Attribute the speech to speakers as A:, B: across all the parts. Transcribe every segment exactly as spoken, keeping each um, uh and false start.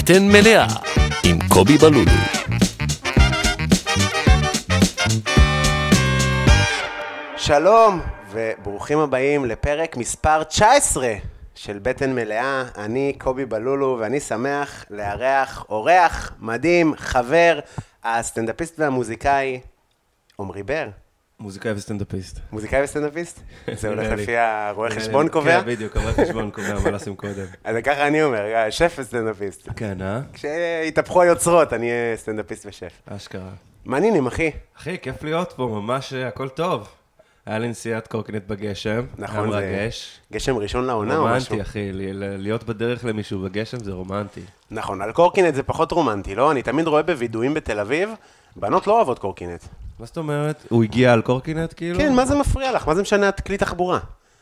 A: בטן מלאה עם קובי בלולו.
B: שלום וברוכים הבאים לפרק מספר תשע עשרה של בטן מלאה. אני קובי בלולו ואני שמח לארח אורח מדהים, חבר, הסטנדאפיסט והמוזיקאי עומרי בר.
C: מוזיקאי וסטנדאפיסט.
B: מוזיקאי וסטנדאפיסט? זה הולך לפי הרואה חשבון קובע?
C: כן, בדיוק, הרואה חשבון קובע, מה לשים קודם.
B: אז ככה אני אומר, שף וסטנדאפיסט.
C: כן, אה?
B: כשהתהפכו היוצרות, אני אהיה סטנדאפיסט ושף.
C: אשכרה.
B: מעניינים, אחי.
C: אחי, כיף להיות פה, ממש הכל טוב. היה לי נסיעת קורקינט בגשם, היה מרגש.
B: גשם ראשון לעונה או משהו?
C: רומנטי, אחי, להיות בדרך למישהו בגשם זה רומנטי.
B: נכון, על קורקינט זה פחות רומנטי, לא? אני תמיד רואה בווידואים בתל אביב, בנות לא אוהבות קורקינט.
C: מה זאת אומרת? הוא הגיע על קורקינט, כאילו?
B: כן, מה זה מפריע לך? מה זה משנה כלי תחבורה?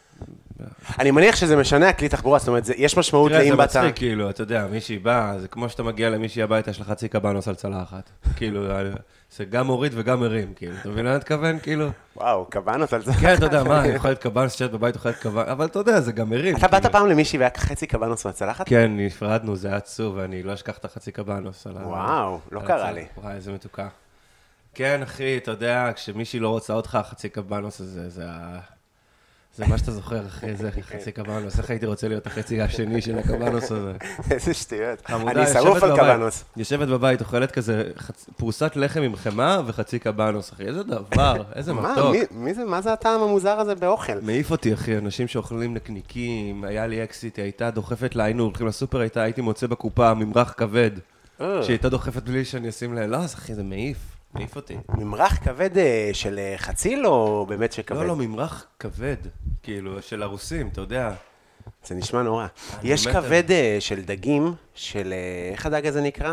B: אני מניח שזה משנה כלי תחבורה, זאת אומרת, יש משמעות לאם באת...
C: תראה, זה מצחיק, כאילו, אתה יודע, מישהי בא, זה כמו שאתה מגיע למישהי הביתה, יש לך חצי קבנוס על צלחת. כאילו, זה גם מוריד וגם מרים, כאילו. אתה מבין מה אני מתכוון, כאילו?
B: וואו, קבנוס על צלחת.
C: כן, אתה יודע, מה, יכול להיות קבנוס שאת בבית, יכול להיות קבנוס, אבל אתה יודע, זה גם מרים.
B: אתה באת פעם למישהי והיה חצי קבנוס מהצלחת?
C: כן, נפרדנו, זה היה עצוב, ואני לא אשכח את החצי קבנוס.
B: וואו, לא קרה לי.
C: וואי, איזה מתוקה. כן, אחי, אתה יודע, כשמישהי לא רוצה אותך, חצי קבנוס הזה, זה ה... זה מה שאתה זוכר, אחי, זה חצי קבנוס. איך הייתי רוצה להיות החצי השני של הקבנוס הזה?
B: איזה שטויות. אני שרוף על קבנוס.
C: יושבת בבית, אוכלת כזה פרוסת לחם עם חמה וחצי קבנוס, אחי. איזה דבר, איזה מתוק.
B: מה זה הטעם המוזר הזה באוכל?
C: מעיף אותי, אחי, אנשים שאוכלים נקניקים, היה לי אקסיט, היא הייתה דוחפת לה, היינו הולכים לסופר, הייתי מוצא בקופה ממרח כבד, שהייתה דוחפת בלי שאני אשים לה, לא, אחי, זה מעיף. מעיף אותי.
B: ממרח כבד של חציל או באמת שכבד?
C: לא, לא, ממרח כבד, כאילו, של הרוסים, אתה יודע.
B: זה נשמע נורא. יש כבד של דגים, של, איך הדג הזה נקרא?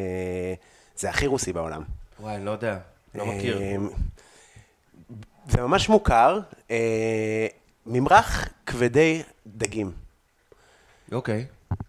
B: זה הכי רוסי בעולם.
C: וואי, אני לא יודע, לא מכיר.
B: זה ממש מוכר, ממרח כבדי דגים.
C: אוקיי.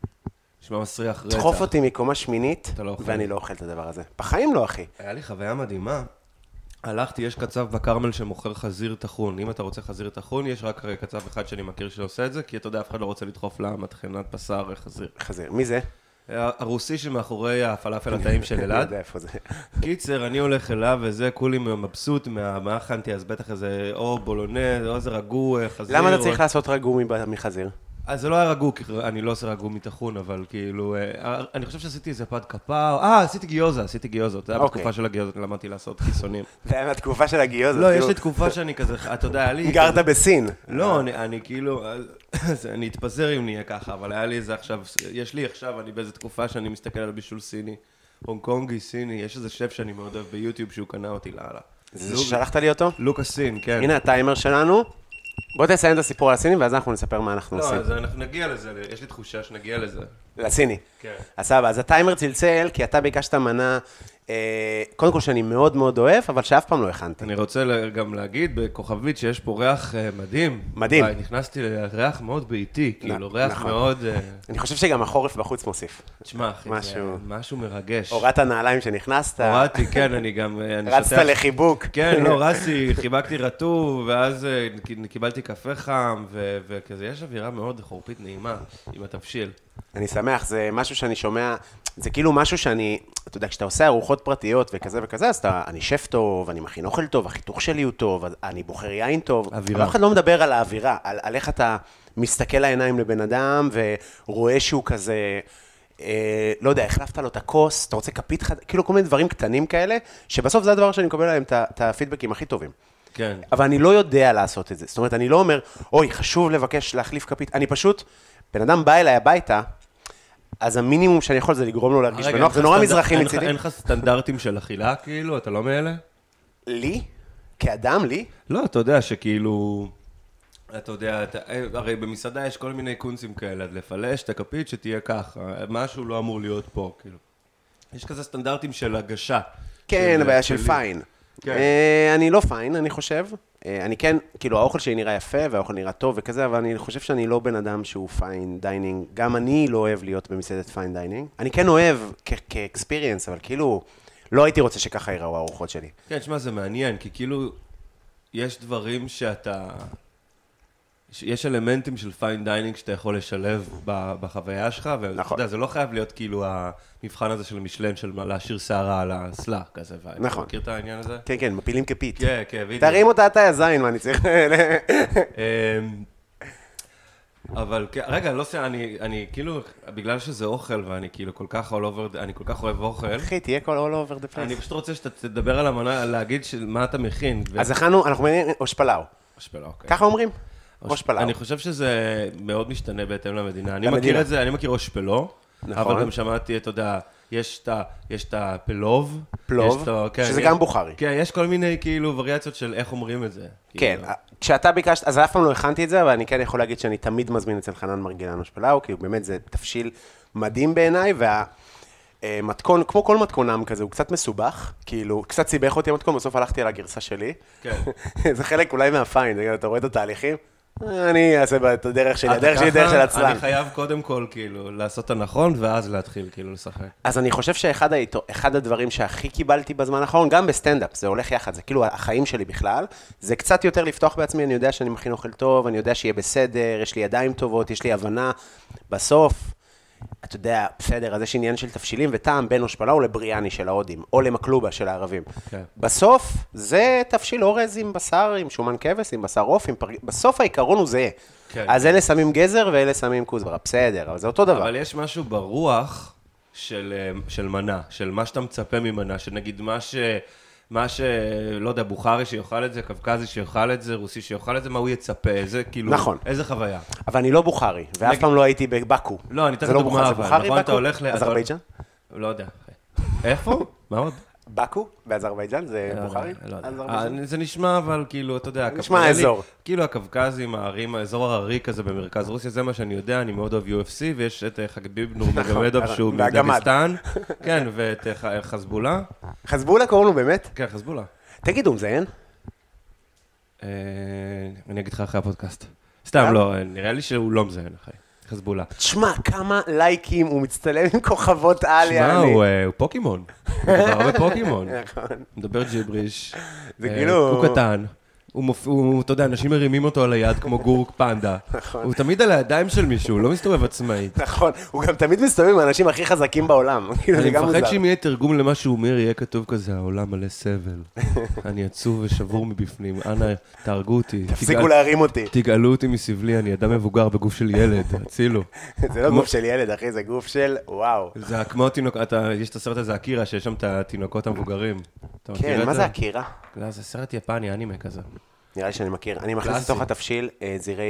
C: נשמע מסריח רצח.
B: תחוף אותי מקומה שמינית,
C: לא
B: ואני לא אוכל את הדבר הזה. בחיים לא, אחי.
C: היה לי חוויה מדהימה. הלכתי, יש קצב בקרמל שמוכר חזיר תחון. אם אתה רוצה חזיר תחון, יש רק קצב אחד שאני מכיר שעושה את זה, כי אתה יודע, אף אחד לא רוצה לדחוף למטחנת בשר חזיר.
B: חזיר. מי זה?
C: הרוסי שמאחורי הפלאפל הטעים של אלעד.
B: אני יודע איפה זה.
C: קיצר, אני הולך אליו, וזה כולי מבסוט מה הכנתי, אז בטח איזה או בולונז, או איזה רגו חזיר.
B: למה אתה צריך לעשות רגו מחזיר?
C: אז זה לא היה רגו, כי אני לא עושה רגו מתחון, אבל כאילו, אני חושב שעשיתי איזה פד קפה, אה, עשיתי גיוזה, עשיתי גיוזות, זה היה בתקופה של הגיוזות, למדתי לעשות כיסונים.
B: זה היה בתקופה של הגיוזות.
C: לא, יש לי תקופה שאני כזה, אתה יודע, היה לי...
B: גרת בסין.
C: לא, אני כאילו, אני אתפזר אם נהיה ככה, אבל היה לי איזה עכשיו, יש לי עכשיו, אני באיזה תקופה שאני מסתכל על בישול סיני, הונג קונגי, סיני, יש איזה שף שאני מאוד אוהב ביוטיוב שהוא קנה אותי לאללה.
B: זה ששלחת לי אותו?
C: לוקאס סין, כן.
B: הנה הטיימר שלנו. בוא תסיים את הסיפור על הסינים, ואז אנחנו נספר מה אנחנו עושים.
C: לא, אז אנחנו נגיע לזה, יש לי תחושה שנגיע לזה.
B: לסיני.
C: כן.
B: אז סבבה, אז הטיימר צלצל, כי אתה ביקשת מנה, קודם כל שאני מאוד מאוד אוהב, אבל שאף פעם לא הכנתי.
C: אני רוצה גם להגיד בכוכבית שיש פה ריח מדהים.
B: מדהים.
C: נכנסתי לריח מאוד ביתי, כאילו ריח מאוד...
B: אני חושב שגם החורף בחוץ מוסיף.
C: תשמע, אחי, זה משהו מרגש.
B: הורדת הנעליים שנכנסת.
C: הורדתי, כן, אני גם...
B: רצת לחיבוק.
C: כן, לא, רצתי, חיבקתי רטוב, ואז קיבלתי קפה חם, וכזה, יש אווירה מאוד חורפית נעימה עם התבשיל.
B: אני שמח, זה משהו שאני שומע, זה כאילו משהו שאני, אתה יודע, כשאתה עושה ארוחות פרטיות וכזה וכזה, אז אתה, אני שף טוב, אני מכין אוכל טוב, החיתוך שלי הוא טוב, אני בוחר יין טוב. אווירה. אף אחד לא מדבר על האווירה, על, על איך אתה מסתכל לעיניים לבן אדם, ורואה שהוא כזה, אה, לא יודע, החלפת לו את הכוס, אתה רוצה כפית, כאילו כל מיני דברים קטנים כאלה, שבסוף זה הדבר שאני מקבל עליהם את הפידבקים הכי טובים.
C: כן.
B: אבל אני לא יודע לעשות את זה. זאת אומרת, אני לא אומר, אוי, חשוב לבקש להחליף כפית. אני פשוט, בן אדם בא אליי הביתה, אז המינימום שאני יכול זה לגרום לו להרגיש בנוח. זה נורא מזרחי מצידי.
C: אין לך סטנדרטים של אכילה, כאילו? אתה לא מאלה?
B: לי? כאדם, לי?
C: לא, אתה יודע שכאילו... אתה יודע, הרי במסעדה יש כל מיני קונסים כאלה, לפלש את הכפית שתהיה ככה. משהו לא אמור להיות פה, כאילו. יש כזה סטנדרטים של הגשה.
B: כן, הבעיה של פיין. אני לא פיין, אני חושב. אני כן, כאילו, האוכל שלי נראה יפה, והאוכל נראה טוב וכזה, אבל אני חושב שאני לא בן אדם שהוא פיין דיינינג. גם אני לא אוהב להיות במסעדת פיין דיינינג. אני כן אוהב כאקספיריאנס, אבל כאילו, לא הייתי רוצה שככה ייראו הארוחות שלי.
C: כן, תשמע, זה מעניין, כי כאילו, יש דברים שאתה... יש אלמנטים של פיין דיינינג שאתה יכול לשלב בחוויה שלך, ואתה יודע, זה לא חייב להיות כאילו המבחן הזה של המשלן, של להשאיר שערה על הסלה, כזה.
B: נכון.
C: אתה מכיר את העניין הזה?
B: כן, כן, מפילים כפית.
C: כן, כן, בדיוק.
B: תרים אותה אתה הזין, מה אני צריך...
C: אבל רגע, לא sé, אני, אני כאילו, בגלל שזה אוכל ואני כאילו כל כך all over, אני כל כך אוהב אוכל.
B: אחי, תהיה כל all over the place.
C: אני פשוט רוצה שאתה תדבר על המנה, להגיד מה אתה מכין.
B: אז הכנו, אנחנו מבינים אושפלאו.
C: אושפלאו, אוקיי.
B: ככה אומרים? אושפלאו.
C: אני חושב שזה מאוד משתנה בהתאם למדינה. אני מכיר את זה, אני מכיר אושפלו, אבל גם שמעתי, אתה יודע, יש את הפלוב.
B: פלוב, שזה גם בוכרי.
C: כן, יש כל מיני כאילו וריאציות של איך אומרים את זה.
B: כן, כשאתה ביקשת, אז אף פעם לא הכנתי את זה, אבל אני כן יכול להגיד שאני תמיד מזמין אצל חנן מרגילן אושפלאו, כי באמת זה תבשיל מדהים בעיניי, והמתכון, כמו כל מתכונם כזה, הוא קצת מסובך, כאילו, קצת סיבך אותי המתכון, בסוף הלכתי על הגרסה שלי. כן. זה חלק אולי מהפיין, אתה רואה את התהליכים? אני אעשה את הדרך שלי, הדרך שלי דרך של עצלן.
C: אני חייב קודם כל, כאילו, לעשות את הנכון, ואז להתחיל, כאילו, לשחק.
B: אז אני חושב שאחד הדברים שהכי קיבלתי בזמן האחרון, גם בסטנדאפ, זה הולך יחד, זה כאילו החיים שלי בכלל, זה קצת יותר לפתוח בעצמי, אני יודע שאני מכין אוכל טוב, אני יודע שיהיה בסדר, יש לי ידיים טובות, יש לי הבנה. בסוף, אתה יודע, בסדר, אז יש עניין של תבשילים וטעם בין אושפלאו לבריאני של ההודים, או למקלובה של הערבים. בסוף, זה תבשיל אורז עם בשר, עם שומן כבש, עם בשר עוף, בסוף העיקרון הוא זהה. אז אלה שמים גזר ואלה שמים כוסברה, בסדר, אבל זה אותו דבר.
C: אבל יש משהו ברוח של מנה, של מה שאתה מצפה ממנה, שנגיד מה ש... מה ש... לא יודע, בוכרי שיוכל את זה, קווקזי שיוכל את זה, רוסי שיוכל את זה, מה הוא יצפה, איזה כאילו...
B: נכון.
C: איזה חוויה.
B: אבל אני לא בוכרי, ואף פעם לא הייתי בבאקו.
C: לא, אני אתן דוגמה, אבל נכון, אתה הולך ל...
B: אזרבייג'אן?
C: לא יודע. איפה? מה עוד?
B: באקו, באזרבייג'אן, זה בוכרי?
C: זה נשמע, אבל כאילו, אתה יודע...
B: נשמע האזור.
C: כאילו הקווקזים, הערים, האזור הררי כזה במרכז רוסיה, זה מה שאני יודע, אני מאוד אוהב יו אף סי, ויש את חביב נורמגומדוב שהוא מדגסטן, כן, ואת חזבולה.
B: חזבולה קוראים לו באמת?
C: כן, חזבולה.
B: תגיד, הוא מזיין?
C: אני אגיד לך אחרי הפודקאסט. סתם, לא, נראה לי שהוא לא מזיין, אחי. חזבולה.
B: תשמע, כמה לייקים הוא מצטלם עם כוכבות על,
C: תשמע, הוא פוקימון. הוא מדבר הרבה פוקימון. מדבר ג'יבריש.
B: זה כאילו...
C: הוא קטן. הוא, אתה יודע, אנשים מרימים אותו על היד כמו גורק פנדה. הוא תמיד על הידיים של מישהו, הוא לא מסתובב עצמאית.
B: נכון, הוא גם תמיד מסתובב עם האנשים הכי חזקים בעולם.
C: אני מפחד שאם יהיה תרגום למה שהוא אומר, יהיה כתוב כזה, העולם מלא סבל. אני עצוב ושבור מבפנים. אנא, תהרגו אותי.
B: תפסיקו להרים אותי.
C: תגאלו אותי מסבלי, אני אדם מבוגר בגוף של ילד, הצילו.
B: זה לא גוף של ילד, אחי, זה גוף של וואו.
C: זה כמו תינוק, יש את הסרט הזה, אקירה, שיש שם את התינוקות המבוגרים.
B: כן, מה זה אקירה?
C: זה סרט יפני, אנימה כזה.
B: נראה לי שאני מכיר. אני מכניס לתוך התבשיל זירי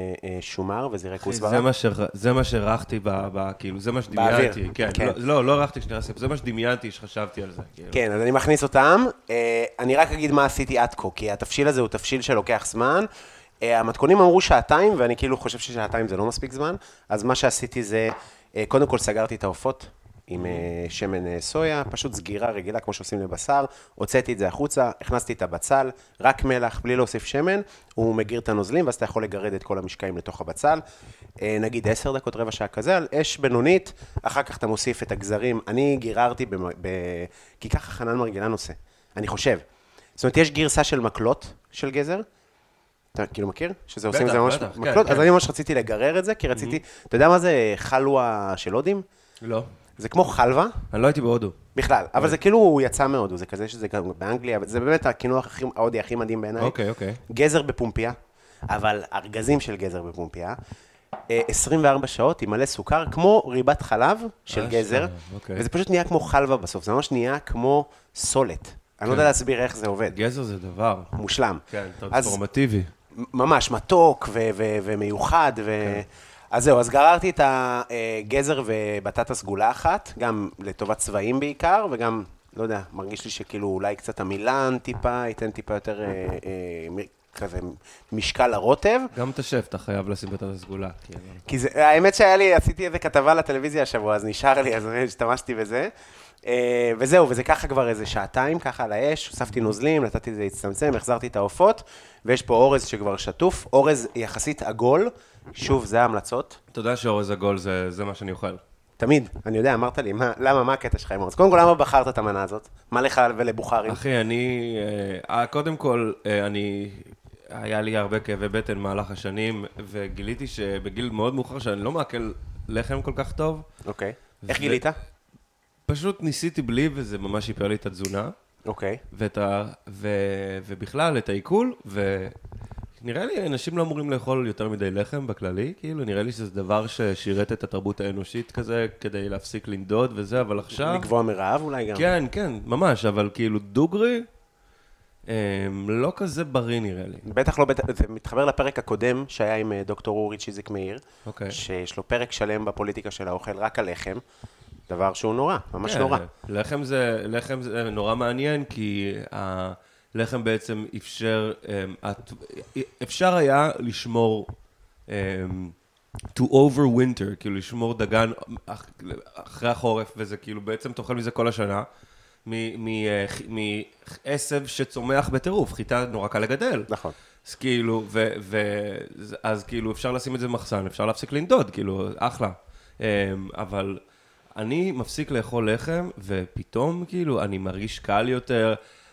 B: שומר וזירי כוסברה.
C: זה מה שרחתי, כאילו, זה מה שדמיינתי. לא, לא רחתי כשנראה, זה מה שדמיינתי, שחשבתי על זה.
B: כן, אז אני מכניס אותם. אני רק אגיד מה עשיתי עד כה, כי התבשיל הזה הוא תבשיל שלוקח זמן. המתכונים אמרו שעתיים, ואני כאילו חושב ששעתיים זה לא מספיק זמן. אז מה שעשיתי זה, קודם כל סגרתי את העופות. עם שמן סויה, פשוט סגירה רגילה כמו שעושים לבשר, הוצאתי את זה החוצה, הכנסתי את הבצל, רק מלח, בלי להוסיף שמן, הוא מגיר את הנוזלים, ואז אתה יכול לגרד את כל המשקעים לתוך הבצל, נגיד עשר דקות, רבע שעה כזה, על אש בינונית, אחר כך אתה מוסיף את הגזרים, אני גיררתי, ב... ב... כי ככה חנן מרגילן עושה, אני חושב. זאת אומרת, יש גרסה של מקלות של גזר, אתה כאילו מכיר? שזה עושים את זה ממש מקלות, אז אני ממש רציתי לגרר את זה, כי רציתי, אתה יודע מה זה חלווה של הודים?
C: לא.
B: זה כמו חלווה.
C: אני לא הייתי בהודו.
B: בכלל, אבל זה כאילו הוא יצא מהודו, זה כזה שזה גם באנגליה, זה באמת הקינוח ההודי הכי מדהים בעיניי.
C: אוקיי, אוקיי.
B: גזר בפומפיה, אבל ארגזים של גזר בפומפיה, עשרים וארבע שעות עם מלא סוכר, כמו ריבת חלב של גזר, וזה פשוט נהיה כמו חלווה בסוף, זה ממש נהיה כמו סולת. אני לא יודע להסביר איך זה עובד.
C: גזר זה דבר.
B: מושלם.
C: כן, טרנספורמטיבי.
B: ממש, מתוק ומיוחד ו... אז זהו, אז גררתי את הגזר ובטטה סגולה אחת, גם לטובת צבעים בעיקר, וגם, לא יודע, מרגיש לי שכאילו אולי קצת המילן טיפה, ייתן טיפה יותר כזה משקל לרוטב.
C: גם את השף, אתה חייב לשים בטטה סגולה.
B: כי זה, האמת שהיה לי, עשיתי איזה כתבה לטלוויזיה השבוע, אז נשאר לי, אז השתמשתי בזה. וזהו, וזה ככה כבר איזה שעתיים, ככה על האש, הוספתי נוזלים, נתתי את זה להצטמצם, החזרתי את העופות, ויש פה אורז שכבר שטוף, אורז יחסית עגול, שוב, זה ההמלצות.
C: אתה יודע שאורז עגול זה, זה מה שאני אוכל.
B: תמיד, אני יודע, אמרת לי, מה, למה, מה הקטע שלך עם אורז? קודם כל, למה בחרת את המנה הזאת? מה לך ולבוכרים?
C: אחי, אני, קודם כל, אני, היה לי הרבה כאבי בטן מהלך השנים, וגיליתי שבגיל מאוד מאוחר שאני לא מעכל לחם כל כך טוב.
B: אוקיי. איך גילית?
C: פשוט ניסיתי בלי, וזה ממש שיפר לי את התזונה.
B: אוקיי.
C: ובכלל, את העיכול, ונראה לי, אנשים לא אמורים לאכול יותר מדי לחם בכללי, כאילו, נראה לי שזה דבר ששירת את התרבות האנושית כזה, כדי להפסיק לנדוד וזה, אבל עכשיו...
B: לגבוע מרעב אולי גם.
C: כן, כן, ממש, אבל כאילו דוגרי, לא כזה בריא נראה לי.
B: בטח לא, זה מתחבר לפרק הקודם שהיה עם דוקטור אורי צ'יזיק מאיר, שיש לו פרק שלם בפוליטיקה של האוכל רק על לחם, דבר שהוא נורא, ממש נורא.
C: לחם זה, לחם זה נורא מעניין, כי הלחם בעצם אפשר, אפשר היה לשמור, to overwinter, כאילו לשמור דגן אחרי החורף, וזה כאילו בעצם תאכל מזה כל השנה, מעשב שצומח בטירוף, חיטה נורא קל לגדל.
B: נכון.
C: אז כאילו, אז כאילו אפשר לשים את זה במחסן, אפשר להפסיק לנדוד, כאילו, אחלה. אבל אני מפסיק לאכול לחם, ופתאום כאילו אני מרגיש קל יותר,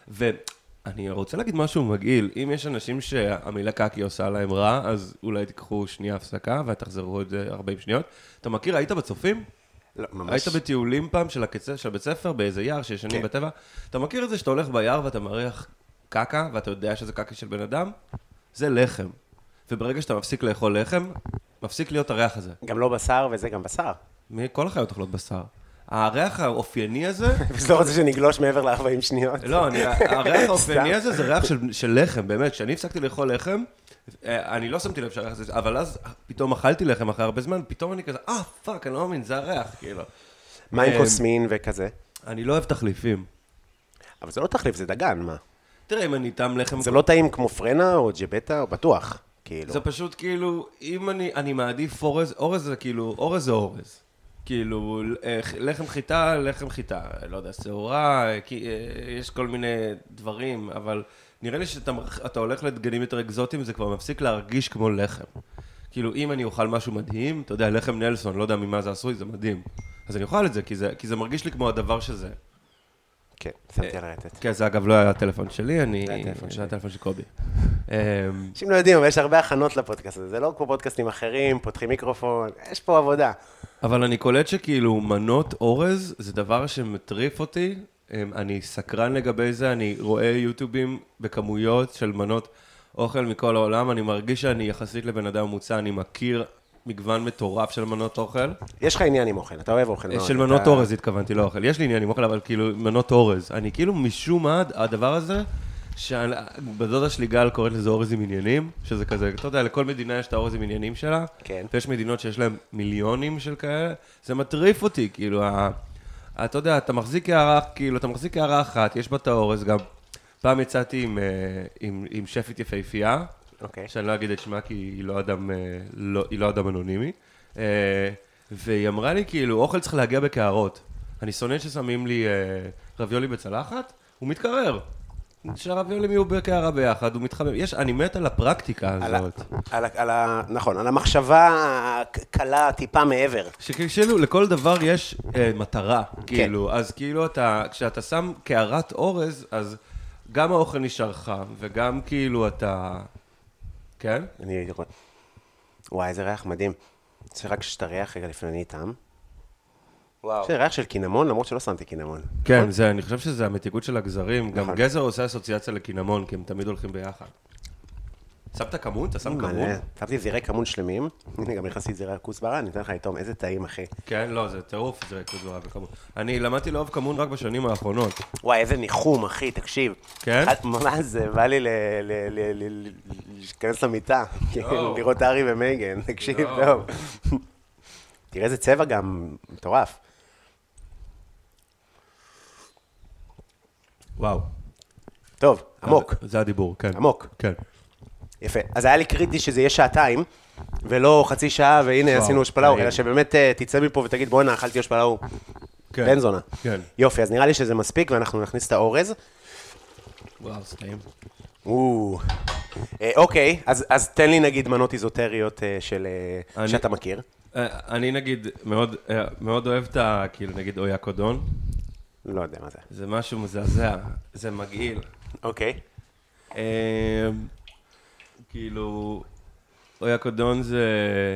C: ואני רוצה להגיד משהו מגעיל, אם יש אנשים שהמילה קקי עושה להם רע, אז אולי תיקחו שנייה הפסקה, ותחזרו את זה ארבעים שניות. אתה מכיר, היית בצופים?
B: לא, ממש.
C: היית בטיולים פעם של הקצה, של בית ספר, באיזה יער שישנים בטבע? אתה מכיר את זה שאתה הולך ביער ואתה מריח קקה, ואתה יודע שזה קקי של בן אדם? זה לחם. וברגע שאתה מפסיק לאכול לחם, מפסיק להיות הריח הזה.
B: גם לא בשר, וזה גם בשר.
C: כל החיות אוכלות בשר. הריח האופייני הזה...
B: וזה לא רוצה שנגלוש מעבר ל-ארבעים שניות.
C: לא, הריח האופייני הזה זה ריח של לחם, באמת. כשאני הפסקתי לאכול לחם, אני לא שמתי לב שהריח הזה, אבל אז פתאום אכלתי לחם אחרי הרבה זמן, פתאום אני כזה, אה, פאק, אני לא מאמין, זה הריח, כאילו.
B: מה עם קוסמין וכזה?
C: אני לא אוהב תחליפים.
B: אבל זה לא תחליף, זה דגן, מה?
C: תראה, אם אני טעם לחם...
B: זה לא טעים כמו פרנה או ג'בטה, או בטוח, כאילו.
C: זה פשוט כאילו, אם אני, אני מעדיף אורז, אורז זה כאילו, אורז זה אורז. כאילו, לחם חיטה, לחם חיטה, לא יודע, שעורה, יש כל מיני דברים, אבל נראה לי שאתה הולך לדגנים יותר אקזוטיים, זה כבר מפסיק להרגיש כמו לחם. כאילו, אם אני אוכל משהו מדהים, אתה יודע, לחם נלסון, לא יודע ממה זה עשוי, זה מדהים. אז אני אוכל את זה, כי זה, כי זה מרגיש לי כמו הדבר שזה.
B: כן, שמתי על הרטט.
C: כן, זה אגב לא היה הטלפון שלי, אני... זה הטלפון של קובי.
B: אנשים לא יודעים, אבל יש הרבה הכנות לפודקאסט הזה, זה לא כמו פודקאסטים אחרים, פותחים מיקרופון, יש פה עבודה.
C: אבל אני קולט שכאילו מנות אורז זה דבר שמטריף אותי, אני סקרן לגבי זה, אני רואה יוטיובים בכמויות של מנות אוכל מכל העולם, אני מרגיש שאני יחסית לבן אדם ממוצע, אני מכיר מגוון מטורף של מנות אוכל.
B: יש לך עניין עם אוכל, אתה אוהב אוכל מאוד.
C: של מנות אורז התכוונתי, לא אוכל. יש לי עניין עם אוכל, אבל כאילו מנות אורז. אני כאילו משום מה, הדבר הזה, שבדודה שלי גל קוראת לזה אורז עם עניינים, שזה כזה, אתה יודע, לכל מדינה יש את האורז עם עניינים שלה,
B: כן.
C: ויש מדינות שיש להם מיליונים של כאלה, זה מטריף אותי, כאילו, אתה יודע, אתה מחזיק הערה, כאילו, אתה מחזיק הערה אחת, יש בה את האורז, גם פעם יצאתי עם, עם, עם שפית יפהפייה,
B: אוקיי.
C: שאני לא אגיד את שמה, כי היא לא אדם, לא, היא לא אדם אנונימי, והיא אמרה לי, כאילו, אוכל צריך להגיע בקערות. אני שונא ששמים לי רביולי בצלחת, הוא מתקרר. שהרביולים יהיו בקערה ביחד, הוא מתחמם. יש, אני מת על הפרקטיקה הזאת.
B: על, על, על, נכון, על המחשבה הקלה טיפה מעבר.
C: שכאילו, לכל דבר יש אה, מטרה, כאילו. אז כאילו, אתה, כשאתה שם קערת אורז, אז גם האוכל נשאר חם, וגם כאילו אתה... כן?
B: אני... וואי, איזה ריח מדהים. זה רק שאתה ריח רגע לפני איתם.
C: וואו.
B: יש לי ריח של קינמון, למרות שלא שמתי קינמון.
C: כן, זה, אני חושב שזה המתיקות של הגזרים. גם גזר עושה אסוציאציה לקינמון, כי הם תמיד הולכים ביחד. שמת כמון? אתה שם כמון?
B: שמתי זירי כמון שלמים. הנה, גם נכנסתי זירי כוסברה, אני אתן לך איתום, איזה טעים, אחי.
C: כן, לא, זה טירוף זירי כוסברה וכמון. אני למדתי לאהוב כמון רק בשנים האחרונות.
B: וואי, איזה ניחום, אחי, תקשיב.
C: כן?
B: מה זה, בא לי להיכנס למיטה, לראות ארי ומייגן, תקשיב, טוב. תראה איזה צבע גם מטורף.
C: וואו.
B: טוב, עמוק.
C: זה הדיבור, כן.
B: עמוק.
C: כן.
B: יפה. אז היה לי קריטי שזה יהיה שעתיים, ולא חצי שעה, והנה עשינו השפלאו, אלא שבאמת תצא מפה ותגיד, בוא'נה, אכלתי השפלאו. בן זונה.
C: כן.
B: יופי, אז נראה לי שזה מספיק, ואנחנו נכניס את האורז.
C: וואו, סטעים.
B: אוקיי, אז תן לי נגיד מנות איזוטריות שאתה מכיר.
C: אני נגיד מאוד אוהב את ה... כאילו נגיד אויקודון.
B: לא יודע מה זה.
C: זה משהו מזעזע, זה מגעיל.
B: אוקיי.
C: כאילו, אויאקודון זה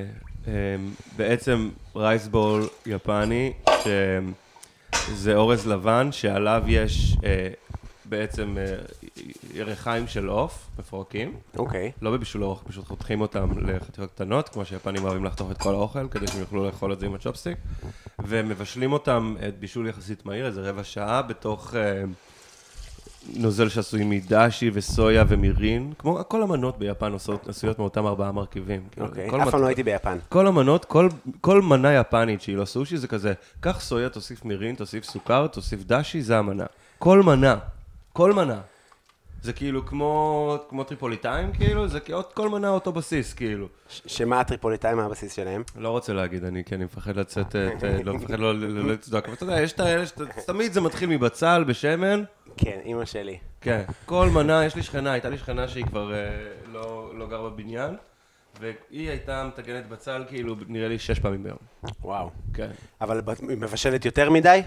C: בעצם רייסבול יפני, שזה אורז לבן, שעליו יש בעצם ירחיים של עוף מפורקים.
B: אוקיי.
C: לא בבישול אורך, פשוט חותכים אותם לחתיכות קטנות, כמו שהיפנים אוהבים לחתוך את כל האוכל, כדי שהם יוכלו לאכול את זה עם הצ'ופסטיק, ומבשלים אותם את בישול יחסית מהיר, איזה רבע שעה, בתוך נוזל שעשוי מדשי וסויה ומירין, כמו כל המנות ביפן עשויות מאותם ארבעה מרכיבים.
B: אוקיי, אף פעם לא הייתי ביפן.
C: כל המנות, כל מנה יפנית שהיא לא סושי, זה כזה, קח סויה, תוסיף מירין, תוסיף סוכר, תוסיף דשי, זה המנה. כל מנה, כל מנה. זה כאילו כמו, כמו טריפוליטאים, כאילו, זה כל מנה אותו בסיס, כאילו.
B: שמה הטריפוליטאים מהבסיס שלהם?
C: לא רוצה להגיד, אני, כי אני מפחד לצאת, לא מפחד לא לצדוק, אבל אתה יודע, יש את האלה, תמיד זה מתחיל מבצל, בשמן.
B: כן, אמא שלי.
C: כן, כל מנה, יש לי שכנה, הייתה לי שכנה שהיא כבר לא, לא גר בבניין, והיא הייתה מטגנת בצל, כאילו, נראה לי שש פעמים ביום.
B: וואו.
C: כן.
B: אבל היא מבשלת יותר מדי?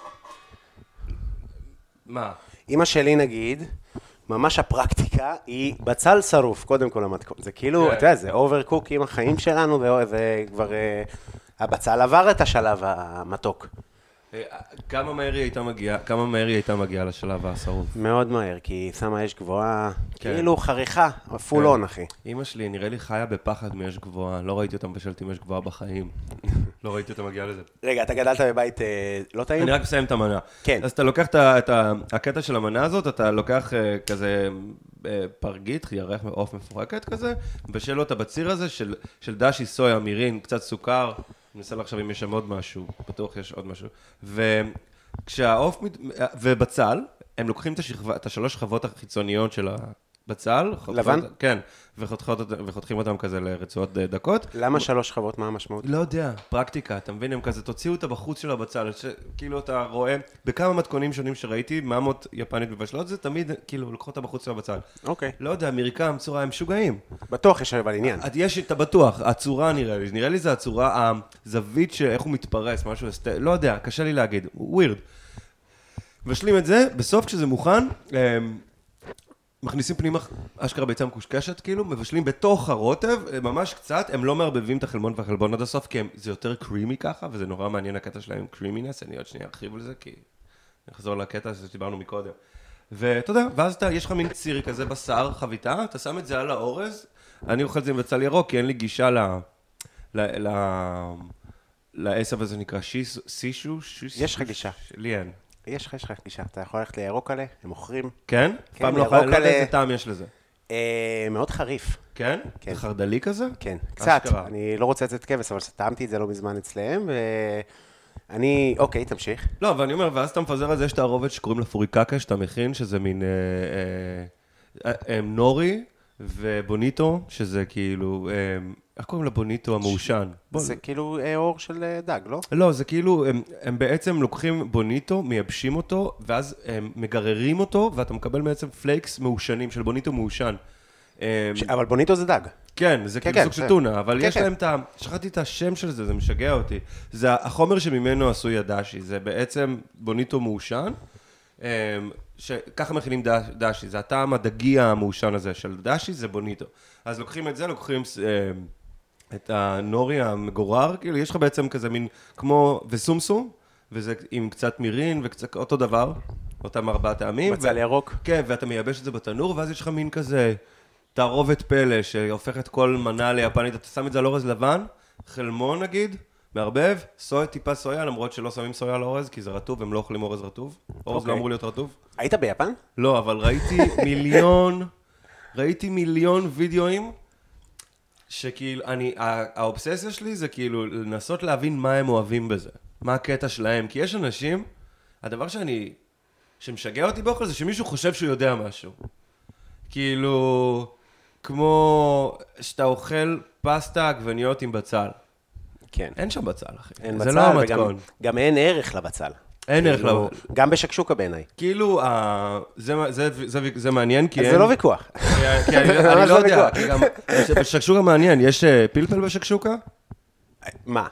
C: מה?
B: אמא שלי נגיד, ממש הפרקטיקה היא בצל שרוף, קודם כל המתכון. זה כאילו, אתה יודע, זה אוברקוק עם החיים שלנו, וכבר הבצל עבר את השלב המתוק.
C: כמה מהר היא הייתה מגיעה, כמה מהר היא הייתה מגיעה לשלב השרוף?
B: מאוד מהר, כי היא שמה אש גבוהה, כאילו חריכה, פול און, אחי.
C: אמא שלי, נראה לי חיה בפחד מאש גבוהה, לא ראיתי אותה מבשלת עם אש גבוהה בחיים. לא ראיתי אותה מגיעה לזה.
B: רגע, אתה גדלת בבית לא טעים?
C: אני רק מסיים את המנה.
B: כן.
C: אז אתה לוקח את הקטע של המנה הזאת, אתה לוקח כזה פרגית, ירח מעוף מפורקת כזה, מבשל אותה בציר הזה של דשי, סויה, מירין, קצת סוכר, אני מנסה לחשוב אם יש שם עוד משהו, בטוח יש עוד משהו. וכשהעוף, ובצל, הם לוקחים את השלוש שכבות החיצוניות של הבצל.
B: לבן?
C: כן, וחותכים אותם כזה לרצועות דקות.
B: למה שלוש שכבות? מה המשמעות?
C: לא יודע, פרקטיקה, אתה מבין? הם כזה, תוציאו אותה בחוץ של הבצל, כאילו אתה רואה, בכמה מתכונים שונים שראיתי, מאמות יפנית מבשלות, זה תמיד, כאילו, לקחו אותה בחוץ של הבצל.
B: אוקיי.
C: לא יודע, מרקם, צורה, הם משוגעים.
B: בטוח יש אבל עניין.
C: יש, אתה בטוח, הצורה נראה לי, נראה לי זה הצורה, הזווית שאיך הוא מתפרס, משהו, לא יודע, קשה לי להגיד, ווירד. מבשלים את זה, בסוף כשזה מוכן, מכניסים פנימה אשכרה ביצה מקושקשת, כאילו, מבשלים בתוך הרוטב, ממש קצת, הם לא מערבבים את החלבון והחלבון עד הסוף, כי הם, זה יותר קרימי ככה, וזה נורא מעניין הקטע שלהם, קרימינס, אני עוד שנייה ארחיב על זה, כי נחזור לקטע שדיברנו מקודם. ואתה יודע, ואז אתה, יש לך מין ציר כזה בשר, חביתה, אתה שם את זה על האורז, אני אוכל את זה עם בצל ירוק, כי אין לי גישה ל... ל... ל... לעשב הזה נקרא שישו?
B: יש לך גישה.
C: לי אין.
B: יש לך, יש לך גישה. אתה יכול ללכת לירוק עליה, הם מוכרים.
C: כן? פעם לא יודע איזה טעם יש לזה.
B: מאוד חריף.
C: כן? זה חרדלי כזה?
B: כן, קצת. אני לא רוצה לצאת כבש, אבל סתמתי את זה לא מזמן אצלהם, ואני, אוקיי, תמשיך.
C: לא, ואני אומר, ואז אתה מפזר על זה, יש את הרובד שקוראים לפוריקקה, שאתה מכין, שזה מין נורי ובוניטו, שזה כאילו, איך קוראים לבוניטו המעושן?
B: זה כאילו אור של דג, לא?
C: לא, זה כאילו, הם בעצם לוקחים בוניטו, מייבשים אותו, ואז הם מגררים אותו, ואתה מקבל בעצם פלייקס מעושנים של בוניטו מעושן.
B: אבל בוניטו זה דג.
C: כן, זה כאילו סוג של טונה, אבל יש להם את ה... שכחתי את השם של זה, זה משגע אותי. זה החומר שממנו עשוי הדשי, זה בעצם בוניטו מעושן, שככה מכינים דשי, זה הטעם הדגי המעושן הזה של דשי, זה בוניטו. אז לוקחים את זה, לוקחים את הנורי המגורר, כאילו יש לך בעצם כזה מין כמו וסומסום, וזה עם קצת מירין וקצת אותו דבר, אותם ארבעה טעמים.
B: בצל ירוק.
C: כן, ואתה מייבש את זה בתנור, ואז יש לך מין כזה תערובת פלא שהופך את כל מנה ליפנית, אתה שם את זה על אורז לבן, חלמון נגיד, מערבב, סויה, טיפה סויה, למרות שלא שמים סויה על אורז, כי זה רטוב, הם לא אוכלים אורז רטוב. אורז לא אמור להיות רטוב.
B: היית ביפן?
C: לא, אבל ראיתי מיליון, ראיתי מיליון וידאוים, שכאילו, אני, האובססיה שלי זה כאילו לנסות להבין מה הם אוהבים בזה, מה הקטע שלהם, כי יש אנשים, הדבר שאני, שמשגע אותי באוכל זה שמישהו חושב שהוא יודע משהו. כאילו, כמו שאתה אוכל פסטה עגבניות עם בצל.
B: כן.
C: אין שם בצל, אחי.
B: אין
C: זה
B: בצל,
C: לא המתכון.
B: וגם אין ערך לבצל.
C: אין ערך לבצל.
B: גם בשקשוקה בעיניי.
C: כאילו, זה מעניין, כי אין...
B: זה לא ויכוח.
C: כי אני לא יודע, בשקשוקה מעניין, יש פלפל בשקשוקה?
B: מה?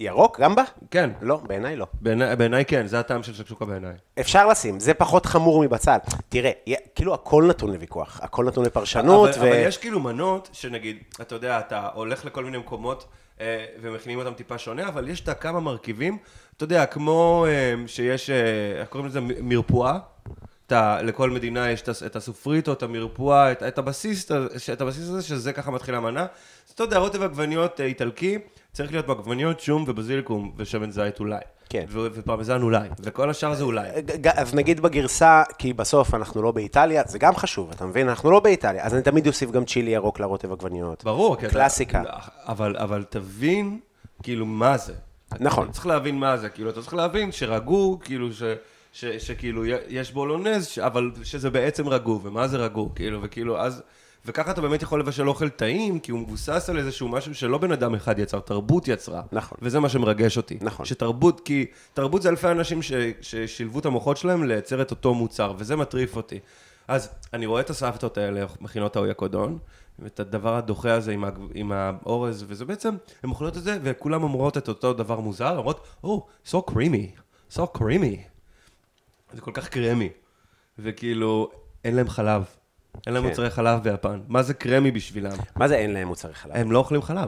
B: ירוק, גם בה?
C: כן.
B: לא, בעיניי לא.
C: בעיניי, בעיניי כן, זה הטעם של שקשוקה בעיניי.
B: אפשר לשים, זה פחות חמור מבצל. תראה, כאילו הכל נתון לוויכוח, הכל נתון לפרשנות.
C: אבל, ו... אבל יש כאילו מנות שנגיד, אתה יודע, אתה הולך לכל מיני מקומות אה, ומכינים אותם טיפה שונה, אבל יש את כמה מרכיבים, אתה יודע, כמו אה, שיש, איך קוראים לזה, מרפואה, אתה, לכל מדינה יש את הסופרית, את המרפואה, את, את הבסיס, את הבסיס הזה, שזה ככה מתחילה מנה. אז אתה יודע, רוטב עגבניות איטלקי, צריך להיות בעגבניות, שום ובזיליקום ושמן זית אולי.
B: כן.
C: ו- ופרמזן אולי, וכל השאר זה אולי.
B: אז נגיד בגרסה, כי בסוף אנחנו לא באיטליה, זה גם חשוב, אתה מבין? אנחנו לא באיטליה, אז אני תמיד אוסיף גם צ'ילי ירוק לרוטב עגבניות.
C: ברור.
B: קלאסיקה.
C: אבל, אבל תבין, כאילו, מה זה.
B: נכון.
C: אתה צריך להבין מה זה, כאילו, אתה צריך להבין שרגו, כאילו, ש... ש, שכאילו יש בולונז, ש, אבל שזה בעצם רגו, ומה זה רגו, כאילו, וכאילו, אז, וככה אתה באמת יכול לבשל אוכל טעים, כי הוא מבוסס על איזשהו משהו שלא בן אדם אחד יצר, תרבות יצרה.
B: נכון.
C: וזה מה שמרגש אותי.
B: נכון.
C: שתרבות, כי תרבות זה אלפי אנשים ש, ששילבו את המוחות שלהם לייצר את אותו מוצר, וזה מטריף אותי. אז אני רואה את הסבתות האלה, מכינות האויקודון, ואת הדבר הדוחה הזה עם, עם האורז, וזה בעצם, הן אוכלות את זה, וכולם אומרות את אותו דבר מוזר, אומרות, oh, so creamy, so creamy. זה כל כך קרמי, וכאילו, אין להם חלב. אין להם מוצרי חלב ביפן. מה זה קרמי בשבילם?
B: מה זה אין להם מוצרי חלב?
C: הם לא אוכלים חלב.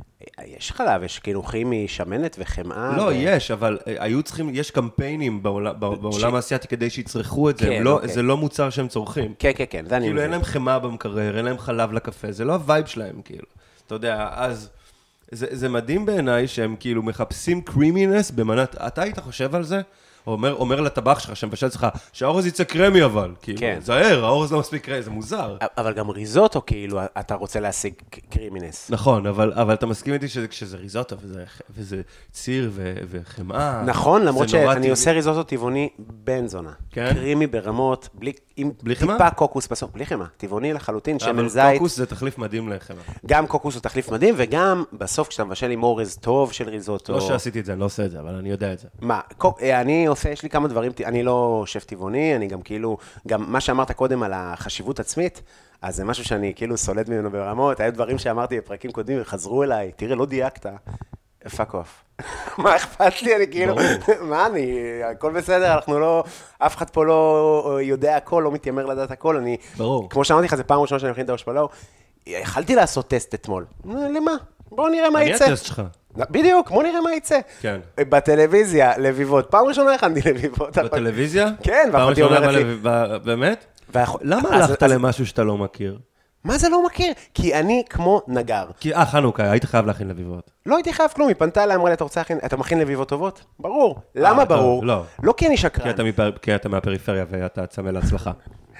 B: יש חלב, יש קינוחים משמנת וחמאה.
C: לא, יש, אבל היו צריכים, יש קמפיינים בעולם האסייתי כדי שיצרכו את זה. זה לא מוצר שהם צורכים.
B: כן, כן, כן, זה אני מבין.
C: כאילו, אין להם חמאה במקרר, אין להם חלב לקפה, זה לא הווייב שלהם, כאילו. אתה יודע, אז זה מדהים בעיניי שהם כאילו מחפשים קרימינס במנת, אתה היית חושב על זה? אומר, אומר לטבח שלך, שמבשל אצלך, שהאורז יצא קרמי אבל, כאילו,
B: כן.
C: זהר, האורז לא מספיק קרמי, זה מוזר.
B: אבל גם ריזוטו, כאילו, אתה רוצה להשיג קרימינס.
C: נכון, אבל, אבל אתה מסכים איתי שזה ריזוטו, וזה, וזה ציר ו, וחמאה.
B: נכון, למרות שאני
C: טבעי.
B: עושה ריזוטו טבעוני בן זונה.
C: כן?
B: קרימי ברמות, בלי, עם
C: בלי
B: טיפה
C: חמאה?
B: קוקוס בסוף, בלי חמאה, טבעוני לחלוטין, שמן
C: אבל
B: זית.
C: קוקוס זה תחליף מדהים לחמאה.
B: גם קוקוס הוא תחליף מדהים, וגם בסוף כשאתה מבשל עם אורז טוב של ריזוטו.
C: לא שעשיתי את זה, אני לא עושה את זה, אבל אני יודע את זה.
B: מה, אני עושה, יש לי כמה דברים, אני לא שף טבעוני, אני גם כאילו, גם מה שאמרת קודם על החשיבות עצמית, אז זה משהו שאני כאילו סולד ממנו ברמות, היו דברים שאמרתי בפרקים קודמים וחזרו אליי, תראה, לא דייקת, פאק אוף. מה אכפת לי, אני כאילו, מה אני, הכל בסדר, אנחנו לא, אף אחד פה לא יודע הכל, לא מתיימר לדעת הכל, אני,
C: ברור.
B: כמו שאמרתי לך, זה פעם ראשונה שאני מכין את ההושפלאו, יכלתי לעשות טסט אתמול, למה? בואו נראה מה יצא.
C: אני הטסט שלך.
B: בדיוק, בוא נראה מה יצא.
C: כן.
B: בטלוויזיה, לביבות. פעם ראשונה הכנתי לביבות.
C: בטלוויזיה?
B: כן,
C: ואחותי אומרת לי. באמת? למה הלכת למשהו שאתה לא מכיר?
B: מה זה לא מכיר? כי אני כמו נגר.
C: כי, אה, חנוכה, היית חייב להכין לביבות.
B: לא הייתי חייב כלום, היא פנתה אליי, אמרה לי, אתה רוצה להכין, אתה מכין לביבות טובות? ברור. למה ברור?
C: לא.
B: לא כי אני שקרן.
C: כי אתה מהפריפריה ואתה צמא להצלחה.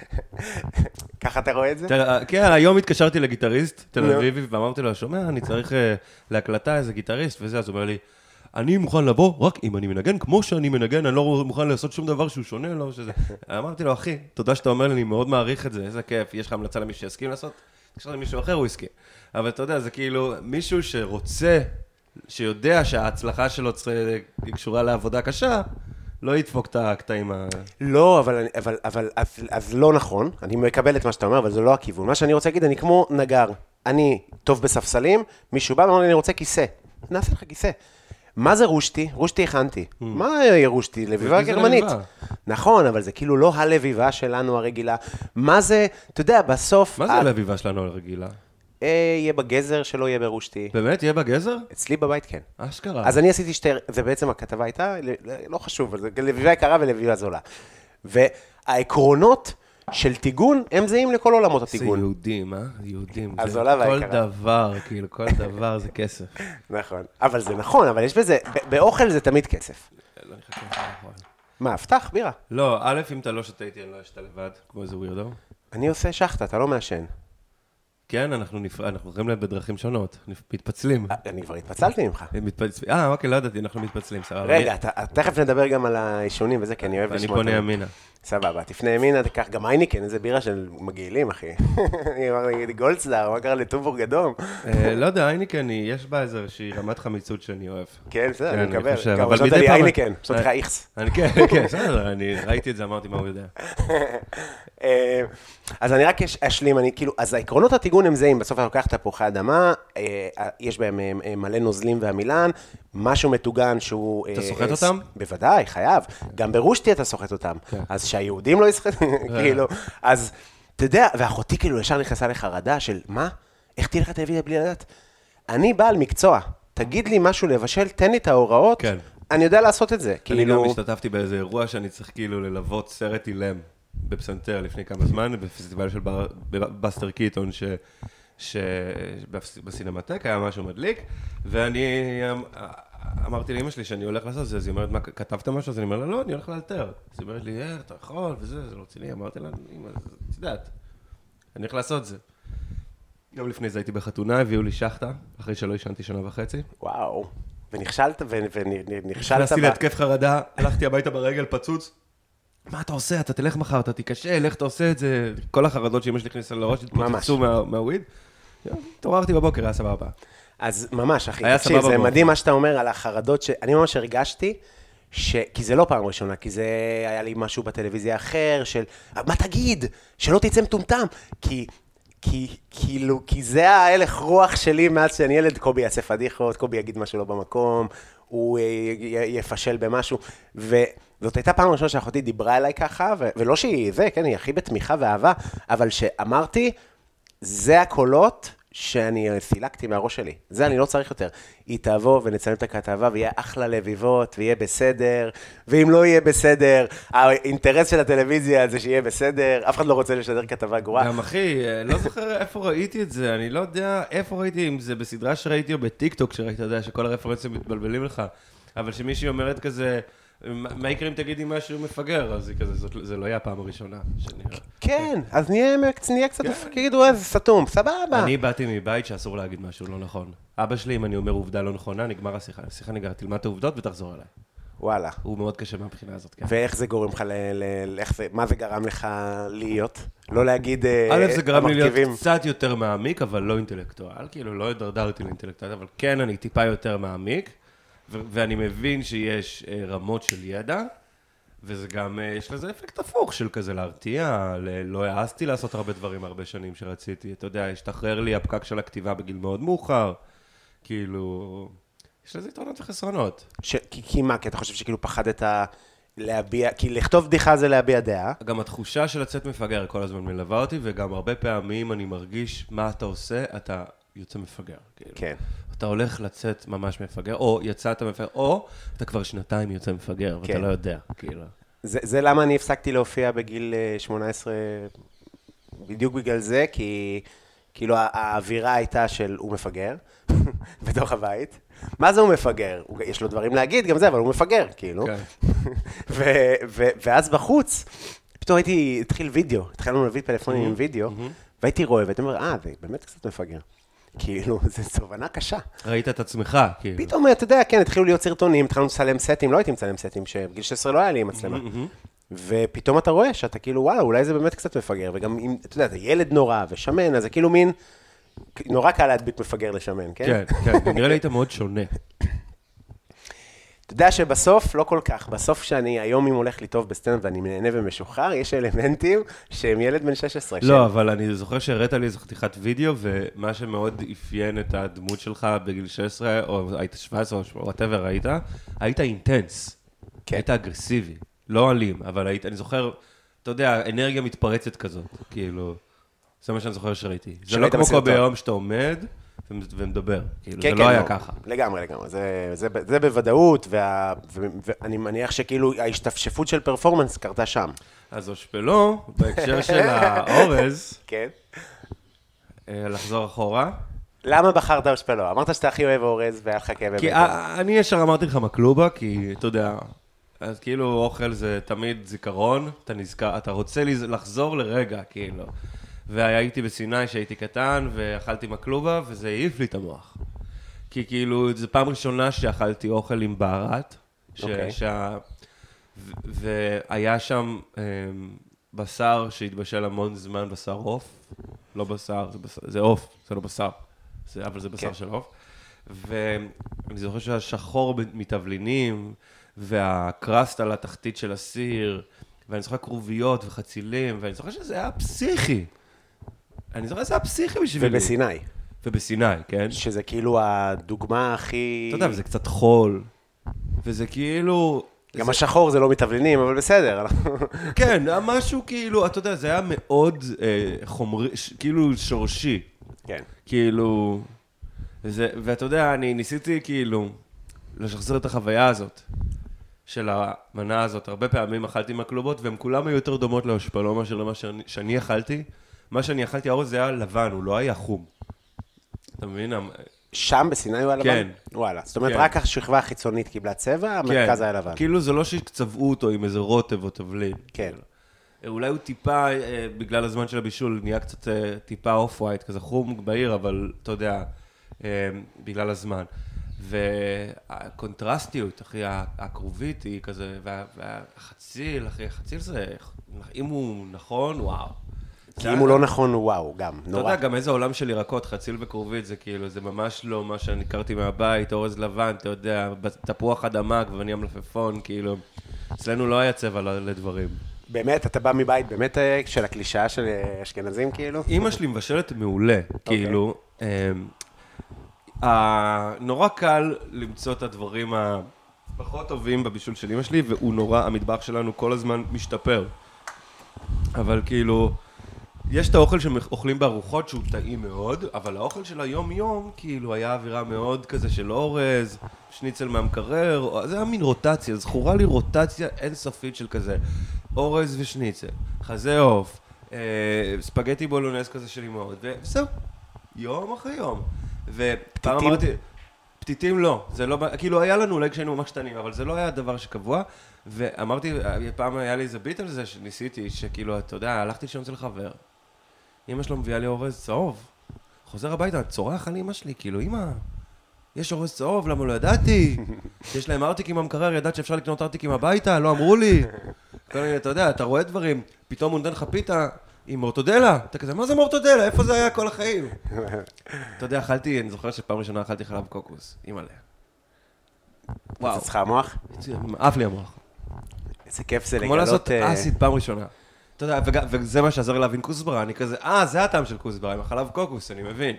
B: ככה אתה רואה את זה?
C: כן, היום התקשרתי לגיטריסט תל אביבי, ואמרתי לו, שומע, אני צריך להקלטה איזה גיטריסט וזה, אז הוא אומר לי, אני מוכן לבוא רק אם אני מנגן כמו שאני מנגן, אני לא מוכן לעשות שום דבר שהוא שונה, לא שזה. אמרתי לו, אחי, תודה שאתה אומר לי, אני מאוד מעריך את זה, איזה כיף, יש לך המלצה למי שיסכים לעשות? תקשר למישהו אחר, הוא הסכים. אבל אתה יודע, זה כאילו מישהו שרוצה, שיודע שההצלחה שלו קשורה לעבודה קשה, לא ידפוק את הקטעים ה...
B: לא, אבל, אבל, אבל, אז, אז לא נכון, אני מקבל את מה שאתה אומר, אבל זה לא הכיוון. מה שאני רוצה להגיד, אני כמו נגר, אני טוב בספסלים, מישהו בא ואומר לי, אני רוצה כיסא. נעשה לך כיסא. מה זה רושתי? רושתי הכנתי. מה רושתי? לביבה גרמנית. נכון, אבל זה כאילו לא הלביבה שלנו הרגילה. מה זה, אתה יודע, בסוף...
C: מה זה הלביבה שלנו הרגילה?
B: יהיה בגזר שלא יהיה ברושתי.
C: באמת? יהיה בגזר?
B: אצלי בבית כן.
C: אשכרה.
B: אז אני עשיתי שתי, זה בעצם הכתבה הייתה, לא חשוב, זה לביבה יקרה ולביבה זולה. והעקרונות של טיגון, הם זהים לכל עולמות הטיגון.
C: זה יהודים, אה? יהודים.
B: הזולה והיקרה.
C: כל דבר, כאילו, כל דבר זה כסף.
B: נכון. אבל זה נכון, אבל יש בזה, באוכל זה תמיד כסף.
C: לא נחכה לך נכון.
B: מה, הבטח, בירה?
C: לא, א', אם אתה לא שתה איתי, אני לא אשתה לבד, כמו איזה ווירדו.
B: אני עושה שחטה, אתה לא מעשן.
C: כן, אנחנו הולכים לב בדרכים שונות, מתפצלים.
B: אני כבר התפצלתי ממך.
C: אה, אוקיי, לא ידעתי, אנחנו מתפצלים, סבבה.
B: רגע, תכף נדבר גם על האישונים וזה, כי אני אוהב לשמוע.
C: אני פונה ימינה.
B: סבבה, תפנה ימינה, תיקח גם אייניקן, איזה בירה של מגעילים, אחי. אני אמר לי, גולדסטאר, מה קרה לטובורג אדום?
C: לא יודע, אייניקן, יש בה איזושהי רמת חמיצות שאני אוהב.
B: כן, בסדר, אני מקבל.
C: אבל
B: גם רשמת לי אייניקן, רשמת לך איכס.
C: כן, כן, בסדר, אני ראיתי את זה, אמרתי מה הוא יודע.
B: אז אני רק אשלים, אני כאילו, אז העקרונות הטיגון הם זהים, בסוף אני לוקח את תפוחי האדמה, יש בהם מלא נוזלים והמילן, משהו מטוגן שהוא...
C: אתה סוחט אותם?
B: בוודאי, חייב. גם ברושתי אתה סוחט אותם. אז שהיהודים לא יסחטו, כאילו, אז אתה יודע, ואחותי כאילו ישר נכנסה לחרדה של מה? איך תהיה לך טלוויזיה בלי לדעת? אני בעל מקצוע, תגיד לי משהו לבשל, תן לי את ההוראות, אני יודע לעשות את זה.
C: אני גם השתתפתי באיזה אירוע שאני צריך כאילו ללוות סרט אילם בפסנתר לפני כמה זמן, בפסטיבל של בסטר קיטון, שבסינמטק היה משהו מדליק, ואני אמרתי לאמא שלי שאני הולך לעשות את זה, אז היא אומרת, מה, כתבת משהו? אז אני אומר לה, לא, אני הולך לאלתר. אז היא אומרת לי, אה, אתה יכול, וזה, זה לא רציני. אמרתי לה, אמא, את יודעת, אני הולך לעשות את זה. יום לפני זה הייתי בחתונה, הביאו לי שחטה, אחרי שלא ישנתי שנה וחצי.
B: וואו, ונכשלת, ונכשלת...
C: נכנסתי להתקף חרדה, הלכתי הביתה ברגל פצוץ. מה אתה עושה? אתה תלך מחר, אתה תיקשה, לך אתה עושה את זה. כל החרדות שאמא שלי הכניסה לראש, התפוצצו מהוויד. התעוררתי בבוקר, היה סבבה.
B: אז ממש, אחי, תקשיב, זה מדהים מה שאתה אומר על החרדות, שאני ממש הרגשתי, כי זה לא פעם ראשונה, כי זה היה לי משהו בטלוויזיה אחר, של, מה תגיד? שלא תצא מטומטם. כי, כי, כאילו, כי זה ההלך רוח שלי מאז שאני ילד, קובי יעשה פדיחות, קובי יגיד משהו לא במקום, הוא יפשל במשהו, וזאת הייתה פעם ראשונה שאחותי דיברה אליי ככה, ולא שהיא זה, כן, היא הכי בתמיכה ואהבה, אבל שאמרתי, זה הקולות שאני סילקתי מהראש שלי. זה אני לא צריך יותר. היא תבוא ונצלם את הכתבה, ויהיה אחלה לביבות, ויהיה בסדר, ואם לא יהיה בסדר, האינטרס של הטלוויזיה זה שיהיה בסדר, אף אחד לא רוצה לשדר כתבה גרועה.
C: גם אחי, לא זוכר איפה ראיתי את זה, אני לא יודע איפה ראיתי, אם זה בסדרה שראיתי או בטיקטוק, שראיתי, אתה יודע, שכל הרפרנסים מתבלבלים לך, אבל שמישהי אומרת כזה, מה יקרה אם תגידי משהו מפגר? אז זה לא יהיה הפעם הראשונה.
B: כן, אז נהיה קצת, תגידו איזה סתום, סבבה.
C: אני באתי מבית שאסור להגיד משהו לא נכון. אבא שלי, אם אני אומר עובדה לא נכונה, נגמר השיחה. השיחה נגמר, תלמד את העובדות ותחזור אליי.
B: וואלה.
C: הוא מאוד קשה מהבחינה הזאת, כן.
B: ואיך זה גורם לך, מה זה גרם לך להיות? לא להגיד
C: המרכיבים? א', זה גרם לי להיות קצת יותר מעמיק, אבל לא אינטלקטואל. כאילו, לא הדרדרתי לאינטלקטואל, אבל כן, אני טיפה יותר מעמיק. ואני מבין שיש רמות של ידע, וזה גם, יש לזה אפקט הפוך של כזה להרתיע, לא העזתי לעשות הרבה דברים הרבה שנים שרציתי, אתה יודע, השתחרר לי הפקק של הכתיבה בגיל מאוד מאוחר, כאילו, יש לזה יתרונות וחסרונות.
B: כי מה, כי אתה חושב שכאילו פחדת להביע, כי לכתוב בדיחה זה להביע דעה?
C: גם התחושה של לצאת מפגר כל הזמן מלווה אותי, וגם הרבה פעמים אני מרגיש מה אתה עושה, אתה יוצא מפגר.
B: כן.
C: אתה הולך לצאת ממש מפגר, או יצאת מפגר, או אתה כבר שנתיים יוצא מפגר, ואתה לא יודע, כאילו.
B: זה למה אני הפסקתי להופיע בגיל שמונה עשרה, בדיוק בגלל זה, כי כאילו האווירה הייתה של הוא מפגר, בתוך הבית. מה זה הוא מפגר? יש לו דברים להגיד, גם זה, אבל הוא מפגר, כאילו. ואז בחוץ, פתאום הייתי, התחיל וידאו, התחלנו להביא פלאפונים עם וידאו, והייתי רואה, ואתה אומר, אה, זה באמת קצת מפגר. כאילו, זו תובנה קשה.
C: ראית את עצמך, כאילו.
B: פתאום, אתה יודע, כן, התחילו להיות סרטונים, התחלנו לצלם סטים, לא הייתי מצלם סטים, שבגיל שש עשרה לא היה לי עם מצלמה. ופתאום אתה רואה שאתה כאילו, וואלה, אולי זה באמת קצת מפגר, וגם אם, אתה יודע, זה ילד נורא ושמן, אז זה כאילו מין, נורא קל להדביק מפגר לשמן, כן?
C: כן, כן, נראה לי היית מאוד שונה.
B: אתה יודע שבסוף, לא כל כך, בסוף שאני היום אם הולך לי טוב בסטנד ואני נהנה ומשוחרר, יש אלמנטים שהם ילד בן שש עשרה.
C: לא, אבל אני זוכר שהראית לי איזו חתיכת וידאו, ומה שמאוד אפיין את הדמות שלך בגיל שש עשרה, או היית שבע עשרה, או whatever היית, היית אינטנס, היית אגרסיבי, לא אלים, אבל אני זוכר, אתה יודע, אנרגיה מתפרצת כזאת, כאילו, זה מה שאני זוכר שראיתי. זה לא כמו כל ביום שאתה עומד, ומדבר, כאילו, זה לא היה ככה.
B: לגמרי, לגמרי, זה בוודאות, ואני מניח שכאילו ההשתפשפות של פרפורמנס קרתה שם.
C: אז אושפלו, בהקשר של האורז,
B: כן.
C: לחזור אחורה.
B: למה בחרת אושפלו? אמרת שאתה הכי אוהב אורז והיה לך כאב בבטן.
C: כי אני ישר אמרתי לך מקלובה, כי אתה יודע, אז כאילו אוכל זה תמיד זיכרון, אתה נזכר, אתה רוצה לחזור לרגע, כאילו. והייתי בסיני שהייתי קטן, ואכלתי מקלובה, וזה העיף לי את המוח. כי כאילו, זו פעם ראשונה שאכלתי אוכל עם בערת, והיה שם בשר שהתבשל המון זמן, בשר עוף, לא בשר, זה עוף, זה לא בשר, אבל זה בשר של עוף. ואני זוכר שהשחור מתבלינים, והקרסט על התחתית של הסיר, ואני זוכר קרוביות וחצילים, ואני זוכר שזה היה פסיכי. אני זוכר שזה היה פסיכי בשבילי.
B: ובסיני.
C: ובסיני, כן?
B: שזה כאילו הדוגמה הכי...
C: אתה יודע, זה קצת חול, וזה כאילו...
B: גם
C: זה...
B: השחור זה לא מתבלינים, אבל בסדר.
C: כן, משהו כאילו, אתה יודע, זה היה מאוד אה, חומרי, ש... כאילו שורשי.
B: כן.
C: כאילו... וזה... ואתה יודע, אני ניסיתי כאילו לשחזר את החוויה הזאת. של המנה הזאת. הרבה פעמים אכלתי מהקלובות, והן כולם היו יותר דומות להשפלו מאשר למה שאני, שאני אכלתי. מה שאני אכלתי, האורז זה היה לבן, הוא לא היה חום. אתה מבין?
B: שם בסיני הוא היה לבן?
C: כן.
B: וואלה. זאת אומרת,
C: כן.
B: רק השכבה החיצונית קיבלה צבע, המרכז
C: כן.
B: היה לבן.
C: כאילו זה לא שצבעו אותו עם איזה רוטב או תבלין.
B: כן.
C: אולי הוא טיפה, בגלל הזמן של הבישול, נהיה קצת טיפה אוף ווייט, כזה חום בעיר, אבל אתה יודע, בגלל הזמן. והקונטרסטיות, אחי, הכרובית היא כזה, והחציל, אחי, החציל זה, אם הוא נכון, וואו.
B: כי אם הוא לא נכון, וואו, גם, נורא.
C: אתה יודע, גם איזה עולם של ירקות, חציל וכרובית, זה כאילו, זה ממש לא מה שאני הכרתי מהבית, אורז לבן, אתה יודע, תפוח אדמה, גווניה מלפפון, כאילו, אצלנו לא היה צבע לדברים.
B: באמת, אתה בא מבית באמת של הקלישאה של אשכנזים, כאילו?
C: אמא שלי מבשלת מעולה, כאילו, נורא קל למצוא את הדברים הפחות טובים בבישול של אמא שלי, והוא נורא, המטבח שלנו כל הזמן משתפר. אבל כאילו, יש את האוכל שאוכלים בארוחות שהוא טעים מאוד, אבל האוכל של היום-יום, כאילו, היה אווירה מאוד כזה של אורז, שניצל מהמקרר, זה היה מין רוטציה, זכורה לי רוטציה אינסופית של כזה, אורז ושניצל, חזה עוף, אה, ספגטי בולונס כזה של אמהות, וזהו, יום אחרי יום. ופעם אמרתי, פתיתים לא, זה לא, כאילו היה לנו אולי כשהיינו ממש קטנים, אבל זה לא היה דבר שקבוע, ואמרתי, פעם היה לי איזה ביט על זה שניסיתי, שכאילו, אתה יודע, הלכתי שם אצל חבר, אמא שלו מביאה לי אורז צהוב, חוזר הביתה, צורח על אמא שלי, כאילו, אמא, יש אורז צהוב, למה לא ידעתי? יש להם ארטיקים במקרר, ידעת שאפשר לקנות ארטיקים הביתה, לא אמרו לי. אתה יודע, אתה רואה דברים, פתאום הוא נותן לך פיתה עם מורטודלה, אתה כזה, מה זה מורטודלה? איפה זה היה כל החיים? אתה יודע, אכלתי, אני זוכר שפעם ראשונה אכלתי חלב קוקוס, אימא'לה.
B: וואו. זה צריכה המוח?
C: עף לי המוח.
B: איזה כיף זה לגלות...
C: כמו לעשות אסיד פעם ראשונה. אתה יודע, וזה מה שעזר להבין כוסברה, אני כזה, אה, זה הטעם של כוסברה, עם החלב קוקוס, אני מבין.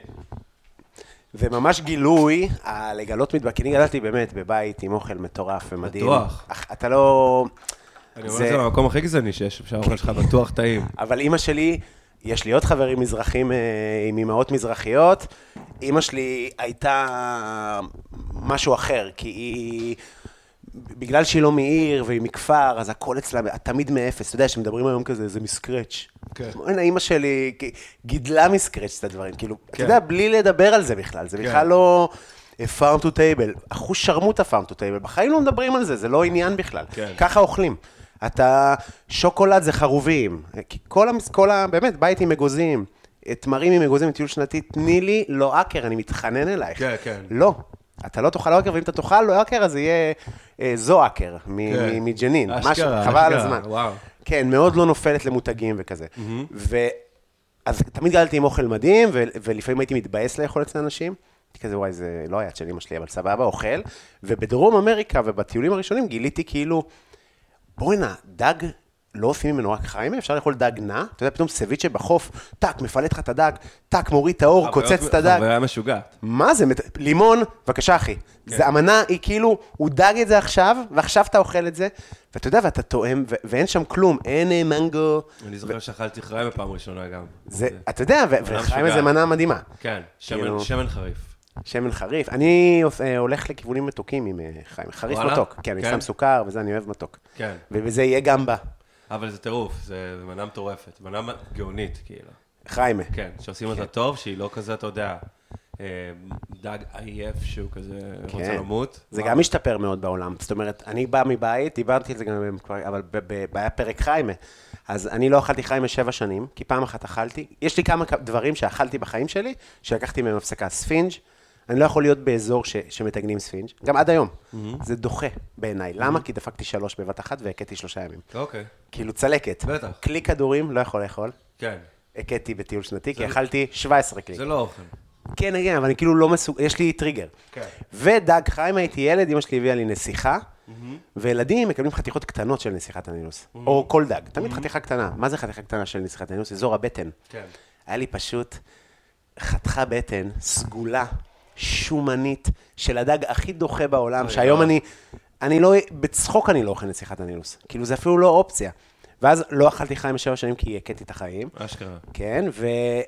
B: וממש גילוי, לגלות מטבח, כי אני גדלתי באמת בבית עם אוכל מטורף ומדהים.
C: בטוח.
B: אתה לא...
C: אני אומר את זה במקום הכי גזעני שיש, שהאוכל שלך בטוח טעים.
B: אבל אמא שלי, יש לי עוד חברים מזרחים עם אמהות מזרחיות, אמא שלי הייתה משהו אחר, כי היא... בגלל שהיא לא מעיר והיא מכפר, אז הכל אצלה, תמיד מאפס. אתה יודע, שמדברים היום כזה, זה מסקרץ'. כן. אמא שלי גידלה מסקרץ' את הדברים, כאילו, אתה יודע, בלי לדבר על זה בכלל, זה בכלל לא farm to table, אחוז שרמוט ה-farm to table, בחיים לא מדברים על זה, זה לא עניין בכלל. ככה אוכלים. אתה, שוקולד זה חרובים, כל, כל ה, באמת, בית עם אגוזים, תמרים עם אגוזים, טיול שנתי, תני לי לא אקר, אני מתחנן אלייך.
C: כן, כן.
B: לא. אתה לא תאכל לא אקר, ואם אתה תאכל לא אקר, אז יהיה זו אקר, מג'נין.
C: אשכרה,
B: חבל על הזמן.
C: וואו.
B: כן, מאוד לא נופלת למותגים וכזה. אז תמיד גדלתי עם אוכל מדהים, ולפעמים הייתי מתבאס לאכול אצל אנשים. כזה, וואי, זה לא היה של אמא שלי, אבל סבבה, אוכל. ובדרום אמריקה ובטיולים הראשונים גיליתי כאילו, בואי נע, דג לא עושים ממנו רק חיימה, אפשר לאכול דג נע, אתה יודע, פתאום סביצ'ה בחוף, טק, מפלט לך את הדג, טק, מוריד את האור, קוצץ את הדג.
C: חוויה משוגעת.
B: מה זה? לימון, בבקשה אחי. זה המנה, היא כאילו, הוא דג את זה עכשיו, ועכשיו אתה אוכל את זה, ואתה יודע, ואתה טועם, ואין שם כלום, אין מנגו.
C: אני זוכר שאכלתי חיימה פעם ראשונה גם.
B: אתה יודע, וחיימה זה מנה מדהימה.
C: כן, שמן חריף.
B: שמן חריף. אני הולך לכיוונים מתוקים עם חיימה, חריף מתוק. כן, אני שם סוכר, וזה אני אוהב מתוק. כן. ובזה יהיה גם בה.
C: אבל זה טירוף, זה מנה מטורפת, מנה גאונית, כאילו.
B: חיימה.
C: כן, שעושים אותה טוב, שהיא לא כזה, אתה יודע, דג עייף שהוא כזה רוצה למות.
B: זה גם משתפר מאוד בעולם. זאת אומרת, אני בא מבית, דיברתי על זה גם, אבל היה פרק חיימה. אז אני לא אכלתי חיימה שבע שנים, כי פעם אחת אכלתי. יש לי כמה דברים שאכלתי בחיים שלי, שלקחתי מהם הפסקה. ספינג', אני לא יכול להיות באזור שמתגנים ספינג', גם עד היום. זה דוחה בעיניי. למה? כי דפקתי שלוש בבת אחת והקטתי שלושה ימים.
C: אוקיי.
B: כאילו צלקת.
C: בטח.
B: קליק כדורים, לא יכול לאכול.
C: כן.
B: הקטתי בטיול שנתי, כי אכלתי שבע עשרה קליק.
C: זה לא אוכל.
B: כן, כן, אבל אני כאילו לא מסוג... יש לי טריגר. כן. ודג חיים, הייתי ילד, אמא שלי הביאה לי נסיכה, וילדים מקבלים חתיכות קטנות של נסיכת הנילוס. או כל דג. תמיד חתיכה קטנה. מה זה חתיכה קטנה של נסיכת הנילוס? אזור הבטן. כן. היה לי פשוט חתכה בטן, סגולה, שומנית, של הדג הכי דוחה בעולם, שהיום אני, אני לא, בצחוק אני לא אוכל נסיכת הנילוס. כאילו זה אפילו לא אופציה. ואז לא אכלתי חיים שבע שנים כי הכיתי את החיים.
C: אשכרה.
B: כן, ו,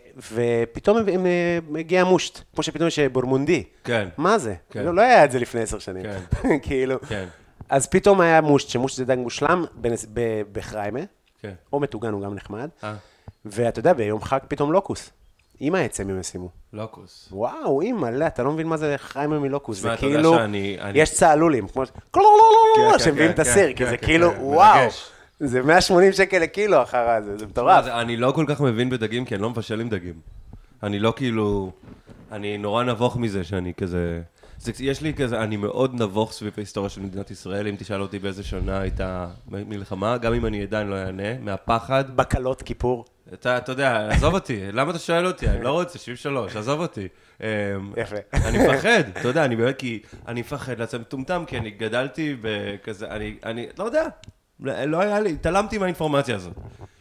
B: ופתאום הגיע מושט, כמו שפתאום יש בורמונדי.
C: כן.
B: מה זה?
C: כן.
B: לא, לא היה את זה לפני עשר שנים.
C: כן.
B: כאילו.
C: כן.
B: אז פתאום היה מושט, שמושט זה דג מושלם בחריימה,
C: כן.
B: או מטוגן הוא גם נחמד.
C: אה.
B: ואתה יודע, ביום חג פתאום לוקוס. עם העצם הם ישימו.
C: לוקוס.
B: וואו, עם מלא, אתה לא מבין מה זה חריימה מלוקוס. זה
C: אתה
B: כאילו,
C: יודע שאני- אני-
B: יש צעלולים, כמו
C: כן,
B: שמביאים
C: כן,
B: את הסיר,
C: כן,
B: כי זה
C: כן,
B: כאילו,
C: כן,
B: וואו.
C: מרגש.
B: זה מאה ושמונים שקל לקילו אחר הזה, זה מטורף.
C: אני לא כל כך מבין בדגים, כי אני לא מבשל עם דגים. אני לא כאילו... אני נורא נבוך מזה שאני כזה... זה, יש לי כזה, אני מאוד נבוך סביב ההיסטוריה של מדינת ישראל, אם תשאל אותי באיזה שנה הייתה מלחמה, גם אם אני עדיין לא אענה, מהפחד.
B: בקלות כיפור.
C: אתה, אתה יודע, עזוב אותי, למה אתה שואל אותי? אני לא רוצה, שבעים ושלוש, עזוב אותי.
B: יפה.
C: אני מפחד, אתה יודע, אני באמת, כי אני מפחד לעצם מטומטם, כי אני גדלתי בכזה, אני, אני, לא יודע, לא היה לי, התעלמתי מהאינפורמציה הזאת.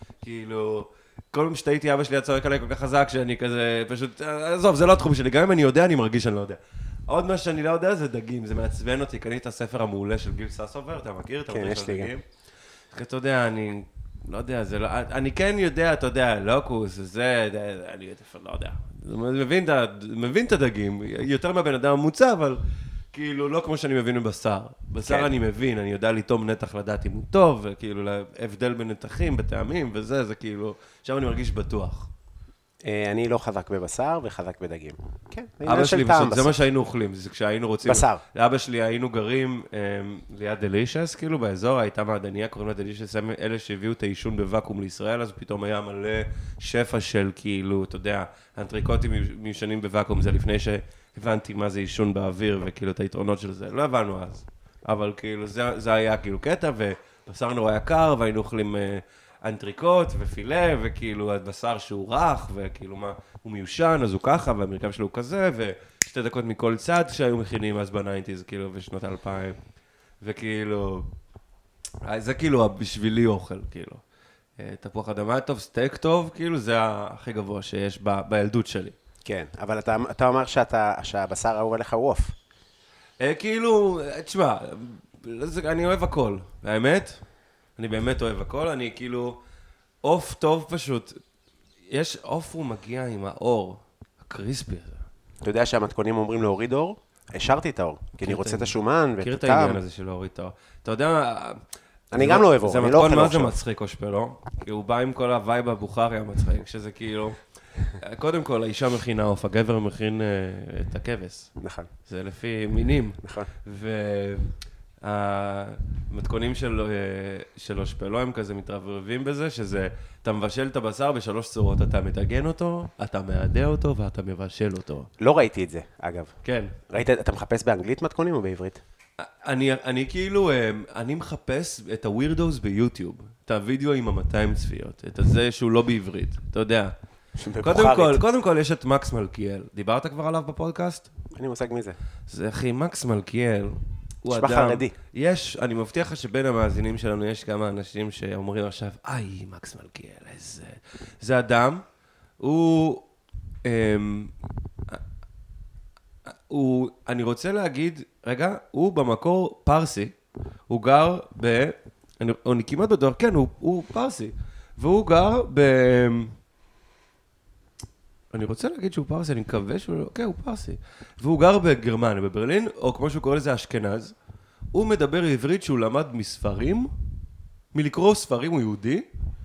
C: כאילו, כל פעם שתהייתי אבא שלי הצועק עליי כל כך חזק, שאני כזה, פשוט, עזוב, זה לא התחום שלי, גם אם אני יודע, אני מרגיש שאני לא יודע. עוד מה שאני לא יודע זה דגים, זה מעצבן אותי, קניתי את הספר המעולה של גיל ססובר, אתה מכיר?
B: כן, יש לי גם.
C: אתה יודע, אני לא יודע, זה לא, אני כן יודע, אתה יודע, לוקוס, זה, אני לא יודע, מבין, מבין את הדגים, יותר מהבן אדם הממוצע, אבל כאילו לא כמו שאני מבין בבשר. בשר אני מבין, אני יודע לטום נתח לדעת אם הוא טוב, וכאילו להבדל בין נתחים, בטעמים, וזה, זה כאילו, עכשיו אני מרגיש בטוח.
B: אני לא חזק בבשר וחזק בדגים. כן,
C: אבא שלי, זה מה שהיינו אוכלים, זה כשהיינו רוצים...
B: בשר.
C: לאבא שלי היינו גרים ליד דלישס, כאילו באזור, הייתה מעדניה, קוראים לה דלישס, הם אלה שהביאו את העישון בוואקום לישראל, אז פתאום היה מלא שפע של כאילו, אתה יודע, אנטריקוטים מיושנים בוואקום, זה לפני שהבנתי מה זה עישון באוויר, וכאילו את היתרונות של זה, לא הבנו אז. אבל כאילו, זה, זה היה כאילו קטע, ובשר נורא יקר, והיינו אוכלים... אנטריקוט ופילה, וכאילו הבשר שהוא רך, וכאילו מה, הוא מיושן, אז הוא ככה, והמרקם שלו הוא כזה, ושתי דקות מכל צד שהיו מכינים אז בניינטיז, כאילו, בשנות האלפיים, וכאילו, זה כאילו בשבילי אוכל, כאילו. תפוח אדמה טוב, סטייק טוב, כאילו, זה הכי גבוה שיש ב, בילדות שלי.
B: כן, אבל אתה, אתה אומר שאתה, שהבשר אהוב עליך ווף.
C: כאילו, תשמע, אני אוהב הכל, האמת? אני באמת אוהב הכל, אני כאילו, אוף טוב פשוט, יש, אוף הוא מגיע עם האור, הקריספי הזה.
B: אתה יודע שהמתכונים אומרים להוריד אור? השארתי את האור, כי אני רוצה את השומן ואת
C: מכיר
B: הטעם.
C: את העניין הזה של להוריד את האור. אתה יודע,
B: אני גם לא אוהב אור, אני לא אוכל
C: זה
B: אור
C: מתכון
B: שם.
C: מה זה מצחיק אושפלו, כי הוא בא עם כל הווייב הבוכרי המצחיק, שזה כאילו, קודם כל, האישה מכינה אוף, הגבר מכין את הכבש.
B: נכון.
C: זה לפי מינים.
B: נכון.
C: המתכונים של, של אושפלו הם כזה מתרברבים בזה, שזה, אתה מבשל את הבשר בשלוש צורות, אתה מטגן אותו, אתה מעדה אותו ואתה מבשל אותו.
B: לא ראיתי את זה, אגב.
C: כן.
B: ראית, אתה מחפש באנגלית מתכונים או בעברית?
C: אני, אני כאילו, אני מחפש את הווירדוס ביוטיוב, את הוידאו עם ה-מאתיים צפיות, את זה שהוא לא בעברית, אתה יודע. קודם כל, קודם כל יש את מקס מלכיאל, דיברת כבר עליו בפודקאסט?
B: אין לי מושג מי זה.
C: זה אחי, מקס מלכיאל. הוא
B: נשמע
C: אדם,
B: חרדי.
C: יש, אני מבטיח לך שבין המאזינים שלנו יש כמה אנשים שאומרים עכשיו, איי, מקס מלכיאל, איזה... זה אדם, הוא... אמ, הוא, אני רוצה להגיד, רגע, הוא במקור פרסי, הוא גר ב... אני, אני כמעט בדור, כן, הוא, הוא פרסי, והוא גר ב... אני רוצה להגיד שהוא פרסי, אני מקווה שהוא לא... כן, הוא פרסי. והוא גר בגרמניה, בברלין, או כמו שהוא קורא לזה אשכנז. הוא מדבר עברית שהוא למד מספרים, מלקרוא ספרים, הוא יהודי,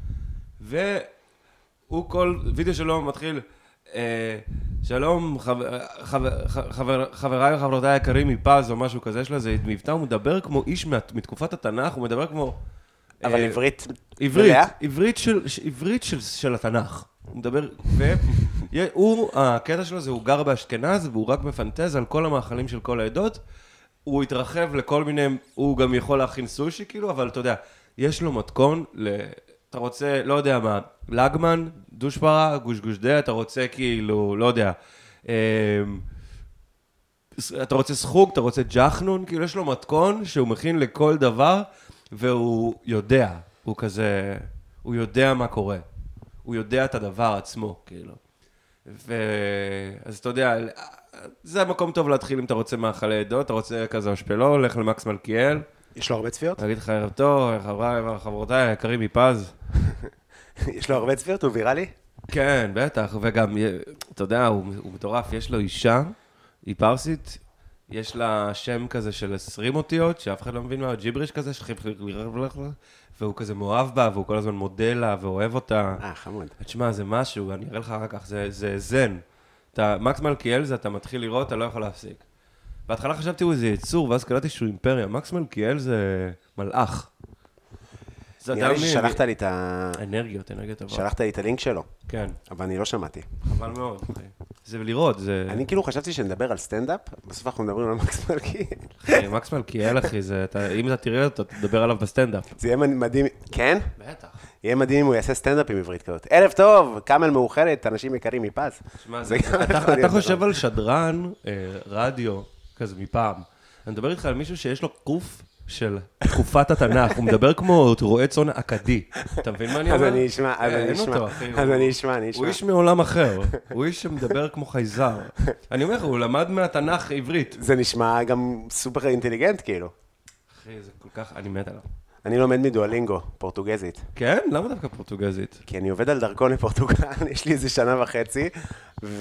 C: והוא כל וידאו שלו מתחיל, אה, שלום, חבר, חבר, חבר, חבריי וחברותיי היקרים מפז או משהו כזה שלו, זה מבטא, הוא מדבר כמו איש מתקופת התנ"ך, הוא מדבר כמו...
B: אבל
C: אה,
B: עברית...
C: עברית, עברית של, עברית של, של התנ"ך. הוא מדבר, והוא, הקטע שלו זה, הוא גר באשכנז, והוא רק מפנטז על כל המאכלים של כל העדות, הוא התרחב לכל מיני, הוא גם יכול להכין סושי, כאילו, אבל אתה יודע, יש לו מתכון, אתה רוצה, לא יודע מה, לגמן, דושפרה, גושגושדה, אתה רוצה כאילו, לא יודע, אתה רוצה סחוג, אתה רוצה ג'חנון, כאילו, יש לו מתכון שהוא מכין לכל דבר, והוא יודע, הוא כזה, הוא יודע מה קורה. הוא יודע את הדבר עצמו, כאילו. אז אתה יודע, זה המקום טוב להתחיל אם אתה רוצה מאכלי עדות, אתה רוצה כזה משפלו, הולך למקס מלכיאל.
B: יש לו הרבה צפיות?
C: אני אגיד לך ערב טוב, חבריי וחברותיי, היקרים מפז.
B: יש לו הרבה צפיות, הוא ויראלי?
C: כן, בטח, וגם, אתה יודע, הוא, הוא מטורף, יש לו אישה, היא פרסית, יש לה שם כזה של עשרים אותיות, שאף אחד לא מבין מה, ג'יבריש כזה, והוא כזה מאוהב בה, והוא כל הזמן מודה לה ואוהב אותה.
B: אה, חמוד.
C: תשמע, זה משהו, אני אראה לך אחר כך, זה, זה זן. אתה, מקס מלכיאל זה, אתה מתחיל לראות, אתה לא יכול להפסיק. בהתחלה חשבתי הוא איזה יצור, ואז קלטתי שהוא אימפריה. מקס מלכיאל זה מלאך.
B: נראה לי ששלחת לי את ה...
C: אנרגיות, אנרגיות טובות.
B: שלחת לי את הלינק שלו.
C: כן.
B: אבל אני לא שמעתי.
C: חבל מאוד, אחי. זה לראות, זה...
B: אני כאילו חשבתי שנדבר על סטנדאפ, בסוף אנחנו מדברים על מקס מלכיאל.
C: אחי, מקס מלכיאל, אחי, אם אתה תראה אותו, תדבר עליו בסטנדאפ.
B: זה יהיה מדהים... כן?
C: בטח.
B: יהיה מדהים אם הוא יעשה סטנדאפ עם עברית כזאת. ערב טוב, קאמל מאוחרת, אנשים יקרים מפז.
C: אתה חושב על שדרן רדיו, כזה מפעם. אני מדבר איתך על מישהו שיש לו קוף של תקופת התנ"ך, הוא מדבר כמו רועה צאן אכדי. אתה מבין מה אני אומר?
B: אז אני אשמע, אז אני אשמע. אז אני אשמע, אני אשמע.
C: הוא איש מעולם אחר, הוא איש שמדבר כמו חייזר. אני אומר, הוא למד מהתנ"ך עברית.
B: זה נשמע גם סופר אינטליגנט, כאילו.
C: אחי, זה כל כך, אני מת עליו.
B: אני לומד מדואלינגו, פורטוגזית.
C: כן? למה דווקא פורטוגזית?
B: כי אני עובד על דרכון לפורטוגל, יש לי איזה שנה וחצי, ו...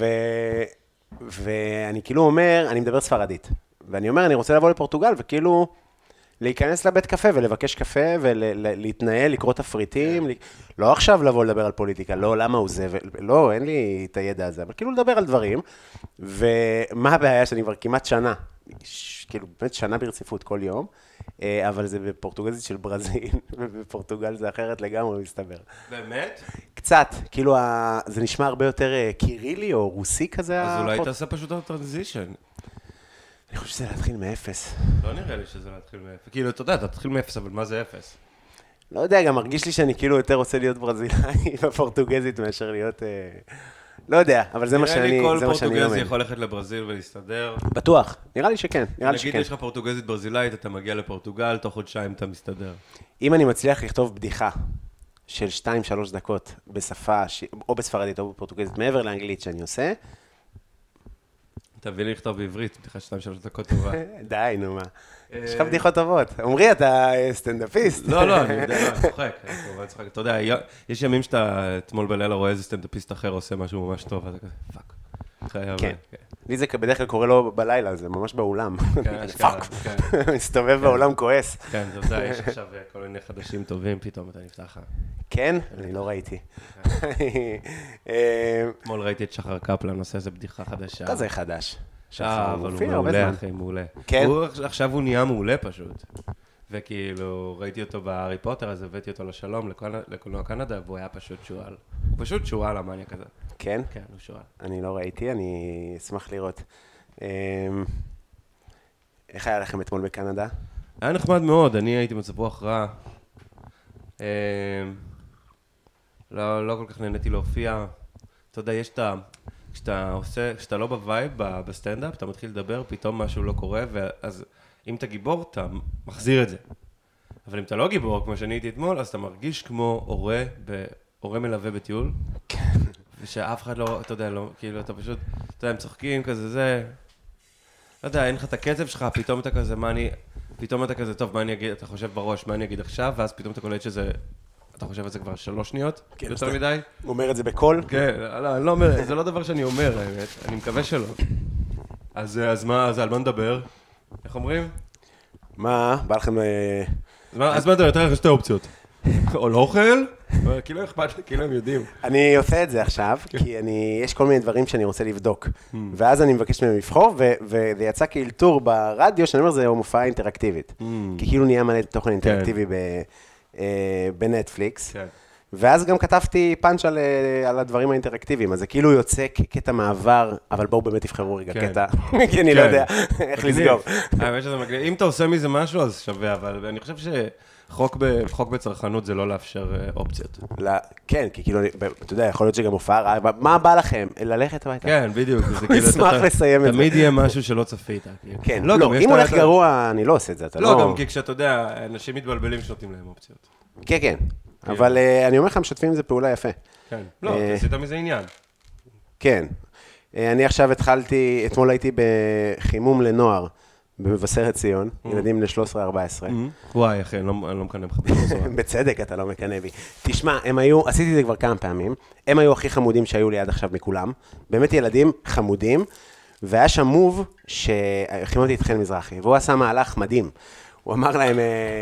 B: ואני כאילו אומר, אני מדבר ספרדית. ואני אומר, אני רוצה לבוא לפורטוגל, וכאילו להיכנס לבית קפה ולבקש קפה ולהתנהל, לקרוא תפריטים, לא עכשיו לבוא לדבר על פוליטיקה, לא למה הוא זה, לא, אין לי את הידע הזה, אבל כאילו לדבר על דברים, ומה הבעיה שאני כבר כמעט שנה, כאילו באמת שנה ברציפות כל יום, אבל זה בפורטוגזית של ברזיל, ובפורטוגל זה אחרת לגמרי, מסתבר.
C: באמת?
B: קצת, כאילו זה נשמע הרבה יותר קירילי או רוסי כזה.
C: אז אולי תעשה פשוט עוד טרנזישן.
B: אני חושב שזה להתחיל מאפס.
C: לא נראה לי שזה להתחיל מאפס. כאילו, אתה יודע, אתה תתחיל מאפס, אבל מה זה אפס?
B: לא יודע, גם מרגיש לי שאני כאילו יותר רוצה להיות ברזילאי בפורטוגזית מאשר להיות... לא יודע, אבל זה מה שאני
C: נראה
B: לומד.
C: לי כל פורטוגזי יכול ללכת לברזיל ולהסתדר.
B: בטוח, נראה לי שכן, נראה לי שכן.
C: נגיד יש לך פורטוגזית ברזילאית, אתה מגיע לפורטוגל, תוך חודשיים אתה מסתדר.
B: אם אני מצליח לכתוב בדיחה של שתיים שלוש דקות בשפה, או בספרדית או בפורטוגזית, מעבר לאנגלית שאני עושה,
C: תביא לי לכתוב בעברית, בדיחה שתיים שלוש דקות טובה.
B: די, נו מה. יש לך בדיחות טובות. עמרי, אתה סטנדאפיסט.
C: לא, לא, אני יודע, אני צוחק. אני צוחק. אתה יודע, יש ימים שאתה אתמול בלילה רואה איזה סטנדאפיסט אחר עושה משהו ממש טוב, ואתה כזה, פאק.
B: כן. לי זה בדרך כלל קורה לו בלילה, זה ממש באולם. פאק. מסתובב באולם כועס.
C: כן, אתה יודע, יש עכשיו כל מיני חדשים טובים, פתאום אתה נפתח.
B: כן? אני לא ראיתי.
C: אתמול ראיתי את שחר קפלן, עושה איזה בדיחה חדשה.
B: כזה חדש.
C: אה, אבל הוא מעולה, אחי, מעולה.
B: כן?
C: עכשיו הוא נהיה מעולה פשוט. וכאילו, ראיתי אותו בהארי פוטר, אז הבאתי אותו לשלום, לקולנוע קנדה, והוא היה פשוט שואל. הוא פשוט שואל, המניה כזה.
B: כן?
C: כן, הוא שואל.
B: אני לא ראיתי, אני אשמח לראות. איך היה לכם אתמול בקנדה?
C: היה נחמד מאוד, אני הייתי מצפוח רע. לא, לא כל כך נהניתי להופיע. אתה יודע, יש את ה... כשאתה עושה, כשאתה לא בווייב, בסטנדאפ, אתה מתחיל לדבר, פתאום משהו לא קורה, ואז אם אתה גיבור, אתה מחזיר את זה. אבל אם אתה לא גיבור, כמו שאני הייתי אתמול, אז אתה מרגיש כמו הורה, הורה מלווה בטיול, ושאף אחד לא, אתה יודע, לא, כאילו, אתה פשוט, אתה יודע, הם צוחקים כזה, זה... לא יודע, אין לך את הקצב שלך, פתאום אתה כזה, מה אני... פתאום אתה כזה, טוב, מה אני אגיד, אתה חושב בראש, מה אני אגיד עכשיו, ואז פתאום אתה קולט שזה... אתה חושב על זה כבר שלוש שניות?
B: כן,
C: יותר מדי?
B: הוא אומר את זה בקול?
C: כן, לא, אני לא אומר, זה לא דבר שאני אומר, האמת, אני מקווה שלא. אז, אז מה, אז על מה נדבר? איך אומרים?
B: מה, בא לכם...
C: אז מה נדבר, יותר לך שתי אופציות. או לא אוכל, כאילו אכפת לי, כאילו הם יודעים.
B: אני עושה את זה עכשיו, כי אני, יש כל מיני דברים שאני רוצה לבדוק. ואז אני מבקש מהם לבחור, וזה יצא כאלתור ברדיו, שאני אומר, זה מופעה אינטראקטיבית. כי כאילו נהיה מלא תוכן אינטראקטיבי בנטפליקס. ואז גם כתבתי פאנץ' על, על הדברים האינטראקטיביים, אז זה כאילו יוצא כקטע מעבר, אבל בואו באמת תבחרו רגע קטע, כי אני לא יודע איך לסגור.
C: האמת שזה מגניב, אם אתה עושה מזה משהו, אז שווה, אבל אני חושב שחוק בצרכנות זה לא לאפשר אופציות.
B: כן, כי כאילו, אתה יודע, יכול להיות שגם הופעה רעה, מה בא לכם? ללכת הביתה.
C: כן, בדיוק.
B: נשמח לסיים את זה.
C: תמיד יהיה משהו שלא צפית.
B: כן, לא, אם הולך גרוע, אני לא עושה את זה, אתה לא...
C: לא, גם כי כשאתה יודע, אנשים מתבלבלים שנותנים להם אופציות.
B: כן, כן. אבל אני אומר לך, משתפים עם זה פעולה יפה.
C: כן. לא, אתה עשית מזה עניין.
B: כן. אני עכשיו התחלתי, אתמול הייתי בחימום לנוער, במבשרת ציון, ילדים ל-שלוש עשרה ארבע עשרה.
C: וואי, אחי, אני לא מקנא בך בבשרה.
B: בצדק, אתה לא מקנא בי. תשמע, הם היו, עשיתי את זה כבר כמה פעמים, הם היו הכי חמודים שהיו לי עד עכשיו מכולם, באמת ילדים חמודים, והיה שם מוב שהכין אותי את חן מזרחי, והוא עשה מהלך מדהים. הוא אמר להם,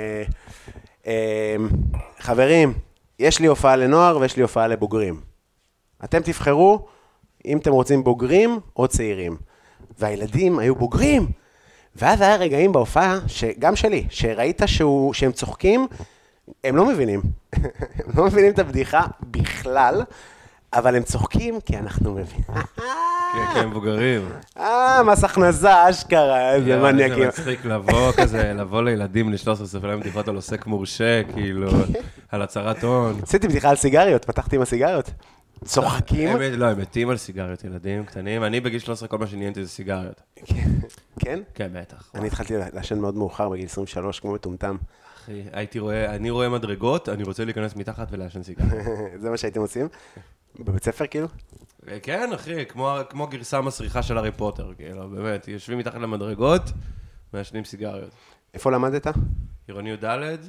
B: חברים, יש לי הופעה לנוער ויש לי הופעה לבוגרים. אתם תבחרו אם אתם רוצים בוגרים או צעירים. והילדים היו בוגרים. ואז היה רגעים בהופעה, גם שלי, שראית שהוא, שהם צוחקים, הם לא מבינים. הם לא מבינים את הבדיחה בכלל, אבל הם צוחקים כי אנחנו מבינים.
C: כן, כן, מבוגרים.
B: אה, מס הכנסה, אשכרה, איזה מניאקים.
C: זה מצחיק לבוא כזה, לבוא לילדים ל-שלוש עשרה ספר להם בדיחות על עוסק מורשה, כאילו, על הצהרת הון.
B: עשיתי בדיחה על סיגריות, פתחתי עם הסיגריות. צוחקים.
C: לא, הם מתים על סיגריות, ילדים קטנים. אני בגיל שלוש עשרה, כל מה שעניינתי זה סיגריות.
B: כן?
C: כן, בטח.
B: אני התחלתי לעשן מאוד מאוחר, בגיל עשרים ושלוש, כמו מטומטם.
C: אחי, הייתי רואה, אני רואה מדרגות, אני רוצה להיכנס מתחת ולעשן סיגריות.
B: זה מה שהייתם עושים? בבית ספר, כאילו?
C: כן, אחי, כמו גרסה מסריחה של הארי פוטר, כאילו, באמת, יושבים מתחת למדרגות, מעשנים סיגריות.
B: איפה למדת?
C: עירוני י"ד.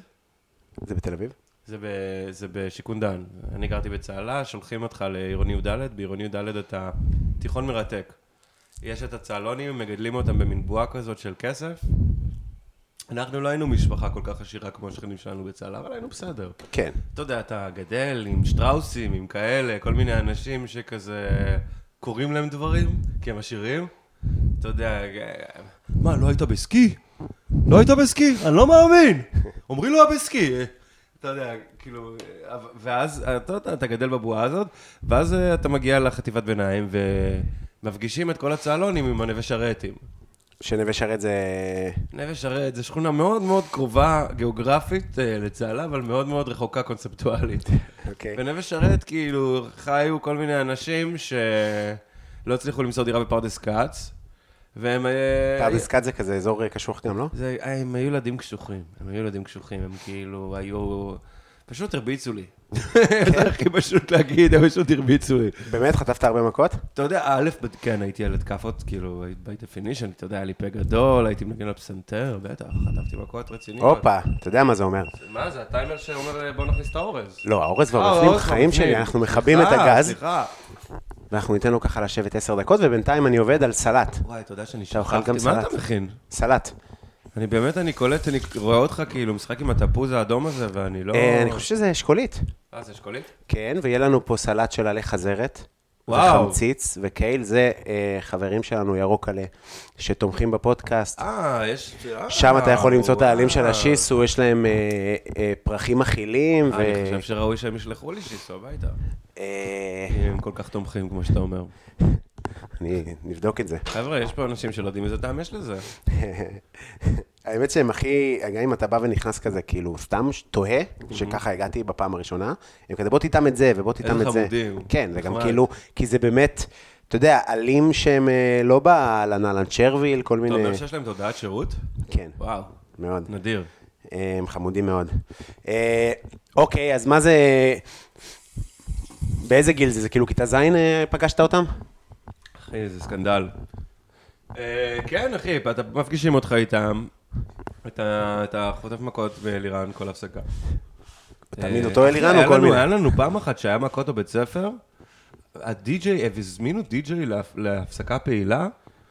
B: זה בתל אביב?
C: זה בשיכון דן. אני גרתי בצהלה, שולחים אותך לעירוני י"ד, בעירוני י"ד אתה תיכון מרתק. יש את הצהלונים, מגדלים אותם במין בועה כזאת של כסף. אנחנו לא היינו משפחה כל כך עשירה כמו השכנים שלנו בצהלה, אבל היינו בסדר.
B: כן.
C: אתה יודע, אתה גדל עם שטראוסים, עם כאלה, כל מיני אנשים שכזה קוראים להם דברים, כי הם עשירים. אתה יודע, מה, לא היית בסקי? לא היית בסקי? אני לא מאמין. אומרים לו בסקי. אתה יודע, כאילו, ואז אתה, אתה, אתה גדל בבועה הזאת, ואז אתה מגיע לחטיבת ביניים ומפגישים את כל הצהלונים עם הנווה שרתים.
B: שנווה שרת זה...
C: נווה שרת זה שכונה מאוד מאוד קרובה גיאוגרפית לצהלה, אבל מאוד מאוד רחוקה קונספטואלית.
B: אוקיי.
C: ונווה שרת כאילו חיו כל מיני אנשים שלא הצליחו למצוא דירה בפרדס כץ, והם...
B: פרדס כץ זה כזה אזור קשוח גם, לא?
C: זה, הם היו ילדים קשוחים, הם היו ילדים קשוחים, הם כאילו היו... פשוט הרביצו לי. זה הכי פשוט להגיד, הם פשוט הרביצו לי.
B: באמת? חטפת הרבה מכות?
C: אתה יודע, א', כן, הייתי ילד כאפות, כאילו, by definition, אתה יודע, היה לי פה גדול, הייתי מנגן על פסנתר, בטח, חטפתי מכות רציניות.
B: הופה, אתה יודע מה זה אומר.
C: מה זה, הטיימר שאומר בוא נכניס את האורז.
B: לא, האורז כבר בפנים, חיים שלי, אנחנו מכבים את הגז.
C: סליחה,
B: ואנחנו ניתן לו ככה לשבת עשר דקות, ובינתיים אני עובד על סלט.
C: וואי, אתה יודע שאני
B: שכחתי.
C: מה אתה מכין?
B: סלט.
C: אני באמת, אני קולט, אני רואה אותך כאילו משחק עם התפוז האדום הזה, ואני לא...
B: אני חושב שזה אשכולית.
C: אה, זה אשכולית?
B: כן, ויהיה לנו פה סלט של עלי חזרת.
C: וואו.
B: וחמציץ וקייל, זה חברים שלנו, ירוק עלי, שתומכים בפודקאסט.
C: אה, יש...
B: שם אתה יכול למצוא את העלים של השיסו, יש להם פרחים אכילים.
C: אני חושב שראוי שהם ישלחו לי שיסו הביתה. הם כל כך תומכים, כמו שאתה אומר.
B: אני נבדוק את זה.
C: חבר'ה, יש פה אנשים שלא יודעים איזה טעם יש לזה.
B: האמת שהם הכי, גם אם אתה בא ונכנס כזה, כאילו, סתם תוהה, שככה הגעתי בפעם הראשונה, הם כזה, בוא תיתם את זה, ובוא תיתם את זה.
C: איזה חמודים.
B: כן, זה גם כאילו, כי זה באמת, אתה יודע, עלים שהם לא בלנלן צ'רוויל, כל מיני...
C: אתה אומר שיש להם תודעת שירות?
B: כן.
C: וואו.
B: מאוד.
C: נדיר.
B: הם חמודים מאוד. אוקיי, אז מה זה... באיזה גיל זה? זה כאילו כיתה זין פגשת אותם?
C: אחי, זה סקנדל. כן, אחי, אתה מפגישים אותך איתם, אתה חוטף מכות באלירן כל הפסקה.
B: תמיד אותו אלירן או כל מיני?
C: היה לנו פעם אחת שהיה מכות בבית ספר, הדי-ג'יי, הזמינו די-ג'יי להפסקה פעילה,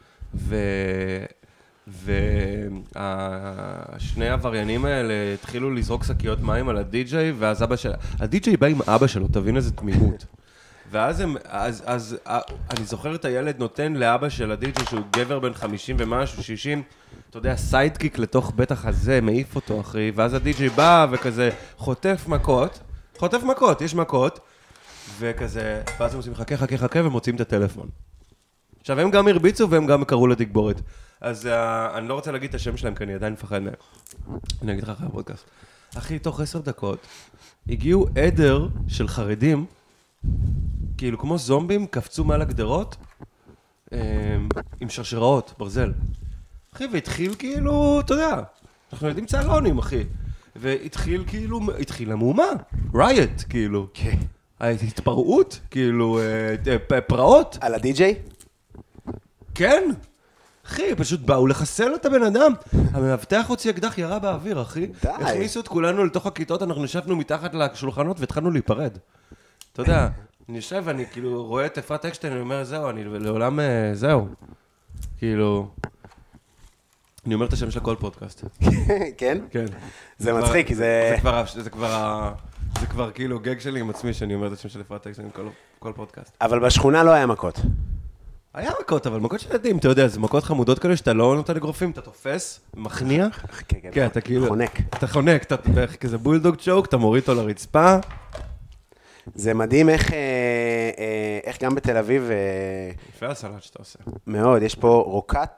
C: והשני העבריינים האלה התחילו לזרוק שקיות מים על הדי-ג'יי, ואז אבא של... הדי-ג'יי בא עם אבא שלו, תבין איזה תמימות. ואז הם, אז, אז, אני זוכר את הילד נותן לאבא של הדי-ג'יי, שהוא גבר בן חמישים ומשהו, שישים, אתה יודע, סיידקיק לתוך בית החזה, מעיף אותו אחי, ואז הדי-ג'יי בא וכזה חוטף מכות, חוטף מכות, יש מכות, וכזה, ואז הם עושים חכה, חכה, חכה, ומוצאים את הטלפון. עכשיו, הם גם הרביצו והם גם קראו לתגבורת. אז uh, אני לא רוצה להגיד את השם שלהם, כי אני עדיין מפחד מהם. אני אגיד לך אחרי הפודקאסט. אחי, תוך עשר דקות, הגיעו עדר של חרדים, כאילו כמו זומבים, קפצו מעל הגדרות, עם שרשראות, ברזל. אחי, והתחיל כאילו, אתה יודע, אנחנו יודעים צהלונים, אחי. והתחיל כאילו, התחיל המהומה, ריוט, כאילו. התפרעות, כאילו, פרעות.
B: על הדי-ג'יי?
C: כן. אחי, פשוט באו לחסל את הבן אדם. המאבטח הוציא אקדח ירה באוויר, אחי.
B: די.
C: הכניסו את כולנו לתוך הכיתות, אנחנו נשבנו מתחת לשולחנות והתחלנו להיפרד. אתה יודע, אני יושב ואני כאילו רואה את אפרת אקשטיין, אני אומר, זהו, אני לעולם, זהו. כאילו... אני אומר את השם של כל פודקאסט.
B: כן?
C: כן.
B: זה מצחיק, כי זה...
C: זה כבר, זה כבר, זה כבר כאילו גג שלי עם עצמי, שאני אומר את השם של אפרת אקשטיין כל פודקאסט.
B: אבל בשכונה לא היה מכות.
C: היה מכות, אבל מכות של ילדים, אתה יודע, זה מכות חמודות כאלה שאתה לא נותן לגרופים, אתה תופס, מכניע.
B: כן, כן.
C: כן, אתה כאילו...
B: חונק.
C: אתה חונק, אתה בערך כזה בולדוג צ'וק, אתה מוריד אותו לרצפה.
B: זה מדהים איך, איך גם בתל אביב...
C: יפה הסלט שאתה עושה.
B: מאוד, יש פה רוקט,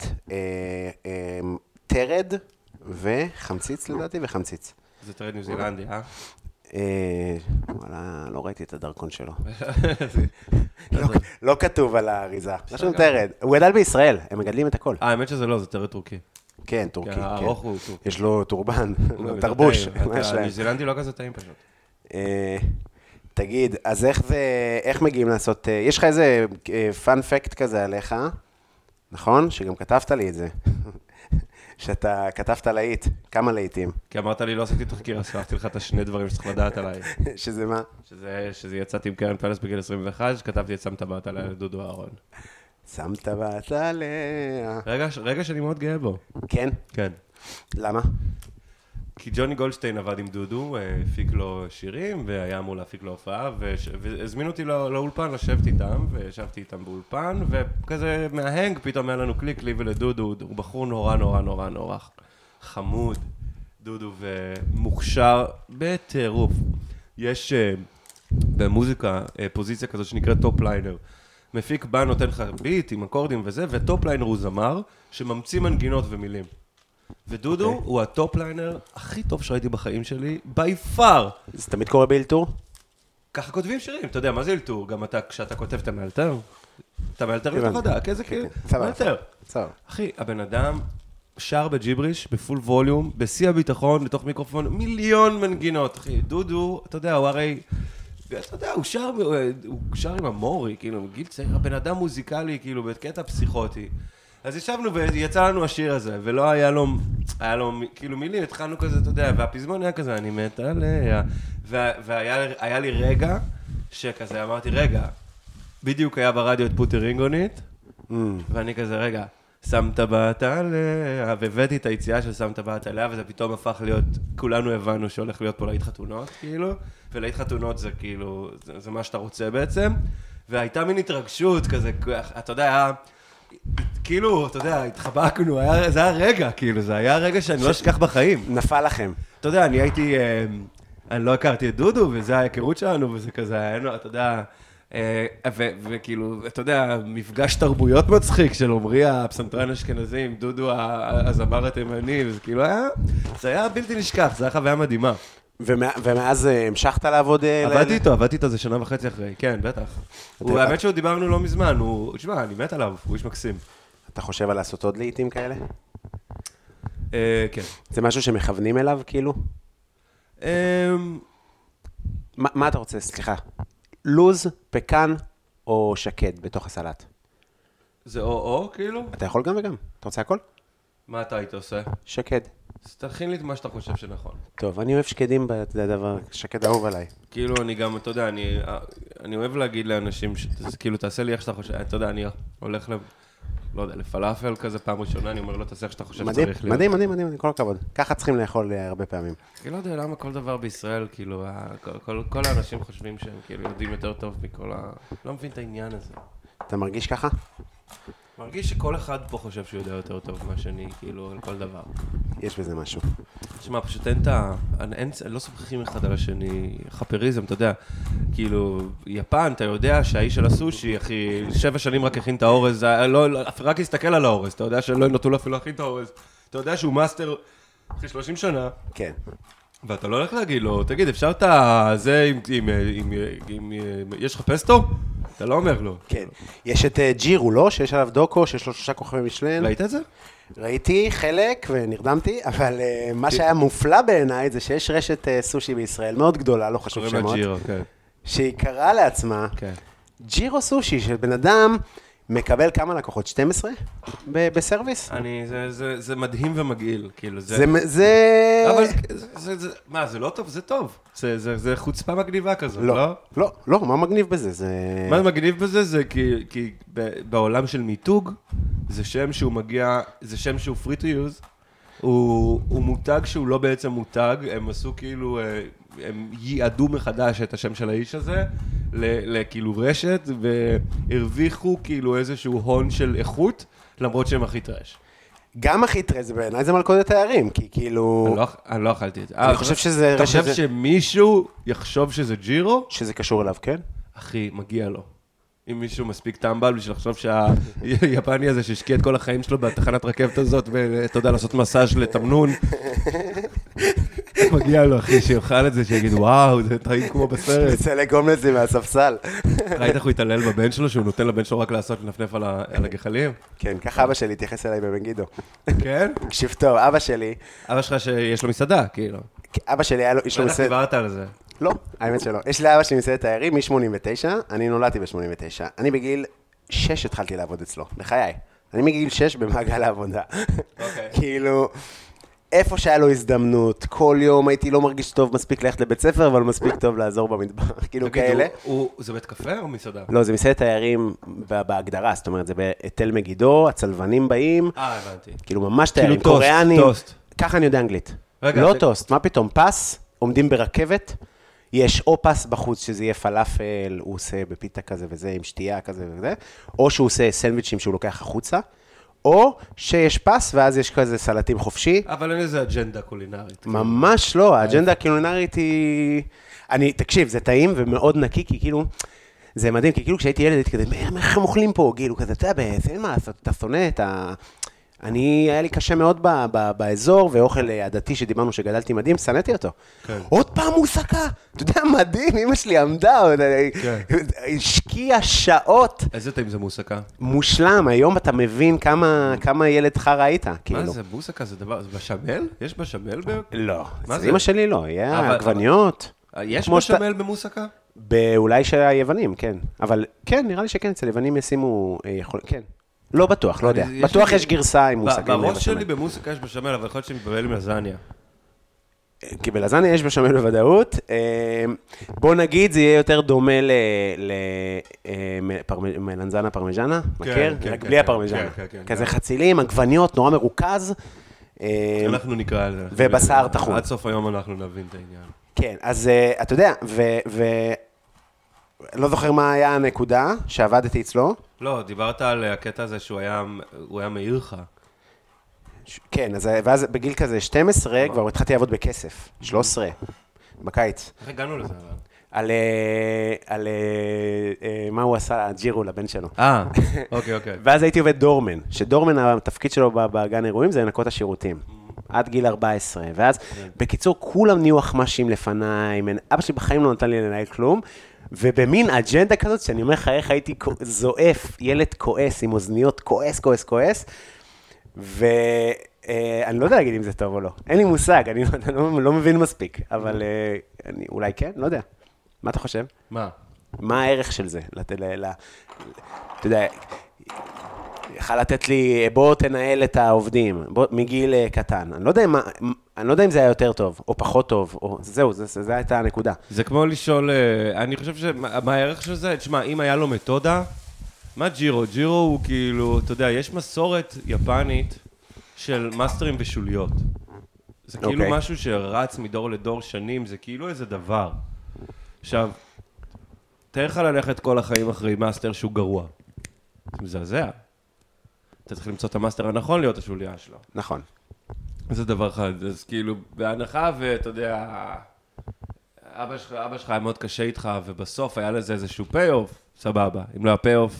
B: תרד וחמציץ לדעתי, וחמציץ.
C: זה תרד ניו זילנדי, אה?
B: וואלה, לא ראיתי את הדרכון שלו. לא כתוב על האריזה. משהו תרד. הוא גדל בישראל, הם מגדלים את הכל.
C: אה, האמת שזה לא, זה תרד טורקי.
B: כן, טורקי.
C: כן, הארוך הוא טורקי.
B: יש לו טורבן, תרבוש.
C: ניו זילנדי לא כזה טעים פשוט.
B: תגיד, אז איך זה, איך מגיעים לעשות, יש לך איזה פאנ פקט כזה עליך, נכון? שגם כתבת לי את זה. שאתה כתבת להיט, כמה להיטים.
C: כי אמרת לי, לא עשיתי תחקיר, אז שלחתי לך את השני דברים שצריך לדעת עליי.
B: שזה מה?
C: שזה, שזה יצאתי עם קרן פלס בגיל עשרים ואחת, שכתבתי את שמת בת עליה לדודו אהרון.
B: שמת בת עליה.
C: רגע, רגע שאני מאוד גאה בו.
B: כן?
C: כן.
B: למה?
C: כי ג'וני גולדשטיין עבד עם דודו, הפיק לו שירים, והיה אמור להפיק לו הופעה, והזמין אותי לאולפן, לשבת איתם, וישבתי איתם באולפן, וכזה מההנג, פתאום היה לנו קליק, לי ולדודו, הוא בחור נורא נורא נורא נורא חמוד, דודו, ומוכשר בטירוף. יש במוזיקה פוזיציה כזאת שנקראת טופ ליינר. מפיק בא, נותן לך ביט עם אקורדים וזה, וטופ ליינר הוא זמר, שממציא מנגינות ומילים. ודודו okay. הוא הטופ ליינר הכי טוב שראיתי בחיים שלי, by far.
B: זה תמיד קורה באלתור?
C: ככה כותבים שירים, אתה יודע, מה זה אלתור? גם אתה, כשאתה כותב, אתה מאלתר? אתה מאלתר לתוך הדק, איזה כאילו, מאלתר. אחי, הבן אדם שר בג'יבריש, בפול ווליום, בשיא הביטחון, לתוך מיקרופון, מיליון מנגינות, אחי. דודו, אתה יודע, הוא הרי, אתה יודע, הוא שר, הוא שר עם המורי, כאילו, גיל צעיר, הבן אדם מוזיקלי, כאילו, בקטע פסיכוטי. אז ישבנו ויצא לנו השיר הזה, ולא היה לו, היה לו כאילו מילים, התחלנו כזה, אתה יודע, והפזמון היה כזה, אני מת עליה, והיה לי רגע, שכזה אמרתי, רגע, בדיוק היה ברדיו את פוטר רינגונית, ואני כזה, רגע, שמת בת עליה, והבאתי את היציאה של שמת בת עליה, וזה פתאום הפך להיות, כולנו הבנו שהולך להיות פה להיט חתונות, כאילו, ולהיט חתונות זה כאילו, זה מה שאתה רוצה בעצם, והייתה מין התרגשות כזה, אתה יודע, היה... כאילו, אתה יודע, התחבקנו, זה היה רגע, כאילו, זה היה רגע שאני לא אשכח בחיים.
B: נפל לכם.
C: אתה יודע, אני הייתי, אני לא הכרתי את דודו, וזה ההיכרות שלנו, וזה כזה, היינו, אתה יודע, וכאילו, אתה יודע, מפגש תרבויות מצחיק של עומרי הפסנתרן אשכנזי עם דודו הזמר התימני, וזה כאילו היה, זה היה בלתי נשכח, זה היה חוויה מדהימה.
B: ומאז המשכת לעבוד...
C: עבדתי איתו, עבדתי איתו, זה שנה וחצי אחרי, כן, בטח. האמת שהוא דיברנו לא מזמן, הוא, תשמע, אני מת עליו, הוא איש מקסים.
B: אתה חושב על לעשות עוד לעיתים כאלה?
C: כן.
B: זה משהו שמכוונים אליו, כאילו? מה אתה רוצה, סליחה? לוז, פקן או שקד בתוך הסלט?
C: זה או-או, כאילו?
B: אתה יכול גם וגם. אתה רוצה הכל?
C: מה אתה היית עושה?
B: שקד.
C: אז תכין לי את מה שאתה חושב שנכון.
B: טוב, אני אוהב שקדים, זה הדבר, שקד אהוב עליי.
C: כאילו, אני גם, אתה יודע, אני, אני אוהב להגיד לאנשים, כאילו, תעשה לי איך שאתה חושב, אתה יודע, אני הולך, לא יודע, לפלאפל כזה פעם ראשונה, אני אומר לו, תעשה איך שאתה חושב שצריך להיות.
B: מדהים, מדהים, מדהים, כל הכבוד. ככה צריכים לאכול הרבה פעמים.
C: כי לא יודע למה כל דבר בישראל, כאילו, כל, כל האנשים חושבים שהם כאילו יודעים יותר טוב מכל ה... לא מבין את העניין הזה. אתה
B: מרגיש ככה?
C: מרגיש שכל אחד פה חושב שהוא יודע יותר טוב מהשני, כאילו, על כל דבר.
B: יש בזה משהו.
C: תשמע, פשוט אין את ה... אין, לא סופחים אחד על השני, חפריזם, אתה יודע, כאילו, יפן, אתה יודע שהאיש של הסושי, אחי, שבע שנים רק הכין את האורז, לא, רק להסתכל על האורז, אתה יודע שלא נתנו לו אפילו להכין את האורז, אתה יודע שהוא מאסטר, אחי, שלושים שנה.
B: כן.
C: ואתה לא הולך להגיד לו, תגיד, אפשר את זה עם... יש לך פסטו? אתה לא אומר לו.
B: כן. יש את ג'ירו, לא? שיש עליו דוקו, שיש לו שלושה כוכבי משלן.
C: ראית את זה?
B: ראיתי חלק ונרדמתי, אבל מה שהיה מופלא בעיניי זה שיש רשת סושי בישראל מאוד גדולה, לא חשוב שמות.
C: קוראים לה ג'ירו, כן.
B: שהיא קראה לעצמה,
C: כן.
B: ג'ירו סושי, של בן אדם מקבל כמה לקוחות? שתים עשרה? ב- בסרוויס?
C: אני, זה, זה, זה מדהים ומגעיל, כאילו, זה...
B: זה... זה...
C: אבל זה, זה, זה, מה, זה לא טוב? זה טוב. זה, זה, זה חוצפה מגניבה כזאת,
B: לא,
C: לא?
B: לא, לא, מה מגניב בזה? זה...
C: מה מגניב בזה? זה כי, כי בעולם של מיתוג, זה שם שהוא מגיע, זה שם שהוא free to use, הוא, הוא מותג שהוא לא בעצם מותג, הם עשו כאילו, הם ייעדו מחדש את השם של האיש הזה, לכאילו רשת, והרוויחו כאילו איזשהו הון של איכות, למרות שהם הכי טרש.
B: גם הכי טרש, בעיניי זה מלכודת תיירים, כי כאילו...
C: אני לא, אני לא אכלתי את זה.
B: אני חושב שזה...
C: אתה חושב שמישהו יחשוב שזה ג'ירו?
B: שזה קשור אליו, כן?
C: אחי, מגיע לו. אם מישהו מספיק טמבל בשביל לחשוב שהיפני הזה שהשקיע את כל החיים שלו בתחנת רכבת הזאת, ואתה יודע, לעשות מסאז' לתמנון, מגיע לו, אחי, שיוכל את זה, שיגיד, וואו, זה טעים כמו בסרט.
B: יצא לגומלסים מהספסל.
C: ראית איך הוא התעלל בבן שלו, שהוא נותן לבן שלו רק לעשות לנפנף על הגחלים?
B: כן, ככה אבא שלי התייחס אליי בבן גידו.
C: כן?
B: תקשיב טוב, אבא שלי...
C: אבא שלך שיש לו מסעדה, כאילו.
B: אבא שלי היה לו... יש לו
C: בטח
B: מסעדה...
C: דיברת על זה.
B: לא, האמת שלא. יש לי אבא שלי מסעדת תיירים מ-שמונים ותשע, אני נולדתי ב-שמונים ותשע. אני בגיל שש התחלתי לעבוד אצלו, בחיי. אני מגיל שש במעגל העבודה.
C: אוקיי.
B: כאילו, איפה שהיה לו הזדמנות, כל יום הייתי לא מרגיש טוב מספיק ללכת לבית ספר, אבל מספיק טוב לעזור במטבח, כאילו כאלה.
C: זה בית קפה או מסעדה?
B: לא, זה מסעדת תיירים בהגדרה, זאת אומרת, זה בתל מגידו, הצלבנים באים.
C: אה, הבנתי.
B: כאילו ממש תיירים,
C: כאילו
B: קוריאנים.
C: טוסט.
B: ככה אני יודע אנגלית.
C: רגע,
B: לא
C: זה...
B: טוסט, מה פתאום? פס, עומדים ברכבת, יש או פס בחוץ שזה יהיה פלאפל, הוא עושה בפיתה כזה וזה, עם שתייה כזה וזה, או שהוא עושה סנדוויצ'ים שהוא לוקח החוצה, או שיש פס ואז יש כזה סלטים חופשי.
C: אבל אין איזה אג'נדה קולינרית.
B: ממש לא, האג'נדה הקולינרית היא... אני, תקשיב, זה טעים ומאוד נקי, כי כאילו... זה מדהים, כי כאילו כשהייתי ילד הייתי כזה, איך הם אוכלים פה? כאילו כזה, אתה יודע, אין מה לעשות, אתה שונא את ה... אני, היה לי קשה מאוד ב, ב, באזור, ואוכל עדתי שדיברנו שגדלתי מדהים, סנאתי אותו. כן. עוד פעם מוסקה, אתה יודע, מדהים, אמא שלי עמדה, כן. השקיעה שעות.
C: איזה טעים זה מוסקה?
B: מושלם, היום אתה מבין כמה, כמה ילד חר ראית, כאילו.
C: מה זה, מוסקה זה דבר, זה בשמל? יש בשמל? ב...
B: לא, זה אמא שלי לא, יהיה
C: אבל,
B: עגבניות.
C: אבל... יש בשמל שת... במוסקה?
B: אולי של היוונים, כן. אבל כן, נראה לי שכן, אצל יוונים ישימו, יכול... כן. לא בטוח, לא יודע. בטוח יש גרסה עם מוסקה.
C: בראש שלי במוסקה יש בשמל, אבל יכול להיות שאני מתבלבל עם לזניה.
B: כי בלזניה יש בשמל בוודאות. בוא נגיד, זה יהיה יותר דומה למלנזנה פרמיז'נה, מכיר? רק בלי הפרמיז'נה. כזה חצילים, עגבניות, נורא מרוכז.
C: אנחנו נקרא על זה.
B: ובשר טחון.
C: עד סוף היום אנחנו נבין את העניין.
B: כן, אז אתה יודע, לא זוכר מה היה הנקודה שעבדתי אצלו.
C: לא, דיברת על הקטע הזה שהוא היה, הוא היה מאיר לך.
B: כן, אז, ואז בגיל כזה שתים עשרה כבר התחלתי לעבוד בכסף, שלוש עשרה, בקיץ.
C: איך הגענו לזה?
B: על, על מה הוא עשה, ג'ירו לבן שלו.
C: אה, אוקיי, אוקיי.
B: ואז הייתי עובד דורמן, שדורמן התפקיד שלו בגן אירועים זה לנקות השירותים. עד גיל ארבע עשרה, ואז בקיצור כולם נהיו אחמשים לפניי, אבא שלי בחיים לא נתן לי לנהל כלום, ובמין אג'נדה כזאת, שאני אומר לך איך הייתי זועף, ילד כועס עם אוזניות, כועס, כועס, כועס, ואני לא יודע להגיד אם זה טוב או לא. אין לי מושג, אני לא מבין מספיק, אבל אולי כן, לא יודע. מה אתה חושב?
C: מה?
B: מה הערך של זה? אתה יודע, יכל לתת לי, בוא תנהל את העובדים, בוא, מגיל קטן. אני לא יודע מה, אני לא יודע אם זה היה יותר טוב, או פחות טוב, או זהו, זה, זה, זה הייתה הנקודה.
C: זה כמו לשאול, אני חושב שמה הערך של זה? תשמע, אם היה לו מתודה, מה ג'ירו? ג'ירו הוא כאילו, אתה יודע, יש מסורת יפנית של מאסטרים ושוליות. זה כאילו okay. משהו שרץ מדור לדור שנים, זה כאילו איזה דבר. עכשיו, תאר לך ללכת כל החיים אחרי מאסטר שהוא גרוע. זה מזעזע. אתה צריך למצוא את המאסטר הנכון להיות השוליה שלו.
B: נכון.
C: זה דבר אחד, אז כאילו, בהנחה, ואתה יודע, אבא שלך, אבא שלך היה מאוד קשה איתך, ובסוף היה לזה איזשהו פי-אוף, סבבה. אם לא הפי-אוף,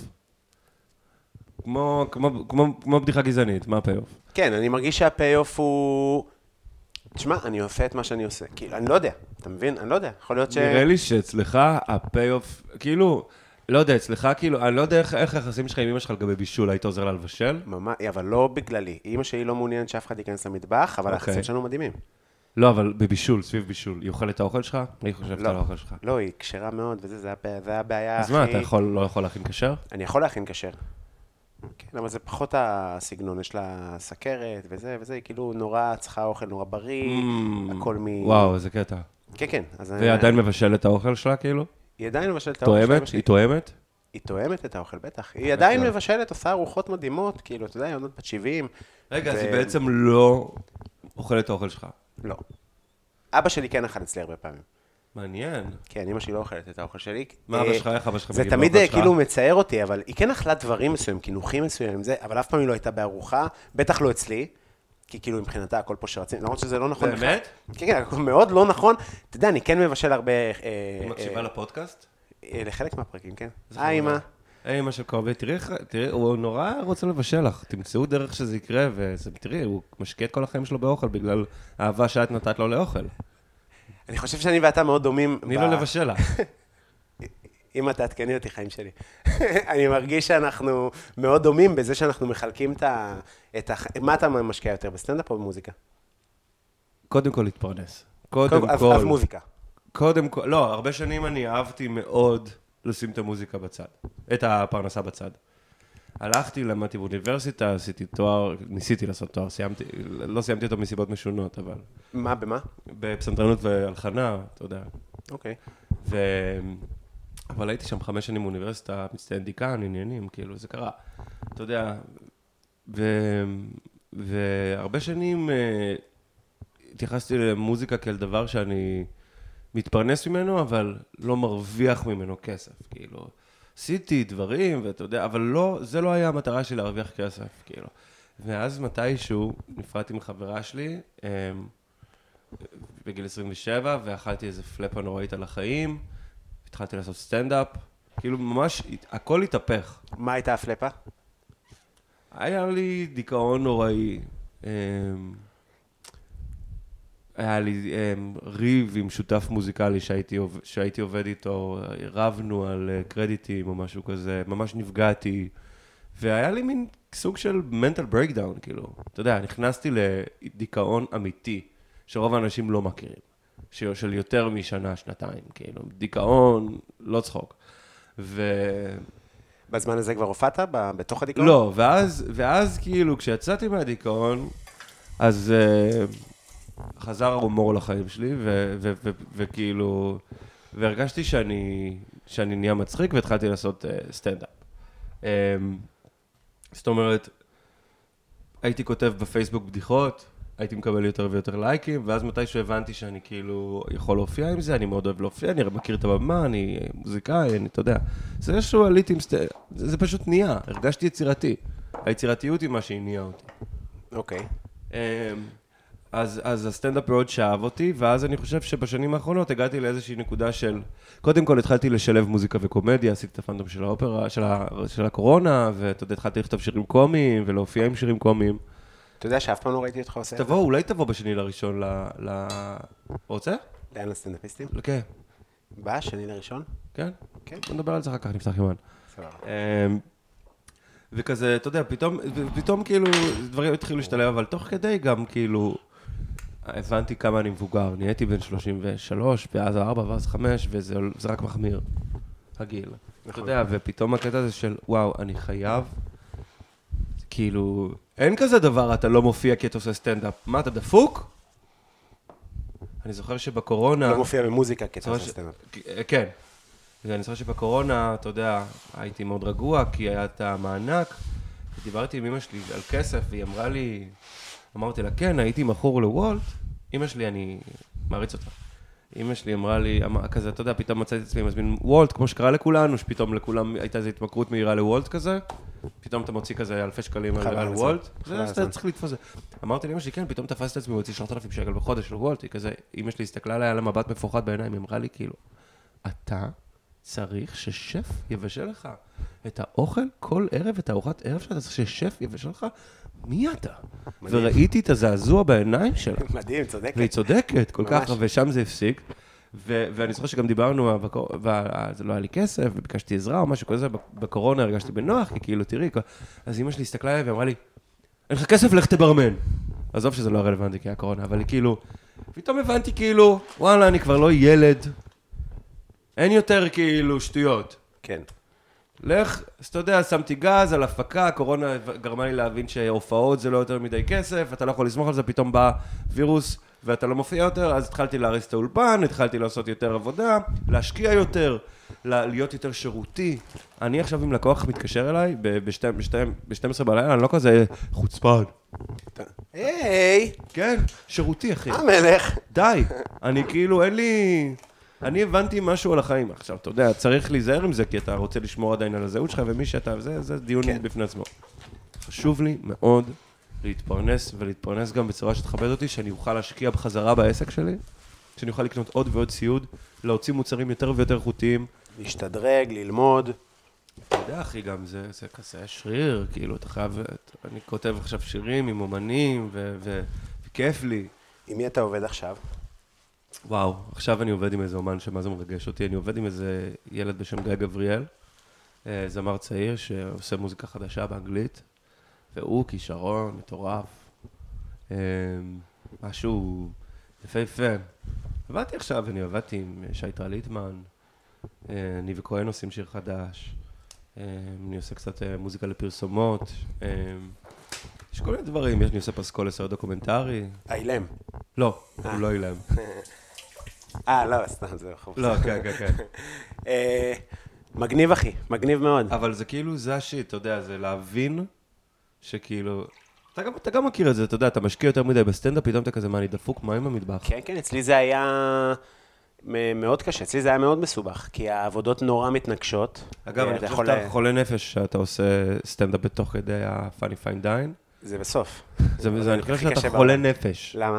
C: כמו, כמו, כמו, כמו בדיחה גזענית, מה הפי-אוף?
B: כן, אני מרגיש שהפי-אוף הוא... תשמע, אני עושה את מה שאני עושה. כאילו, אני לא יודע, אתה מבין? אני לא יודע, יכול להיות ש...
C: נראה לי שאצלך הפי-אוף, כאילו... לא יודע, אצלך כאילו, אני לא יודע איך, איך היחסים שלך עם אמא שלך לגבי בישול, היית עוזר לה לבשל?
B: ממש, אבל לא בגללי. אמא שלי לא מעוניינת שאף אחד ייכנס למטבח, אבל היחסים שלנו מדהימים.
C: לא, אבל בבישול, סביב בישול. היא אוכלת את האוכל שלך? אני חושבת על האוכל שלך.
B: לא, היא קשרה מאוד, וזה, זה הבעיה הכי...
C: אז מה, אתה יכול, לא יכול להכין כשר?
B: אני יכול להכין כשר. כן, אבל זה פחות הסגנון, יש לה סכרת וזה, וזה, היא כאילו נורא צריכה אוכל נורא בריא, הכל מ...
C: וואו, איזה קטע.
B: כן, כן.
C: והיא עדיין מבשלת את האוכל שלה, כאילו?
B: היא עדיין מבשלת את האוכל שלה.
C: תואמת? היא תואמת?
B: היא תואמת את האוכל, בטח. היא עדיין מבשלת, עושה ארוחות מדהימות, כאילו, אתה יודע, היא עונות בת שבעים.
C: רגע, אז היא בעצם לא אוכלת את האוכל שלך?
B: לא. אבא שלי כן אכל אצלי הרבה פעמים.
C: מעניין.
B: כן, אמא שלי לא אוכלת את האוכל שלי.
C: מה אבא שלך, איך אבא שלך
B: זה
C: מגיב לאוכל שלך?
B: תמיד כאילו מצער אותי, אבל היא כן אכלה דברים מסוימים, קינוחים מסוימים, זה, אבל אף פעם היא לא הייתה בארוחה, בטח לא אצלי, כי כאילו מבחינתה הכל פה שרצים, למרות שזה לא נכון.
C: באמת?
B: כן, כן, הכל מאוד לא נכון. אתה יודע, אני כן מבשל הרבה...
C: היא מקשיבה לפודקאסט?
B: לחלק מהפרקים, כן. היי, אמא.
C: היי, אמא של קובי, תראי, תראי, הוא נורא רוצה לבשל לך, תמצאו דרך שזה יקרה, ותראי, הוא משקיע את כל החיים שלו באוכל, בגלל האהבה שאת נתת לו לאוכל.
B: אני חושב שאני ואתה מאוד דומים.
C: אני לא לבשל לך.
B: אם אתה תעדכני אותי, חיים שלי. אני מרגיש שאנחנו מאוד דומים בזה שאנחנו מחלקים את ה... מה אתה משקיע יותר, בסטנדאפ או במוזיקה?
C: קודם כל להתפרנס. קודם כל...
B: אז מוזיקה.
C: קודם כל... לא, הרבה שנים אני אהבתי מאוד לשים את המוזיקה בצד. את הפרנסה בצד. הלכתי, למדתי באוניברסיטה, עשיתי תואר, ניסיתי לעשות תואר, סיימתי, לא סיימתי אותו מסיבות משונות, אבל...
B: מה, במה?
C: בפסנתרנות והלחנה, אתה יודע.
B: אוקיי.
C: ו... אבל הייתי שם חמש שנים באוניברסיטה, מצטיין דיקן, עניינים, כאילו, זה קרה. אתה יודע, ו... והרבה שנים התייחסתי למוזיקה כאל דבר שאני מתפרנס ממנו, אבל לא מרוויח ממנו כסף, כאילו. עשיתי דברים, ואתה יודע, אבל לא, זה לא היה המטרה שלי להרוויח כסף, כאילו. ואז מתישהו נפרדתי מחברה שלי, בגיל עשרים ושבע, ואכלתי איזה פלאפה נוראית על החיים, התחלתי לעשות סטנדאפ, כאילו ממש, הכל התהפך.
B: מה הייתה הפלאפה?
C: היה לי דיכאון נוראי, היה לי ריב עם שותף מוזיקלי שהייתי, שהייתי עובד איתו, רבנו על קרדיטים או משהו כזה, ממש נפגעתי, והיה לי מין סוג של mental breakdown, כאילו, אתה יודע, נכנסתי לדיכאון אמיתי, שרוב האנשים לא מכירים, של יותר משנה, שנתיים, כאילו, דיכאון, לא צחוק. ו...
B: בזמן הזה כבר הופעת בתוך הדיכאון?
C: לא, ואז, ואז כאילו, כשיצאתי מהדיכאון, אז... חזר ההומור לחיים שלי, וכאילו, והרגשתי שאני, שאני נהיה מצחיק, והתחלתי לעשות סטנדאפ. זאת אומרת, הייתי כותב בפייסבוק בדיחות, הייתי מקבל יותר ויותר לייקים, ואז מתישהו הבנתי שאני כאילו יכול להופיע עם זה, אני מאוד אוהב להופיע, אני מכיר את הבמה, אני מוזיקאי, אני, אתה יודע. זה איזשהו עליתי עם סטנדאפ, זה פשוט נהיה, הרגשתי יצירתי. היצירתיות היא מה שהניעה אותי.
B: אוקיי.
C: אז, אז הסטנדאפ מאוד שאהב אותי, ואז אני חושב שבשנים האחרונות הגעתי לאיזושהי נקודה של... קודם כל התחלתי לשלב מוזיקה וקומדיה, עשיתי את הפנטום של האופרה, של, ה, של הקורונה, ואתה יודע, התחלתי לכתוב שירים קומיים, ולהופיע עם שירים קומיים.
B: אתה יודע שאף פעם לא ראיתי אותך עושה את זה?
C: תבוא, אולי תבוא בשני לראשון ל... ל... רוצה?
B: לאן הסטנדאפיסטים?
C: כן.
B: בא, שני לראשון?
C: כן?
B: כן.
C: בוא נדבר על זה אחר כך, נפתח יומן.
B: סבבה.
C: וכזה, אתה יודע, פתאום, פתאום כאילו דברים התחילו להשתלב, אבל תוך כדי גם כאילו... הבנתי כמה אני מבוגר, נהייתי בן שלושים ושלוש, ואז ארבע, ואז חמש, וזה רק מחמיר, הגיל. אתה יודע, ופתאום הקטע הזה של, וואו, אני חייב, כאילו, אין כזה דבר, אתה לא מופיע כי אתה עושה סטנדאפ. מה, אתה דפוק? אני זוכר שבקורונה...
B: לא מופיע במוזיקה כי אתה עושה סטנדאפ.
C: כן. ואני זוכר שבקורונה, אתה יודע, הייתי מאוד רגוע, כי היה את המענק, ודיברתי עם אמא שלי על כסף, והיא אמרה לי... אמרתי לה, כן, הייתי מכור לוולט, אמא שלי, אני מעריץ אותה. אמא שלי אמרה לי, כזה, אתה יודע, פתאום מצאתי את עצמי מזמין וולט, כמו שקרה לכולנו, שפתאום לכולם הייתה איזו התמכרות מהירה לוולט כזה, פתאום אתה מוציא כזה אלפי שקלים על וולט, זה צריך לתפוס. אמרתי לאמא שלי, כן, פתאום תפסתי את עצמי, הוא הוציא שלושת אלפים שקל בחודש של וולט, היא כזה, אמא שלי הסתכלה עליה על המבט מפוחד בעיניים, היא אמרה לי, כאילו, אתה צריך ששף יבשל לך את האוכל כל ערב, את הארוחת ערב שאתה צריך ששף יבשל לך, מי אתה? וראיתי את הזעזוע בעיניים שלה.
B: מדהים, צודקת.
C: והיא צודקת, כל כך, ושם זה הפסיק. ואני זוכר שגם דיברנו, וזה לא היה לי כסף, וביקשתי עזרה או משהו כזה, בקורונה הרגשתי בנוח, כי כאילו, תראי, אז אמא שלי הסתכלה עליה ואמרה לי, אין לך כסף, לך תברמן. עזוב שזה לא רלוונטי, כי היה קורונה, אבל כאילו, פתאום הבנתי כאילו, וואלה, אני כבר לא ילד. אין יותר כאילו שטויות.
B: כן.
C: לך, אז אתה יודע, שמתי גז על הפקה, הקורונה גרמה לי להבין שהופעות זה לא יותר מדי כסף, אתה לא יכול לסמוך על זה, פתאום בא וירוס ואתה לא מופיע יותר, אז התחלתי להריס את האולפן, התחלתי לעשות יותר עבודה, להשקיע יותר, להיות יותר שירותי. אני עכשיו עם לקוח מתקשר אליי, ב-שתים עשרה בלילה, אני לא כזה חוצפן.
B: היי!
C: כן, שירותי, אחי.
B: המלך.
C: די, אני כאילו, אין לי... אני הבנתי משהו על החיים. עכשיו, אתה יודע, צריך להיזהר עם זה, כי אתה רוצה לשמור עדיין על הזהות שלך, ומי שאתה... זה, זה דיון כן. בפני עצמו. חשוב לי מאוד להתפרנס, ולהתפרנס גם בצורה שתכבד אותי, שאני אוכל להשקיע בחזרה בעסק שלי, שאני אוכל לקנות עוד ועוד ציוד, להוציא מוצרים יותר ויותר איכותיים.
B: להשתדרג, ללמוד.
C: אתה יודע, אחי, גם זה, זה כזה שריר, כאילו, אתה חייב... אני כותב עכשיו שירים עם אומנים, ו- ו- וכיף לי.
B: עם מי אתה עובד עכשיו?
C: וואו, עכשיו אני עובד עם איזה אומן שמה זה מרגש אותי, אני עובד עם איזה ילד בשם גיא גבריאל, זמר צעיר שעושה מוזיקה חדשה באנגלית, והוא כישרון מטורף, משהו יפהפה. עבדתי עכשיו, אני עבדתי עם שי טרליטמן, אני וכהן עושים שיר חדש, אני עושה קצת מוזיקה לפרסומות, יש כל מיני דברים, אני עושה פסקול לסרט דוקומנטרי.
B: אילם.
C: לא, הוא לא אילם.
B: אה, לא, סתם, זה חופש.
C: לא, כן, כן, כן.
B: מגניב, אחי, מגניב מאוד.
C: אבל זה כאילו, זה השיט, אתה יודע, זה להבין שכאילו... אתה גם, אתה גם מכיר את זה, אתה יודע, אתה משקיע יותר מדי בסטנדאפ, פתאום אתה כזה, מה, אני דפוק, מה עם המטבח?
B: כן, כן, אצלי זה היה מאוד קשה, אצלי זה היה מאוד מסובך, כי העבודות נורא מתנגשות.
C: אגב, אני חושב שאתה חולה נפש שאתה עושה סטנדאפ בתוך כדי ה-Funny Fine Dine.
B: זה בסוף.
C: זה, אני חושב שאתה חולה נפש.
B: למה?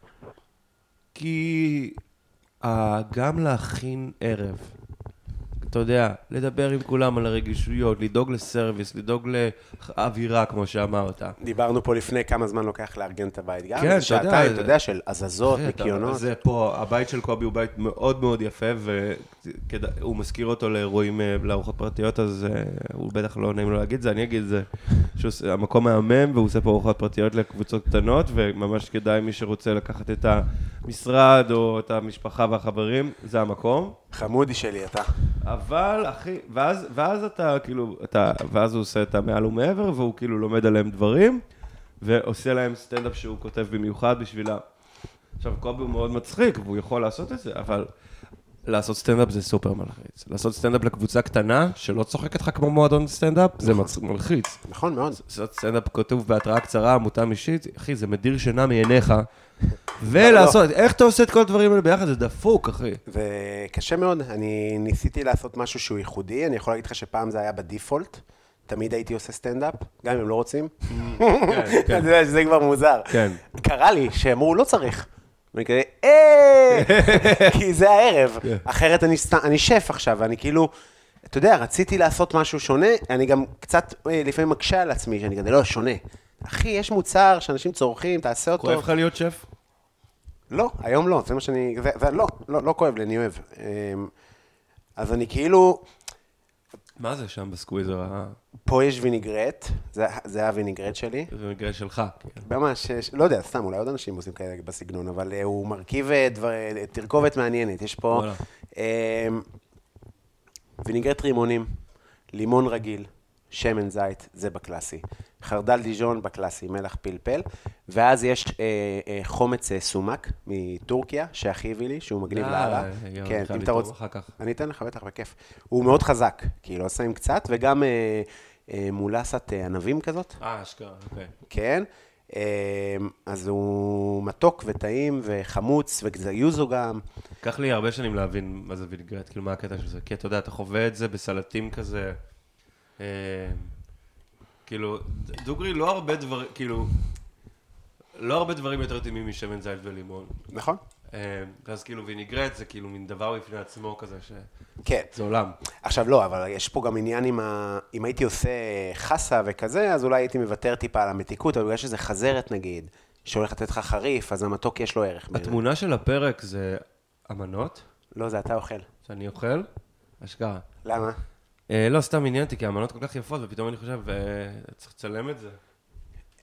C: כי גם להכין ערב, אתה יודע, לדבר עם כולם על הרגישויות, לדאוג לסרוויס, לדאוג לאווירה, כמו שאמרת.
B: דיברנו פה לפני כמה זמן לוקח לארגן את הבית. גם
C: כן,
B: שעתיים, אתה יודע, של הזזות, ניקיונות.
C: זה פה, הבית של קובי הוא בית מאוד מאוד יפה, והוא מזכיר אותו לאירועים, לארוחות פרטיות, אז הוא בטח לא נעים לו להגיד זה, אני אגיד זה. המקום מהמם, והוא עושה פה ארוחות פרטיות לקבוצות קטנות, וממש כדאי מי שרוצה לקחת את המשרד או את המשפחה והחברים, זה המקום.
B: חמודי שלי אתה.
C: אבל, אחי, ואז, ואז אתה, כאילו, אתה, ואז הוא עושה את המעל ומעבר, והוא כאילו לומד עליהם דברים, ועושה להם סטנדאפ שהוא כותב במיוחד בשבילה. עכשיו, קובי הוא מאוד מצחיק, והוא יכול לעשות את זה, אבל לעשות סטנדאפ זה סופר מלחיץ. לעשות סטנדאפ לקבוצה קטנה, שלא צוחקת לך כמו מועדון סטנדאפ, זה מלחיץ.
B: נכון מאוד.
C: לעשות סטנדאפ כתוב בהתראה קצרה, עמותה אישית, אחי, זה מדיר שינה מעיניך. ולעשות, איך אתה עושה את כל הדברים האלה ביחד? זה דפוק, אחי.
B: וקשה מאוד. אני ניסיתי לעשות משהו שהוא ייחודי, אני יכול להגיד לך שפעם זה היה בדיפולט, תמיד הייתי עושה סטנדאפ, גם אם הם לא רוצים.
C: כן, כן.
B: אתה יודע שזה כבר מוזר.
C: כן.
B: קרה לי שאמרו, לא צריך. ואני כזה, אה, כי זה הערב. אחרת אני שף עכשיו, ואני כאילו, אתה יודע, רציתי לעשות משהו שונה, אני גם קצת לפעמים מקשה על עצמי, שאני כזה, לא, שונה. אחי, יש מוצר שאנשים צורכים, תעשה אותו.
C: כואב לך להיות שף?
B: לא, היום לא, זה מה שאני, זה, זה, לא, לא, לא כואב לי, אני אוהב. אז אני כאילו...
C: מה זה שם בסקוויזר?
B: פה יש ויניגרט, זה, זה הוויניגרט שלי.
C: זה ויניגרט שלך.
B: ממש, לא יודע, סתם, אולי עוד אנשים עושים כאלה בסגנון, אבל הוא מרכיב דבר, תרכובת מעניינת. יש פה ויניגרט רימונים, לימון רגיל, שמן זית, זה בקלאסי. חרדל דיז'ון בקלאסי, מלח פלפל, ואז יש אה, אה, חומץ אה, סומק מטורקיה, שאחי הביא לי, שהוא מגניב לעלה. כן, אם אתה רוצה... אני אתן לך בטח בכיף. הוא מאוד חזק, כאילו, עושה עם קצת, וגם אה, אה, מולסת אה, ענבים כזאת.
C: אה, אשכרה, אוקיי.
B: כן, אה, אז הוא מתוק וטעים וחמוץ, וזה יוזו גם.
C: לקח לי הרבה שנים להבין מה זה ויניגרט, כאילו, מה הקטע של זה, כי אתה יודע, אתה חווה את זה בסלטים כזה... כאילו, דוגרי, לא הרבה דברים, כאילו, לא הרבה דברים יותר טעימים משמן זית ולימון.
B: נכון.
C: אז כאילו ויניגרט זה כאילו מין דבר בפני עצמו כזה ש...
B: כן.
C: זה עולם.
B: עכשיו לא, אבל יש פה גם עניין עם ה... אם הייתי עושה חסה וכזה, אז אולי הייתי מוותר טיפה על המתיקות, אבל בגלל שזה חזרת נגיד, שהולך לתת לך חריף, אז המתוק יש לו ערך.
C: התמונה של הפרק זה אמנות?
B: לא, זה אתה אוכל.
C: שאני אוכל? אשכרה.
B: למה?
C: לא, סתם עניין אותי, כי האמנות כל כך יפות, ופתאום אני חושב, צריך לצלם את זה.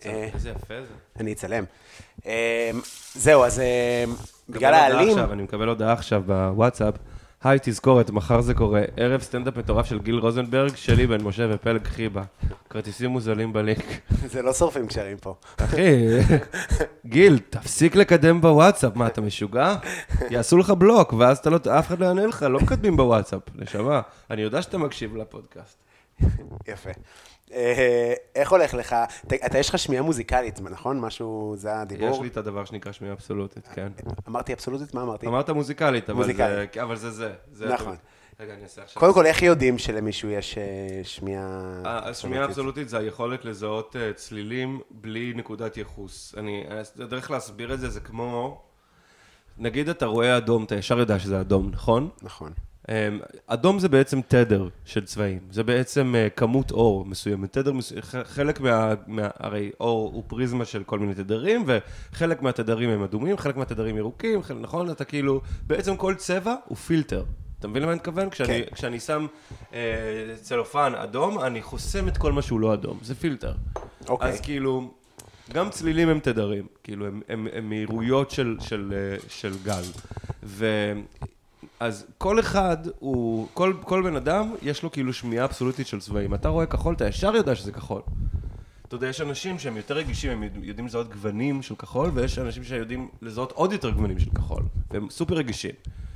C: איזה יפה זה.
B: אני אצלם. זהו, אז בגלל העלים...
C: אני מקבל הודעה עכשיו בוואטסאפ, היי, תזכורת, מחר זה קורה, ערב סטנדאפ מטורף של גיל רוזנברג, שלי בן משה ופלג חיבה. כרטיסים מוזלים בלינק.
B: זה לא שורפים קשרים פה.
C: אחי, גיל, תפסיק לקדם בוואטסאפ, מה, אתה משוגע? יעשו לך בלוק, ואז אתה לא, אף אחד לא יענה לך, לא מקדמים בוואטסאפ, נשמה. אני יודע שאתה מקשיב לפודקאסט.
B: יפה. איך הולך לך? אתה יש לך שמיעה מוזיקלית, נכון? משהו, זה הדיבור?
C: יש לי את הדבר שנקרא שמיעה אבסולוטית, כן.
B: אמרתי אבסולוטית? מה אמרתי?
C: אמרת מוזיקלית, אבל זה זה.
B: נכון.
C: רגע, אני אעשה עכשיו.
B: קודם כל, איך יודעים שלמישהו יש שמיעה...
C: השמיעה אבסולוטית זה היכולת לזהות צלילים בלי נקודת יחוס. אני, הדרך להסביר את זה, זה כמו... נגיד אתה רואה אדום, אתה ישר יודע שזה אדום, נכון?
B: נכון.
C: אדום זה בעצם תדר של צבעים, זה בעצם כמות אור מסוימת, תדר מסוים, חלק מה, מה, הרי אור הוא פריזמה של כל מיני תדרים, וחלק מהתדרים הם אדומים, חלק מהתדרים ירוקים, חלק, נכון? אתה כאילו, בעצם כל צבע הוא פילטר. אתה מבין למה אני מתכוון? כשאני, כן. כשאני שם אה, צלופן אדום, אני חוסם את כל מה שהוא לא אדום, זה פילטר.
B: אוקיי.
C: אז כאילו, גם צלילים הם תדרים, כאילו, הם, הם, הם מהירויות של, של, של גל. ו... אז כל אחד הוא, כל, כל בן אדם יש לו כאילו שמיעה אבסולוטית של צבעים. אתה רואה כחול, אתה ישר יודע שזה כחול. אתה יודע, יש אנשים שהם יותר רגישים, הם יודעים לזהות גוונים של כחול, ויש אנשים שיודעים לזהות עוד יותר גוונים של כחול, והם סופר רגישים.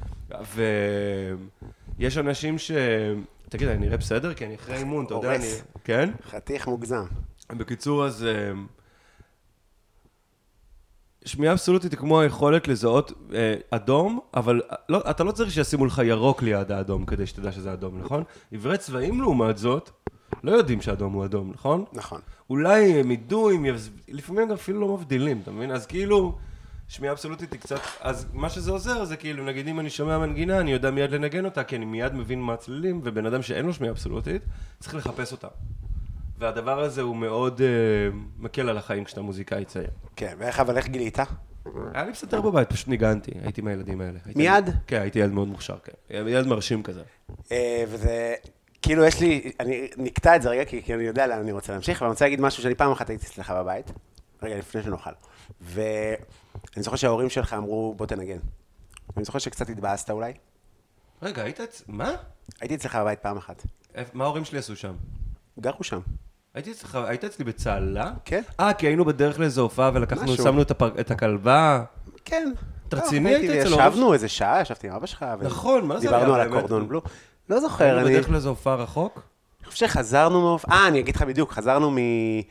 C: ויש אנשים ש... תגיד, אני נראה בסדר? כי אני אחרי אימון, אתה יודע, אני... כן?
B: חתיך מוגזם.
C: בקיצור, אז... שמיעה אבסולוטית היא כמו היכולת לזהות אה, אדום, אבל לא, אתה לא צריך שישימו לך ירוק ליד האדום כדי שתדע שזה אדום, נכון? עברי צבעים לעומת זאת, לא יודעים שאדום הוא אדום, נכון?
B: נכון.
C: אולי הם ידעו, הם יבז... לפעמים הם אפילו לא מבדילים, אתה מבין? אז כאילו, שמיעה אבסולוטית היא קצת... אז מה שזה עוזר זה כאילו, נגיד אם אני שומע מנגינה, אני יודע מיד לנגן אותה, כי אני מיד מבין מה הצלילים, ובן אדם שאין לו שמיעה אבסולוטית, צריך לחפש אותה. והדבר הזה הוא מאוד uh, מקל על החיים כשאתה מוזיקאי צעיר.
B: כן, ואיך, אבל איך גילית?
C: היה לי פסטר בבית, פשוט ניגנתי, הייתי מהילדים האלה.
B: מיד?
C: כן, הייתי ילד מאוד מוכשר, כן. ילד מרשים כזה.
B: וזה, כאילו יש לי, אני נקטע את זה רגע, כי אני יודע לאן אני רוצה להמשיך, ואני רוצה להגיד משהו שאני פעם אחת הייתי אצלך בבית, רגע, לפני שנאכל. ואני זוכר שההורים שלך אמרו, בוא תנגן. אני זוכר שקצת התבאסת אולי.
C: רגע, היית... מה?
B: הייתי אצלך בבית פעם אחת.
C: מה ההורים שלי עשו שם?
B: גרו שם.
C: הייתי אצלך, היית אצלי בצהלה?
B: כן.
C: אה, כי היינו בדרך לאיזו הופעה ולקחנו, שמנו את הכלבה.
B: כן.
C: תרציני היית אצל הורים?
B: ישבנו איזה שעה, ישבתי עם אבא שלך.
C: נכון, מה זה היה?
B: דיברנו על הקורדון בלו. לא זוכר, אני...
C: היינו בדרך לאיזו הופעה רחוק?
B: אני חושב שחזרנו מהופעה, אה, אני אגיד לך בדיוק, חזרנו מ...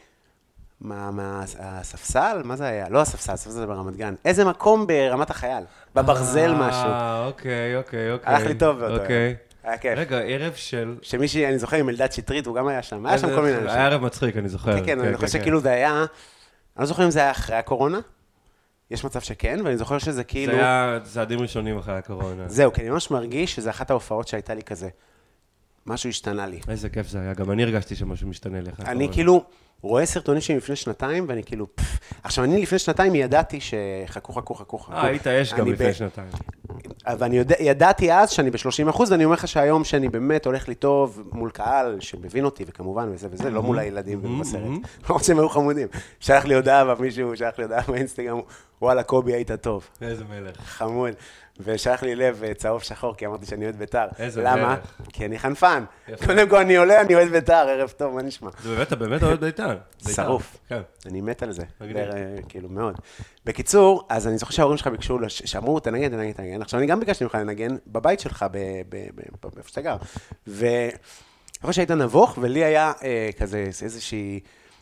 B: מהספסל? מה זה היה? לא הספסל, הספסל זה ברמת גן. איזה מקום ברמת החייל? בברזל משהו.
C: אה, אוקיי, אוקיי, אוקיי.
B: הלך לי טוב באותו.
C: אוקיי.
B: היה כיף.
C: רגע, ערב של...
B: שמישהי, אני זוכר, עם אלדד שטרית, הוא גם היה שם. היה שם כל מיני אנשים.
C: היה ערב מצחיק, אני זוכר.
B: כן, כן, אני חושב שכאילו זה היה... אני לא זוכר אם זה היה אחרי הקורונה. יש מצב שכן, ואני זוכר שזה כאילו...
C: זה היה צעדים ראשונים אחרי הקורונה.
B: זהו, כי אני ממש מרגיש שזה אחת ההופעות שהייתה לי כזה. משהו השתנה לי.
C: איזה כיף זה היה, גם אני הרגשתי שמשהו משתנה לי אחרי הקורונה.
B: אני כאילו רואה סרטונים שלי לפני שנתיים, ואני כאילו... עכשיו, אני לפני שנתיים ידעתי שחכו, חכו, חכו, חכו.
C: אה, היית אש גם לפני שנתיים.
B: ואני ידעתי אז שאני ב-שלושים אחוז, ואני אומר לך שהיום שאני באמת הולך לי טוב מול קהל שמבין אותי, וכמובן וזה וזה, לא מול הילדים ובסרט. לא שהם היו חמודים. שלח לי הודעה, ומישהו שלח לי הודעה באינסטגרם, וואלה, קובי, היית טוב.
C: איזה מלך.
B: חמוד. ושלח לי לב צהוב שחור, כי אמרתי שאני אוהד בית"ר.
C: איזה מלך.
B: למה? כי אני חנפן. קודם כל אני עולה, אני אוהד בית"ר, ערב טוב, מה נשמע?
C: זה באמת, אתה באמת אוהד בית"ר.
B: שרוף. אני מת על זה. כאילו, מאוד. בקיצור, אז אני זוכר שההורים שלך ביקשו, שאמרו, תנגן, תנגן, תנגן. עכשיו, אני גם ביקשתי ממך לנגן בבית שלך, באיפה שאתה גר. ואני חושב שהיית נבוך, ולי היה כזה איזושהי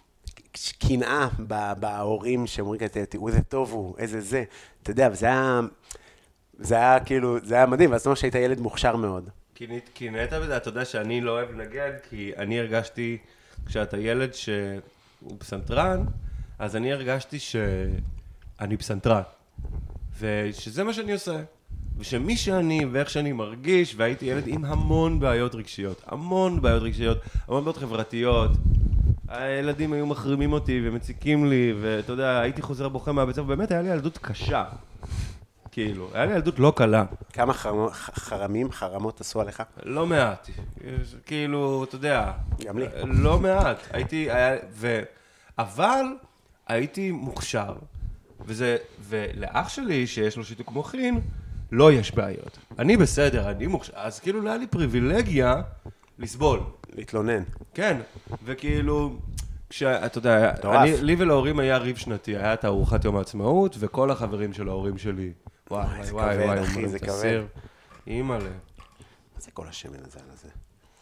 B: קנאה בהורים שאומרים, תראו איזה טוב הוא, איזה זה. אתה יודע, וזה היה... זה היה כאילו, זה היה מדהים, ואז זאת אומרת שהיית ילד מוכשר מאוד.
C: כי נהיית בזה, אתה יודע שאני לא אוהב לנגן, כי אני הרגשתי, כשאתה ילד שהוא פסנתרן, אז אני הרגשתי שאני פסנתרן, ושזה מה שאני עושה, ושמי שאני ואיך שאני מרגיש, והייתי ילד עם המון בעיות רגשיות, המון בעיות רגשיות, המון בעיות חברתיות, הילדים היו מחרימים אותי ומציקים לי, ואתה יודע, הייתי חוזר בוכה מהבית ספר, באמת היה לי ילדות קשה. כאילו, היה לי ילדות לא קלה.
B: כמה חרמים, חרמות עשו עליך?
C: לא מעט. כאילו, אתה יודע.
B: גם לי.
C: לא מעט. הייתי, היה, ו... אבל הייתי מוכשר, וזה, ולאח שלי שיש לו שיתוק מוחין, לא יש בעיות. אני בסדר, אני מוכשר, אז כאילו לא היה לי פריבילגיה לסבול.
B: להתלונן.
C: כן, וכאילו, כשאתה יודע, אני, לי ולהורים היה ריב שנתי, היה את הארוחת יום העצמאות, וכל החברים של ההורים שלי, וואי, וואי, וואי, וואי,
B: אחי, זה כבד.
C: אימא'לה.
B: מה זה כל השמן הזה על הזה?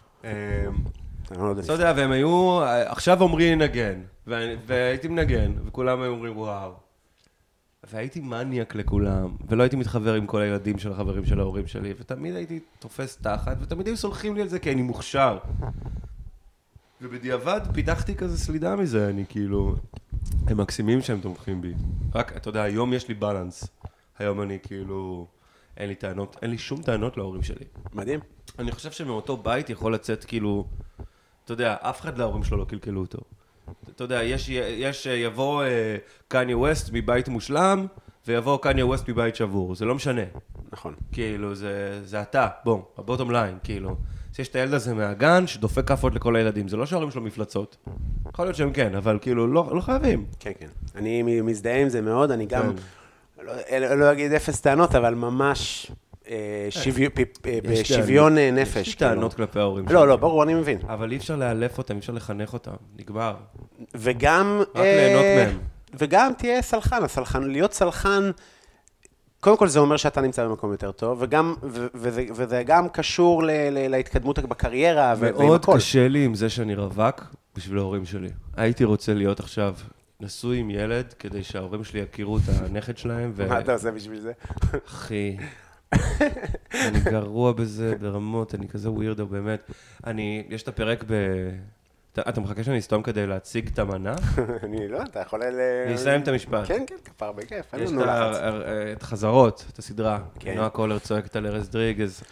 C: אתה יודע, והם היו, עכשיו אומרים נגן, והייתי מנגן, וכולם היו אומרים וואו. והייתי מניאק לכולם, ולא הייתי מתחבר עם כל הילדים של החברים של ההורים שלי, ותמיד הייתי תופס תחת, ותמיד היו סולחים לי על זה, כי אני מוכשר. ובדיעבד פיתחתי כזה סלידה מזה, אני כאילו, הם מקסימים שהם תומכים בי. רק, אתה יודע, היום יש לי בלנס. היום אני כאילו, אין לי טענות, אין לי שום טענות להורים שלי.
B: מדהים.
C: אני חושב שמאותו בית יכול לצאת כאילו, אתה יודע, אף אחד להורים שלו לא קלקלו אותו. אתה יודע, יש, יש, יבוא קניה ווסט מבית מושלם, ויבוא קניה ווסט מבית שבור, זה לא משנה.
B: נכון.
C: כאילו, זה, זה אתה, בוא, הבוטום ליין, כאילו. שיש את הילד הזה מהגן, שדופק כפות לכל הילדים, זה לא שההורים שלו מפלצות. יכול להיות שהם כן, אבל כאילו, לא, לא חייבים.
B: כן, כן. אני מזדהה עם זה מאוד, אני גם, לא, לא אגיד אפס טענות, אבל ממש בשוויון נפש.
C: יש לי טענות כלפי ההורים שלי.
B: לא, לא, ברור, אני מבין.
C: אבל אי אפשר לאלף אותם, אי אפשר לחנך אותם, נגבר.
B: וגם...
C: רק ליהנות מהם.
B: וגם תהיה סלחן, הסלחן, להיות סלחן, קודם כל זה אומר שאתה נמצא במקום יותר טוב, וגם, וזה, וזה גם קשור ל, ל, להתקדמות בקריירה ועם הכל.
C: מאוד קשה לי עם זה שאני רווק בשביל ההורים שלי. הייתי רוצה להיות עכשיו נשוי עם ילד, כדי שההורים שלי יכירו את הנכד שלהם. ו...
B: מה אתה עושה בשביל זה?
C: אחי, אני גרוע בזה ברמות, אני כזה ווירדו, באמת. אני, יש את הפרק ב... אתה, אתה מחכה שאני אסתום כדי להציג את המנה?
B: אני לא, אתה יכול ל...
C: אני אסיים את המשפט.
B: כן, כן, כפר בכיף, אין
C: יש
B: לנו לחץ.
C: את חזרות, את הסדרה.
B: כן.
C: נועה קולר צועקת על ארז דריגז.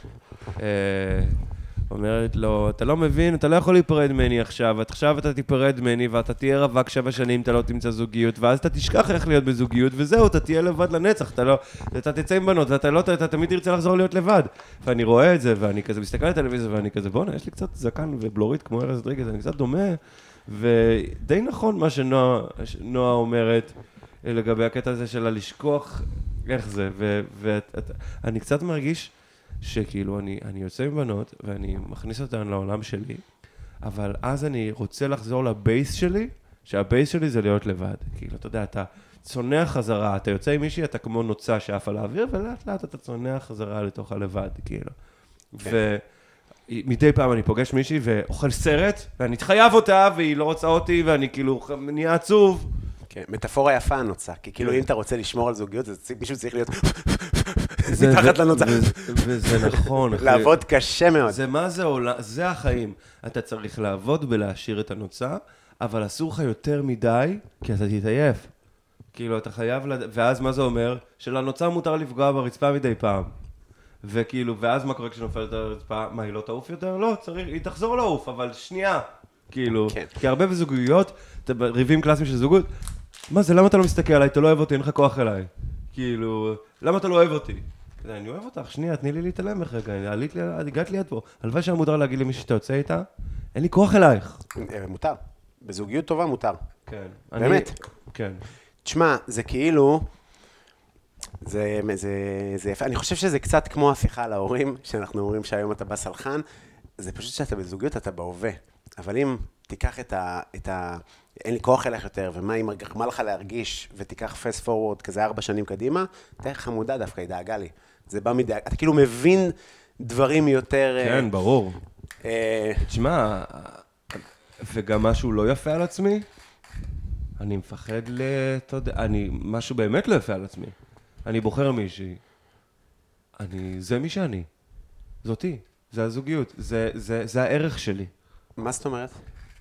C: אומרת לו, אתה לא מבין, אתה לא יכול להיפרד ממני עכשיו, עכשיו אתה תיפרד ממני ואתה תהיה רווק שבע שנים, אתה לא תמצא זוגיות, ואז אתה תשכח איך להיות בזוגיות, וזהו, אתה תהיה לבד לנצח, אתה לא, אתה תצא עם בנות, ואתה לא, אתה תמיד תרצה לחזור להיות לבד. ואני רואה את זה, ואני כזה מסתכל על הטלוויזיה, ואני כזה, בוא'נה, יש לי קצת זקן ובלורית כמו ארז דריגז, אני קצת דומה, ודי נכון מה שנועה אומרת לגבי הקטע הזה של לשכוח איך זה, ואני קצת מרגיש שכאילו אני, אני יוצא עם בנות ואני מכניס אותן לעולם שלי, אבל אז אני רוצה לחזור לבייס שלי, שהבייס שלי זה להיות לבד. כאילו, אתה יודע, אתה צונח חזרה, אתה יוצא עם מישהי, אתה כמו נוצה שאף על האוויר, ולאט לאט אתה צונח חזרה לתוך הלבד, כאילו. ומדי פעם אני פוגש מישהי ואוכל סרט, ואני התחייב אותה, והיא לא רוצה אותי, ואני כאילו נהיה עצוב.
B: כן, מטאפורה יפה הנוצה, כי כאילו אם אתה רוצה לשמור על זוגיות, מישהו צריך להיות...
C: זה מתחת לנוצה. וזה נכון.
B: לעבוד קשה מאוד.
C: זה מה זה עולם, זה החיים. אתה צריך לעבוד ולהשאיר את הנוצה, אבל אסור לך יותר מדי, כי אתה תתעייף. כאילו, אתה חייב, ואז מה זה אומר? שלנוצה מותר לפגוע ברצפה מדי פעם. וכאילו, ואז מה קורה כשנופלת על הרצפה? מה, היא לא תעוף יותר? לא, צריך, היא תחזור לעוף, אבל שנייה. כאילו, כי הרבה בזוגויות, ריבים קלאסיים של זוגות, מה זה, למה אתה לא מסתכל עליי? אתה לא אוהב אותי, אין לך כוח אליי. כאילו, למה אתה לא אוהב אותי? אני אוהב אותך, שנייה, תני לי להתעלם לך רגע, הגעת לי עד פה. הלוואי שהיה מותר להגיד למי שאתה יוצא איתה, אין לי כוח אלייך.
B: מותר. בזוגיות טובה מותר.
C: כן.
B: באמת.
C: כן.
B: תשמע, זה כאילו, זה, זה, זה יפה. אני חושב שזה קצת כמו הפיכה להורים, שאנחנו אומרים שהיום אתה בא סלחן, זה פשוט שאתה בזוגיות, אתה בהווה. אבל אם תיקח את ה... את ה אין לי כוח אליך יותר, ומה היא גרמה לך להרגיש, ותיקח פסט פורוורד כזה ארבע שנים קדימה, תהיה חמודה דווקא, היא דאגה לי. זה בא מדאגה, אתה כאילו מבין דברים יותר...
C: כן, ברור. תשמע, וגם משהו לא יפה על עצמי, אני מפחד ל... אתה יודע, אני... משהו באמת לא יפה על עצמי. אני בוחר מישהי. אני... זה מי שאני. זאתי. זה הזוגיות. זה, זה, זה הערך שלי.
B: מה זאת אומרת?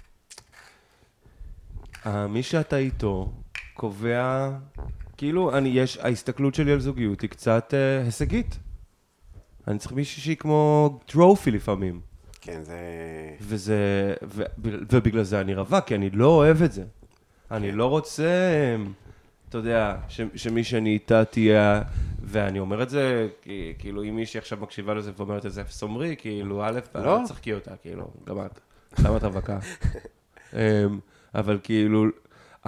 C: מי שאתה איתו קובע, כאילו, אני, יש, ההסתכלות שלי על זוגיות היא קצת אה, הישגית. אני צריך מישהי שהיא כמו טרופי לפעמים.
B: כן, זה...
C: וזה, ו, ובגלל זה אני רווק, כי אני לא אוהב את זה. אני לא רוצה, אתה יודע, ש, שמי שאני איתה תהיה, ואני אומר את זה, כאילו, אם מישהי עכשיו מקשיבה לזה ואומרת את זה, סומרי, כאילו, א', לא צחקי אותה, כאילו, גם את, למה את רווקה? אבל כאילו,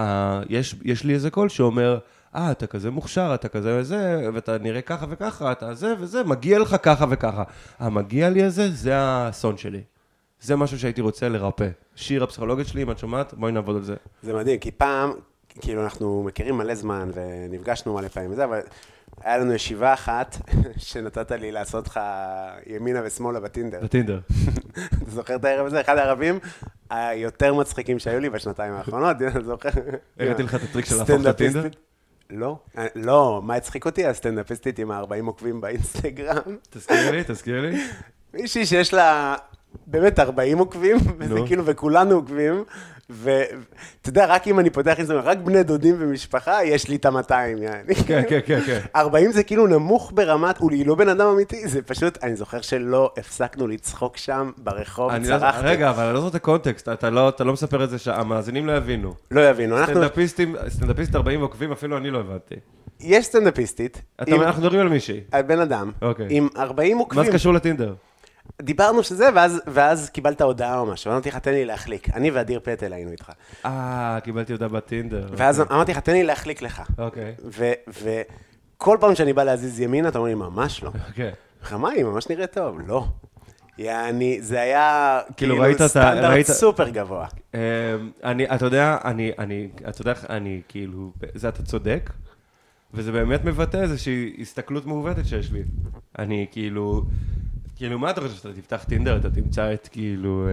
C: יש, יש לי איזה קול שאומר, אה, אתה כזה מוכשר, אתה כזה וזה, ואתה נראה ככה וככה, אתה זה וזה, מגיע לך ככה וככה. המגיע לי הזה, זה האסון שלי. זה משהו שהייתי רוצה לרפא. שיר הפסיכולוגית שלי, אם את שומעת, בואי נעבוד על זה.
B: זה מדהים, כי פעם, כאילו אנחנו מכירים מלא זמן, ונפגשנו מלא פעמים וזה, אבל היה לנו ישיבה אחת, שנתת לי לעשות לך ימינה ושמאלה בטינדר.
C: בטינדר.
B: אתה זוכר את הערב הזה? אחד הערבים היותר מצחיקים שהיו לי בשנתיים האחרונות, אני זוכר.
C: הראיתי לך את הטריק של להפוך לטינדר?
B: לא, לא, מה הצחיק אותי? הסטנדאפיסטית עם ה-ארבעים עוקבים באינסטגרם.
C: תזכיר לי, תזכיר לי.
B: מישהי שיש לה באמת ארבעים עוקבים, וזה כאילו, וכולנו עוקבים, ואתה יודע, רק אם אני פותח אינסטגרם, רק בני דודים ומשפחה, יש לי את ה-מאתיים, יעני.
C: כן, כן, כן, כן.
B: ארבעים זה כאילו נמוך ברמת, הוא לא בן אדם אמיתי, זה פשוט, אני זוכר שלא הפסקנו לצחוק שם ברחוב, צרחתי.
C: רגע, אבל אני לא זאת הקונטקסט, אתה לא מספר את זה שהמאזינים לא יבינו.
B: לא יבינו, אנחנו...
C: סטנדאפיסט ארבעים עוקבים, אפילו אני לא הבנתי.
B: יש סטנדאפיסטית.
C: אנחנו מדברים על מישהי.
B: על בן אדם, עם ארבעים עוקבים.
C: מה זה קשור לטינדר?
B: דיברנו שזה, ואז, ואז קיבלת הודעה או משהו, ואמרתי לך, תן לי להחליק. אני ואדיר פטל היינו איתך.
C: אה, קיבלתי הודעה בטינדר.
B: ואז אוקיי. אמרתי לך, תן לי להחליק לך.
C: אוקיי.
B: וכל פעם שאני בא להזיז ימינה, אתה אומר לי, ממש לא.
C: אוקיי.
B: חמה, היא ממש נראה טוב. לא. יעני, זה היה
C: כאילו,
B: כאילו
C: ראית
B: סטנדרט
C: ראית...
B: סופר גבוה.
C: אני, אתה יודע, אני, אני, אתה יודע, אני כאילו, זה אתה צודק, וזה באמת מבטא איזושהי הסתכלות מעוותת שיש לי. אני כאילו... כאילו, מה אתה חושב שאתה תפתח טינדר, אתה תמצא את כאילו,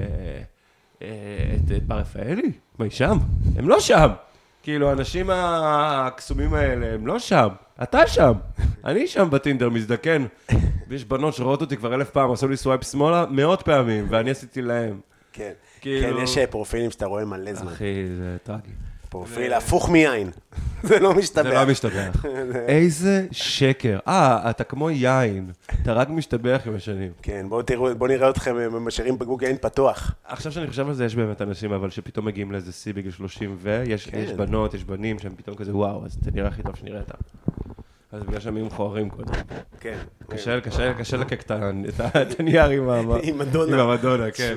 C: את בר רפאלי? מה, היא שם? הם לא שם. כאילו, האנשים הקסומים האלה, הם לא שם. אתה שם. אני שם בטינדר, מזדקן. ויש בנות שרואות אותי כבר אלף פעם, עשו לי סווייפ שמאלה מאות פעמים, ואני עשיתי להם.
B: כן, כן, יש פרופילים שאתה רואה מלא זמן.
C: אחי, זה טרגי.
B: פרופיל הפוך מיין. זה לא משתבח.
C: זה לא משתבח. איזה שקר. אה, אתה כמו יין. אתה רק משתבח עם השנים.
B: כן, בואו נראה אתכם משאירים בגוגל אין פתוח.
C: עכשיו שאני חושב על זה, יש באמת אנשים, אבל שפתאום מגיעים לאיזה שיא בגיל שלושים, ויש בנות, יש בנים, שהם פתאום כזה, וואו, אז אתה נראה הכי טוב שנראית. אז בגלל שהם יהיו מכוערים קודם.
B: כן.
C: קשה, קשה, קשה לקק את הנייר עם המדונה. עם המדונה, כן.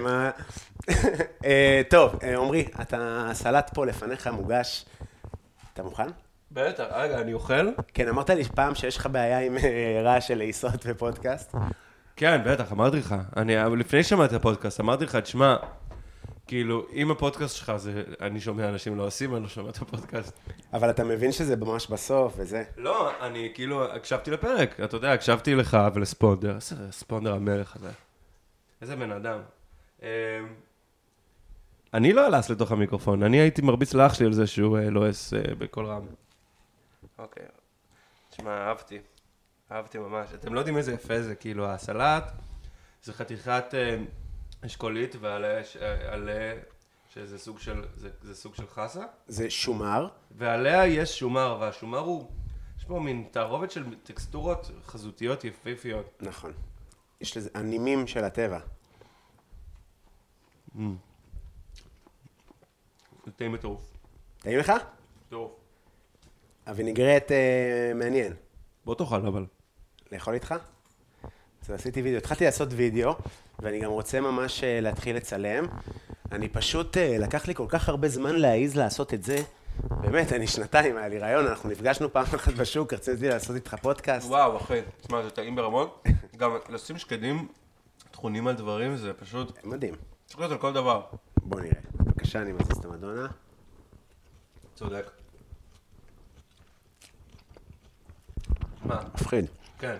B: טוב, עומרי, אתה סלט פה לפניך מוגש. אתה מוכן?
C: בטח, רגע, אני אוכל?
B: כן, אמרת לי פעם שיש לך בעיה עם רעש של לעיסות ופודקאסט.
C: כן, בטח, אמרתי לך. לפני שמעתי את הפודקאסט, אמרתי לך, תשמע, כאילו, אם הפודקאסט שלך, אני שומע אנשים לא עושים, אני לא שומע את הפודקאסט.
B: אבל אתה מבין שזה ממש בסוף וזה?
C: לא, אני כאילו, הקשבתי לפרק, אתה יודע, הקשבתי לך ולספונדר, איזה ספונדר המלך הזה. איזה בן אדם. אני לא אלעס לתוך המיקרופון, אני הייתי מרביץ לאח שלי על זה שהוא לועס בכל רם. אוקיי, תשמע, אהבתי, אהבתי ממש. אתם לא יודעים איזה יפה זה, כאילו, הסלט, זה חתיכת אשכולית ועלה, שזה סוג של, זה סוג של חסה.
B: זה שומר. ועליה
C: יש שומר, והשומר הוא, יש פה מין תערובת של טקסטורות חזותיות יפהפיות.
B: נכון. יש לזה הנימים של הטבע.
C: זה טעים מטורף.
B: טעים לך?
C: טוב.
B: הווינגרט מעניין.
C: בוא תאכל אבל.
B: לאכול איתך? אז עשיתי וידאו. התחלתי לעשות וידאו, ואני גם רוצה ממש להתחיל לצלם. אני פשוט, לקח לי כל כך הרבה זמן להעיז לעשות את זה. באמת, אני שנתיים, היה לי רעיון, אנחנו נפגשנו פעם אחת בשוק, רציתי לעשות איתך פודקאסט.
C: וואו, אחי, תשמע, זה טעים ברמות. גם לשים שקדים, תכונים על דברים, זה פשוט...
B: מדהים.
C: צריך להיות על כל דבר.
B: בוא נראה. בבקשה, אני מזיז את המדונה.
C: צודק. מה?
B: מפחיד.
C: כן.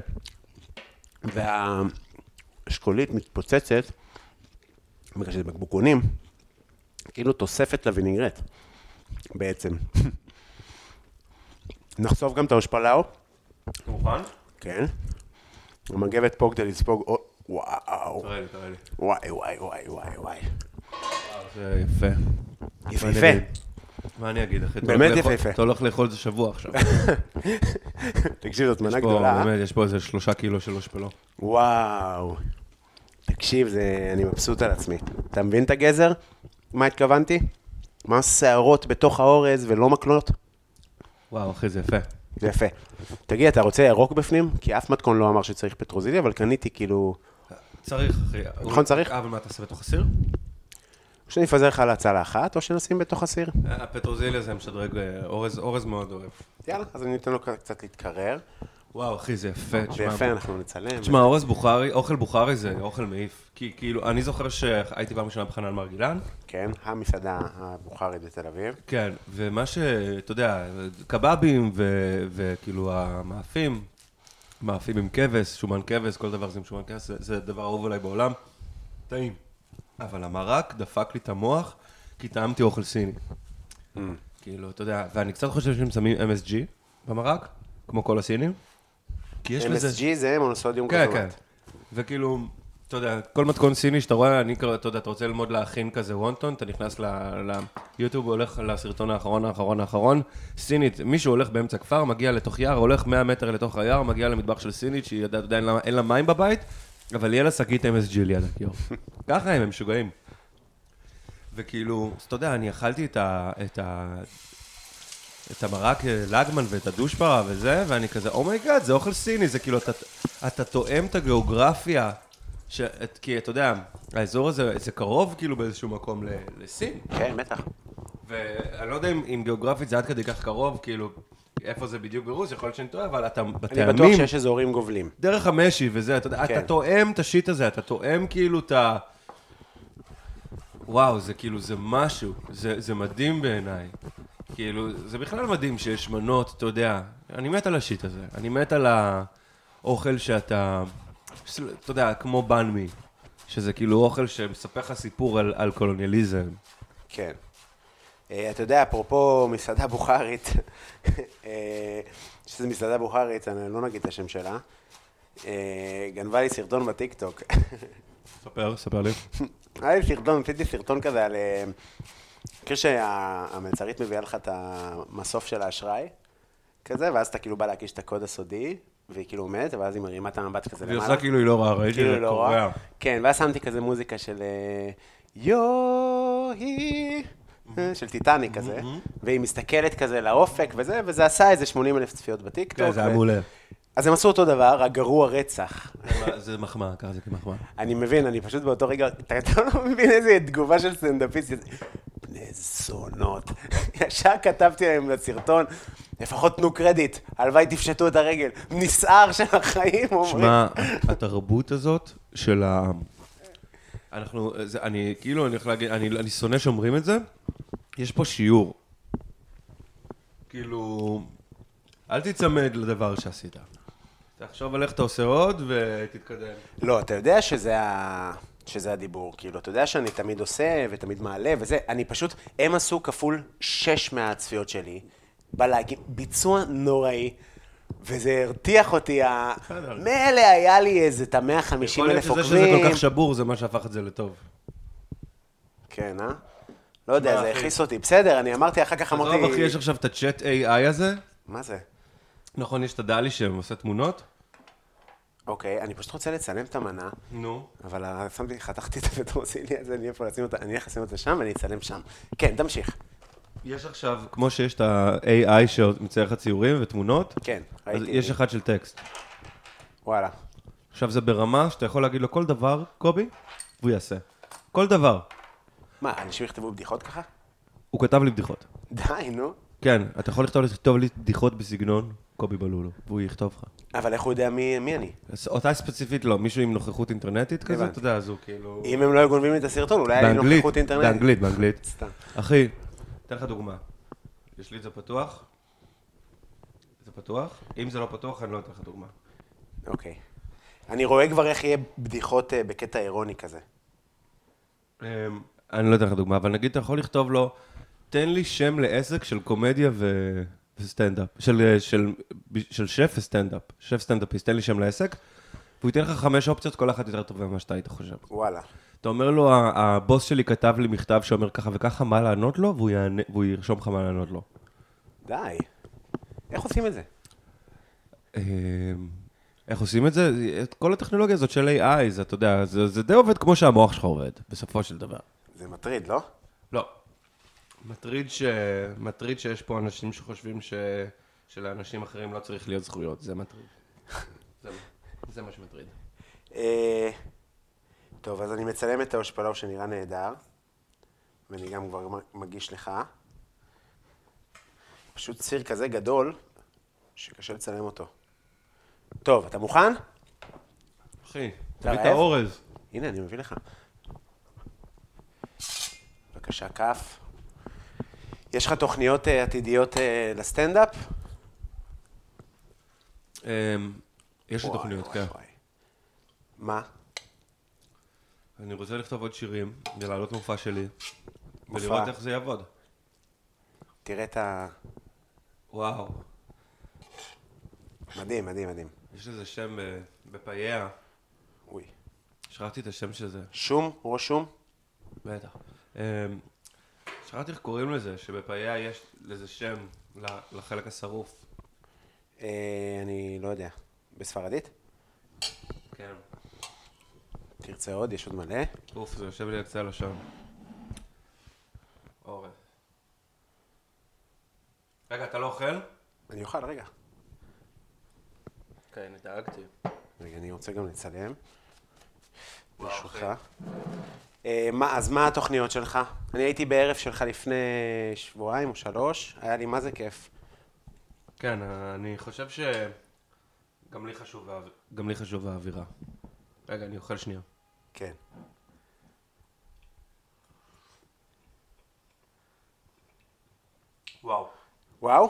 B: והאשכולית מתפוצצת, בגלל שזה בקבוקונים, כאילו תוספת לווינגרט, בעצם. נחשוף גם את האושפלאו.
C: מוכן?
B: כן. המגבת פה כדי לספוג, וואו.
C: תראה לי, תראה לי.
B: וואי, וואי, וואי, וואי, וואי.
C: זה יפה.
B: יפה, יפה.
C: מה אני אגיד, אחי?
B: באמת יפה, יפה.
C: אתה הולך לאכול את זה שבוע עכשיו.
B: תקשיב, זאת מנה גדולה.
C: באמת, יש פה איזה שלושה קילו של אושפלאו.
B: וואו. תקשיב, אני מבסוט על עצמי. אתה מבין את הגזר? מה התכוונתי? מה שערות בתוך האורז ולא מקלות?
C: וואו, אחי, זה יפה.
B: זה יפה. תגיד, אתה רוצה ירוק בפנים? כי אף מתכון לא אמר שצריך פטרוזיליה, אבל קניתי כאילו...
C: צריך, אחי.
B: נכון, צריך?
C: אבל מה, אתה עושה בתוך הסיר?
B: או שאני אפזר לך על הצלה אחת, או שנשים בתוך הסיר.
C: הפטרוזיליה זה משדרג, אורז, אורז מאוד אוהב.
B: יאללה, אז אני אתן לו קצת להתקרר.
C: וואו, אחי, זה יפה.
B: זה יפה, אנחנו נצלם.
C: תשמע, אורז בוכרי, אוכל בוכרי זה אוכל מעיף. כי כאילו, אני זוכר שהייתי פעם ראשונה בחנן מרגילן.
B: כן, המסעדה הבוכרית בתל אביב.
C: כן, ומה ש... אתה יודע, קבבים וכאילו המאפים, מאפים עם כבש, שומן כבש, כל דבר זה עם שומן כבש, זה דבר אהוב עליי בעולם. טעים. אבל המרק דפק לי את המוח, כי טעמתי אוכל סיני. כאילו, אתה יודע, ואני קצת חושב שהם שמים אם אס ג'י במרק, כמו כל הסינים.
B: אם אס ג'י זה מונוסודיום
C: כן,
B: גלוטאט.
C: כן. וכאילו, אתה יודע, כל מתכון סיני שאתה רואה, אני, אתה יודע, אתה רוצה ללמוד להכין כזה וונטון, אתה נכנס ליוטיוב, הולך לסרטון האחרון, האחרון, האחרון, סינית, מישהו הולך באמצע כפר, מגיע לתוך יער, הולך מאה מטר לתוך היער, מגיע למטבח של סינית, שהיא יודע, אתה יודע, אין לה מים בבית, אבל יהיה לה שקית אם אס ג'י ליד הכיור. ככה הם, הם משוגעים. וכאילו, אז אתה יודע, אני אכלתי את ה... את ה... את המרק לגמן ואת הדושפרה וזה, ואני כזה, אומייגאד, זה אוכל סיני, זה כאילו, אתה, אתה תואם את הגיאוגרפיה, ש, את, כי אתה יודע, האזור הזה, זה קרוב כאילו באיזשהו מקום ל, לסין.
B: כן, בטח.
C: ואני לא יודע אם, אם גיאוגרפית זה עד כדי כך קרוב, כאילו, איפה זה בדיוק ברוסיה, יכול להיות שאני טועה, אבל אתה בטעמים...
B: אני בטוח שיש אזורים גובלים.
C: דרך המשי וזה, אתה יודע,
B: כן.
C: אתה תואם את השיט הזה, אתה תואם כאילו את ה... וואו, זה כאילו, זה משהו, זה, זה מדהים בעיניי. כאילו, זה בכלל מדהים שיש מנות, אתה יודע, אני מת על השיט הזה, אני מת על האוכל שאתה, אתה יודע, כמו בנמי, שזה כאילו אוכל שמספר לך סיפור על, על קולוניאליזם.
B: כן. Uh, אתה יודע, אפרופו מסעדה בוכרית, uh, שזו מסעדה בוכרית, אני לא נגיד את השם שלה, uh, גנבה לי סרטון בטיקטוק.
C: ספר, ספר לי.
B: היה לי סרטון, עשיתי סרטון כזה על... כאילו שהמלצרית מביאה לך את המסוף של האשראי, כזה, ואז אתה כאילו בא להקיש את הקוד הסודי, והיא כאילו עומדת, ואז היא מרימה את המבט כזה למעלה.
C: והיא עושה כאילו היא לא רעה, ראיתי את זה קורע.
B: כן, ואז שמתי כזה מוזיקה של יו היא, של טיטניק כזה, והיא מסתכלת כזה לאופק וזה, וזה עשה איזה שמונים אלף צפיות בטיקטוק.
C: כן, זה היה מעולה.
B: אז הם עשו אותו דבר, הגרוע רצח.
C: זה מחמאה, ככה זה כמחמאה.
B: אני מבין, אני פשוט באותו רגע, אתה לא מבין איזה תגובה של סטנדאפיסט, בני זונות. ישר כתבתי להם לסרטון, לפחות תנו קרדיט, הלוואי תפשטו את הרגל, נסער של החיים, אומרים.
C: שמע, התרבות הזאת של ה... אנחנו, זה, אני, כאילו, אני יכול להגיד, אני, אני שונא שאומרים את זה, יש פה שיעור. כאילו, אל תצמד לדבר שעשית. תחשוב על איך אתה עושה עוד ותתקדם.
B: לא, אתה יודע שזה ה... שזה הדיבור, כאילו, אתה יודע שאני תמיד עושה ותמיד מעלה וזה, אני פשוט, הם עשו כפול שש מהצפיות שלי, בלהגיד, ביצוע נוראי, וזה הרתיח אותי, מלא היה לי איזה את ה-מאה וחמישים אלף עוקבים.
C: יכול להיות שזה כל כך שבור, זה מה שהפך את זה לטוב.
B: כן, אה? לא יודע, זה הכיס אותי. בסדר, אני אמרתי, אחר כך אמרתי...
C: טוב, אחי, יש עכשיו את הצ'אט איי איי הזה.
B: מה זה?
C: נכון, יש את הדלי שעושה תמונות.
B: אוקיי, אני פשוט רוצה לצלם את המנה.
C: נו.
B: אבל שמתי, חתכתי את הפטרוזיליה, אז אני אהיה פה לשים אותה, אני אלך לשים אותה שם ואני אצלם שם. כן, תמשיך.
C: יש עכשיו, כמו שיש את ה-איי איי שמצייר לך ציורים ותמונות,
B: כן,
C: אז
B: ראיתי.
C: יש אחד של טקסט.
B: וואלה.
C: עכשיו זה ברמה שאתה יכול להגיד לו כל דבר, קובי, והוא יעשה. כל דבר.
B: מה, אנשים יכתבו בדיחות ככה?
C: הוא כתב לי בדיחות.
B: די, נו.
C: כן, אתה יכול לכתוב, לכתוב לי בדיחות בסגנון קובי בלולו, והוא יכתוב לך.
B: אבל איך הוא יודע מי, מי אני?
C: אותה ספציפית לא, מישהו עם נוכחות אינטרנטית כזה, אתה יודע, אז הוא כאילו...
B: אם הם לא גונבים לי את הסרטון, אולי היה לי נוכחות אינטרנטית.
C: באנגלית, באנגלית.
B: סתם.
C: אחי, אתן לך דוגמה. יש לי את זה פתוח? זה פתוח? אם זה לא פתוח, אני לא אתן לך דוגמה.
B: אוקיי. אני רואה כבר איך יהיה בדיחות בקטע אירוני כזה.
C: אני לא אתן לך דוגמה, אבל נגיד אתה יכול לכתוב לו, תן לי שם לעסק של קומדיה ו... וסטנדאפ, של, של, של שף וסטנדאפ, שף סטנדאפיסט, תן לי שם לעסק, והוא ייתן לך חמש אופציות, כל אחת יותר טובה ממה שאתה היית חושב.
B: וואלה.
C: אתה אומר לו, הבוס שלי כתב לי מכתב שאומר ככה וככה, מה לענות לו, והוא, יענה, והוא ירשום לך מה לענות לו.
B: די. איך עושים את זה?
C: איך עושים את זה? את כל הטכנולוגיה הזאת של איי איי, זה, אתה יודע, זה, זה די עובד כמו שהמוח שלך עובד, בסופו של דבר.
B: זה מטריד, לא?
C: לא. מטריד, ש... מטריד שיש פה אנשים שחושבים ש... שלאנשים אחרים לא צריך להיות זכויות, זה מטריד. זה, זה מה שמטריד.
B: טוב, אז אני מצלם את האושפלאו שנראה נהדר. ואני גם כבר מגיש לך. פשוט ציר כזה גדול, שקשה לצלם אותו. טוב, אתה מוכן?
C: אחי, תביא את האורז.
B: הנה, אני מביא לך. בבקשה, כף. יש לך תוכניות עתידיות לסטנדאפ?
C: יש לי תוכניות, כן.
B: מה?
C: אני רוצה לכתוב עוד שירים, ולעלות מופע שלי, ולראות איך זה יעבוד.
B: תראה את ה...
C: וואו.
B: מדהים, מדהים, מדהים.
C: יש לזה שם בפאיה.
B: אוי.
C: שכחתי את השם של זה.
B: שום? ראש שום?
C: בטח. שכחתי איך קוראים לזה, שבפאיה יש לזה שם לחלק השרוף.
B: אני לא יודע. בספרדית?
C: כן.
B: תרצה עוד? יש עוד מלא?
C: אוף, זה יושב לי הקצה הלשון. אורז. רגע, אתה לא אוכל?
B: אני אוכל, רגע.
C: כן, אני דאגתי.
B: רגע, אני רוצה גם לצלם. ברשותך. אז מה התוכניות שלך? אני הייתי בערב שלך לפני שבועיים או שלוש, היה לי מה זה כיף.
C: כן, אני חושב ש... גם לי חשוב, גם לי חשוב האווירה. רגע, אני אוכל שנייה.
B: כן.
C: וואו.
B: וואו?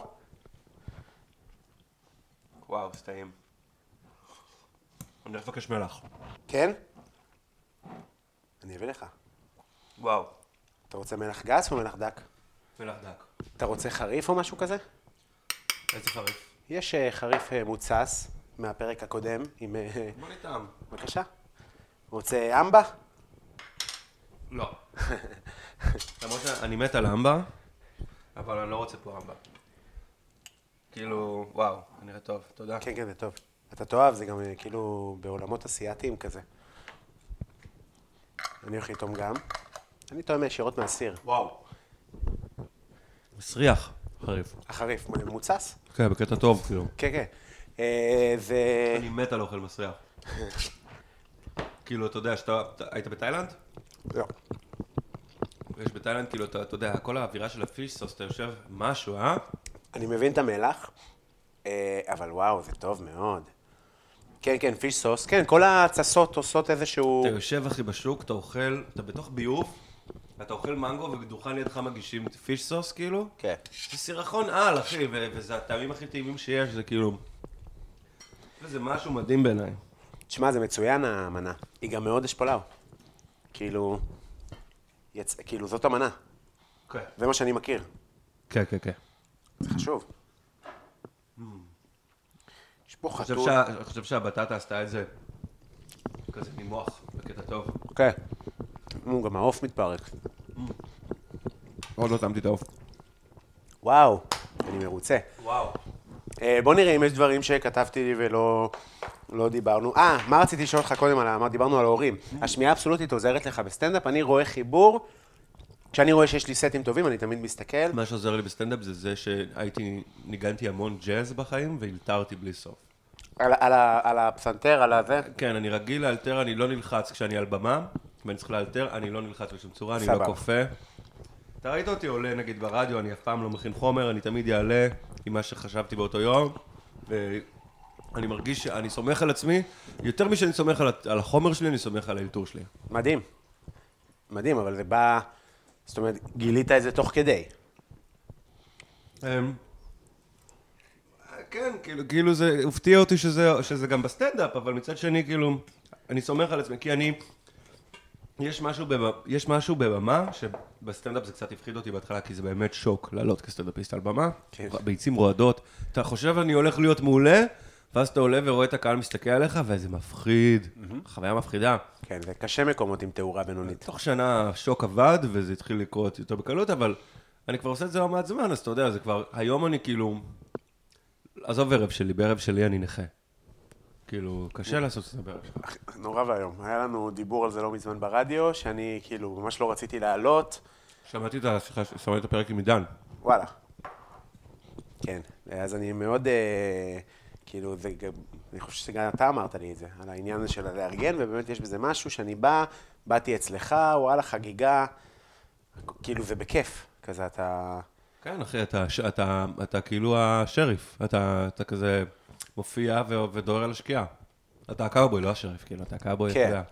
C: וואו, סטעים. אני הולך לבקש מלח.
B: כן? אני אביא לך.
C: וואו.
B: אתה רוצה מלח גס או מלח דק?
C: מלח דק.
B: אתה רוצה חריף או משהו כזה?
C: איזה חריף?
B: יש חריף מוצס מהפרק הקודם עם...
C: בוא נטעם.
B: בבקשה. רוצה אמבה?
C: לא. למרות שאני מת על אמבה, אבל אני לא רוצה פה אמבה. כאילו, וואו, אני נראה טוב, תודה.
B: כן, כן, זה טוב. אתה תאהב, זה גם כאילו בעולמות אסייתיים כזה. אני הולך לטעום גם. אני טועם ישירות מהסיר.
C: וואו. מסריח. חריף.
B: החריף, מוצס?
C: כן, בקטע טוב, כאילו.
B: כן, כן. זה...
C: אני מת על אוכל מסריח. כאילו, אתה יודע, שאתה... היית בתאילנד?
B: לא.
C: יש בתאילנד, כאילו, אתה יודע, כל האווירה של הפיש סוס, אתה יושב משהו, אה?
B: אני מבין את המלח, אבל וואו, זה טוב מאוד. כן, כן, פיש סוס. כן, כל הצסות עושות איזשהו...
C: אתה יושב, אחי, בשוק, אתה אוכל, אתה בתוך ביוב, אתה אוכל מנגו ובדוכן לידך מגישים פיש סוס, כאילו.
B: כן.
C: זה סירחון על, אחי, וזה הטעמים הכי טעימים שיש, זה כאילו... וזה משהו מדהים בעיניי.
B: תשמע, זה מצוין המנה. היא גם מאוד אשפולאו. כאילו... יצ... כאילו, זאת המנה.
C: כן.
B: זה מה שאני מכיר.
C: כן, כן, כן.
B: זה חשוב. יש פה
C: חושב
B: חתול...
C: שה... אני חושב שהבטטה עשתה את זה כזה נימוח, בקטע טוב.
B: כן. גם העוף מתפרק.
C: עוד לא טעמתי את העוף.
B: וואו, אני מרוצה.
C: וואו.
B: בוא נראה אם יש דברים שכתבתי לי ולא לא דיברנו. אה, מה רציתי לשאול אותך קודם על מה דיברנו על ההורים. השמיעה האבסולוטית עוזרת לך בסטנדאפ, אני רואה חיבור. כשאני רואה שיש לי סטים טובים, אני תמיד מסתכל.
C: מה שעוזר לי בסטנדאפ זה זה שהייתי, ניגנתי המון ג'אז בחיים והלתרתי בלי סוף.
B: על, על, על הפסנתר, על הזה?
C: כן, אני רגיל לאלתר, אני לא נלחץ כשאני על במה, ואני צריך לאלתר, אני לא נלחץ בשום צורה, אני לא קופה. אתה ראית אותי עולה נגיד ברדיו, אני אף פעם לא מכין חומר, אני תמיד יעלה עם מה שחשבתי באותו יום, ואני מרגיש שאני סומך על עצמי, יותר משאני סומך על, על החומר שלי, אני סומך על האלתור שלי.
B: מדהים. מדהים, אבל זה בא, זאת אומרת, גילית את זה תוך כדי.
C: כן, כאילו, כאילו זה, הופתיע אותי שזה, שזה גם בסטנדאפ, אבל מצד שני, כאילו, אני סומך על עצמי, כי אני, יש משהו, בבמה, יש משהו בבמה, שבסטנדאפ זה קצת הפחיד אותי בהתחלה, כי זה באמת שוק לעלות כסטנדאפיסט על במה, כן. ביצים רועדות, אתה חושב אני הולך להיות מעולה, ואז אתה עולה ורואה את הקהל מסתכל עליך, וזה מפחיד, mm-hmm. חוויה מפחידה.
B: כן, זה קשה מקומות עם תאורה בינונית.
C: תוך שנה שוק עבד, וזה התחיל לקרות יותר בקלות, אבל אני כבר עושה את זה לא מעט זמן, אז אתה יודע, זה כבר, היום אני כאילו, עזוב ערב שלי, בערב שלי אני נכה. כאילו, קשה לעשות את זה בערב שלי.
B: נורא והיום. היה לנו דיבור על זה לא מזמן ברדיו, שאני כאילו ממש לא רציתי לעלות.
C: שמעתי את השיחה, שמעתי את הפרק עם עידן.
B: וואלה. כן, אז אני מאוד, כאילו, זה, אני חושב שגם אתה אמרת לי את זה, על העניין הזה של לארגן, ובאמת יש בזה משהו שאני בא, באתי אצלך, וואלה, חגיגה. כאילו זה בכיף, כזה אתה...
C: כן, אחי, אתה, אתה, אתה כאילו השריף, אתה, אתה כזה מופיע ו, ודוהר על השקיעה. אתה הקאובוי, לא השריף, כאילו, אתה הקאובוי, אתה יודע.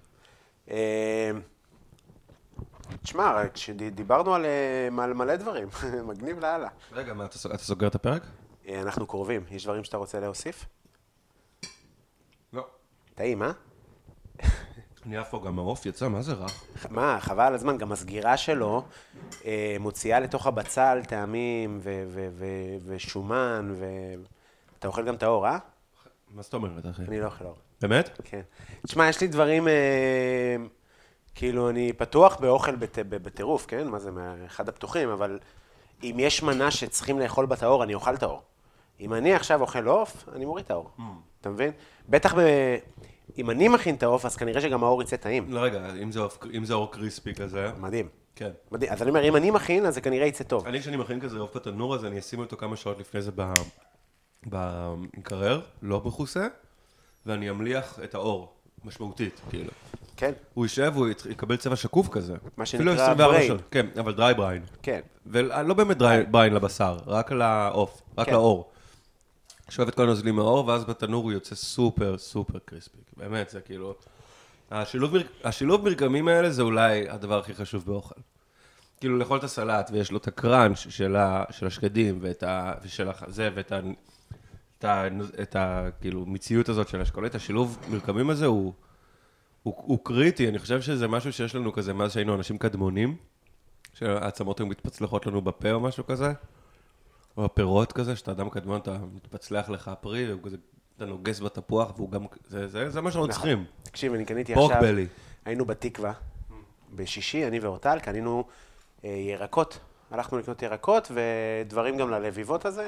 B: תשמע, כשדיברנו על מלא דברים, מגניב לאללה.
C: רגע, מה, אתה סוגר את הפרק?
B: אנחנו קרובים. יש דברים שאתה רוצה להוסיף?
C: לא.
B: טעים, אה?
C: אני אף פה גם העוף יצא, מה זה רע?
B: מה, חבל על הזמן, גם הסגירה שלו מוציאה לתוך הבצל טעמים ושומן, ואתה אוכל גם את האור, אה?
C: מה זאת אומרת, אחי?
B: אני לא אוכל אור.
C: באמת?
B: כן. תשמע, יש לי דברים, כאילו, אני פתוח באוכל בטירוף, כן? מה זה, מאחד הפתוחים, אבל אם יש מנה שצריכים לאכול בת האור, אני אוכל את האור. אם אני עכשיו אוכל עוף, אני מוריד את האור. אתה מבין? בטח ב... אם אני מכין את העוף, אז כנראה שגם האור יצא טעים.
C: לא, רגע, אם זה אור קריספי כזה...
B: מדהים.
C: כן.
B: מדהים. אז אני אומר, אם אני מכין, אז זה כנראה יצא טוב.
C: אני, כשאני מכין כזה עוף בתנור הזה, אני אשים אותו כמה שעות לפני זה במקרר, לא מכוסה, ואני אמליח את האור, משמעותית, כאילו.
B: כן.
C: הוא יישב, הוא יקבל צבע שקוף כזה.
B: מה שנקרא בריין.
C: כן, אבל דריי בריין.
B: כן.
C: ולא באמת דריי בריין לבשר, רק לעוף, רק לאור. שואב את כל הנוזלים מהאור, ואז בתנור הוא יוצא סופר, סופר קריספי. באמת, זה כאילו... השילוב, השילוב מרקמים האלה זה אולי הדבר הכי חשוב באוכל. כאילו, לאכול את הסלט, ויש לו את הקראנץ' של, ה, של השקדים, ואת ה... ושל זה, ואת ה... את ה... את ה... כאילו, מציאות הזאת של השקולית, השילוב מרקמים הזה הוא... הוא, הוא קריטי, אני חושב שזה משהו שיש לנו כזה, מאז שהיינו אנשים קדמונים, שהעצמות היו מתפצלחות לנו בפה או משהו כזה, או הפירות כזה, שאתה אדם קדמון, אתה מתפצלח לך פרי, אתה נוגס בתפוח, והוא גם, זה, זה, זה מה שאנחנו צריכים.
B: תקשיב, אני קניתי
C: פורק
B: עכשיו,
C: בלי. היינו
B: בתקווה, בשישי, אני ואורטל, קנינו אה, ירקות. הלכנו לקנות ירקות, ודברים גם ללביבות הזה.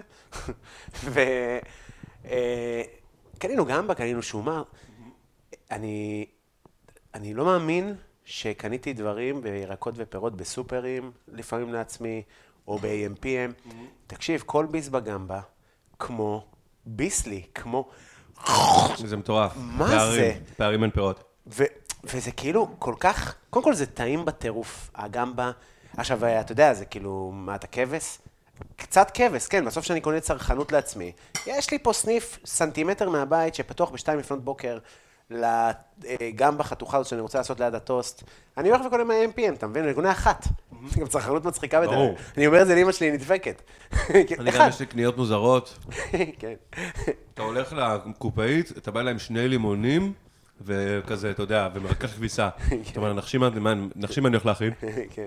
B: וקנינו גמבה, קנינו שומר. אני, אני לא מאמין שקניתי דברים בירקות ופירות בסופרים, לפעמים לעצמי, או ב-איי אם פי אם. תקשיב, כל ביס בגמבה, כמו ביסלי, כמו...
C: זה מטורף.
B: מה
C: פערים,
B: זה?
C: פערים אין פירות.
B: ו- וזה כאילו כל כך... קודם כל זה טעים בטירוף, הגמבה. עכשיו, אתה יודע, זה כאילו, מה, אתה כבש? קצת כבש, כן, בסוף שאני קונה צרכנות לעצמי. יש לי פה סניף סנטימטר מהבית שפתוח בשתיים לפנות בוקר, גם בחתוכה הזאת שאני רוצה לעשות ליד הטוסט. אני הולך וקונה מה-איי אם פי אם, אתה מבין? אני קונה אחת. גם צרכנות מצחיקה בדרך. אני אומר את זה לאמא שלי, היא נדפקת.
C: אני גם יש לי קניות מוזרות.
B: כן.
C: אתה הולך לקופאית, אתה בא להם שני לימונים, וכזה, אתה יודע, ומרכך כביסה. זאת אומרת, נחשים מה אני הולך להכין.
B: כן.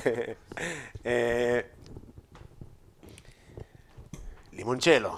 B: לימונצ'לו.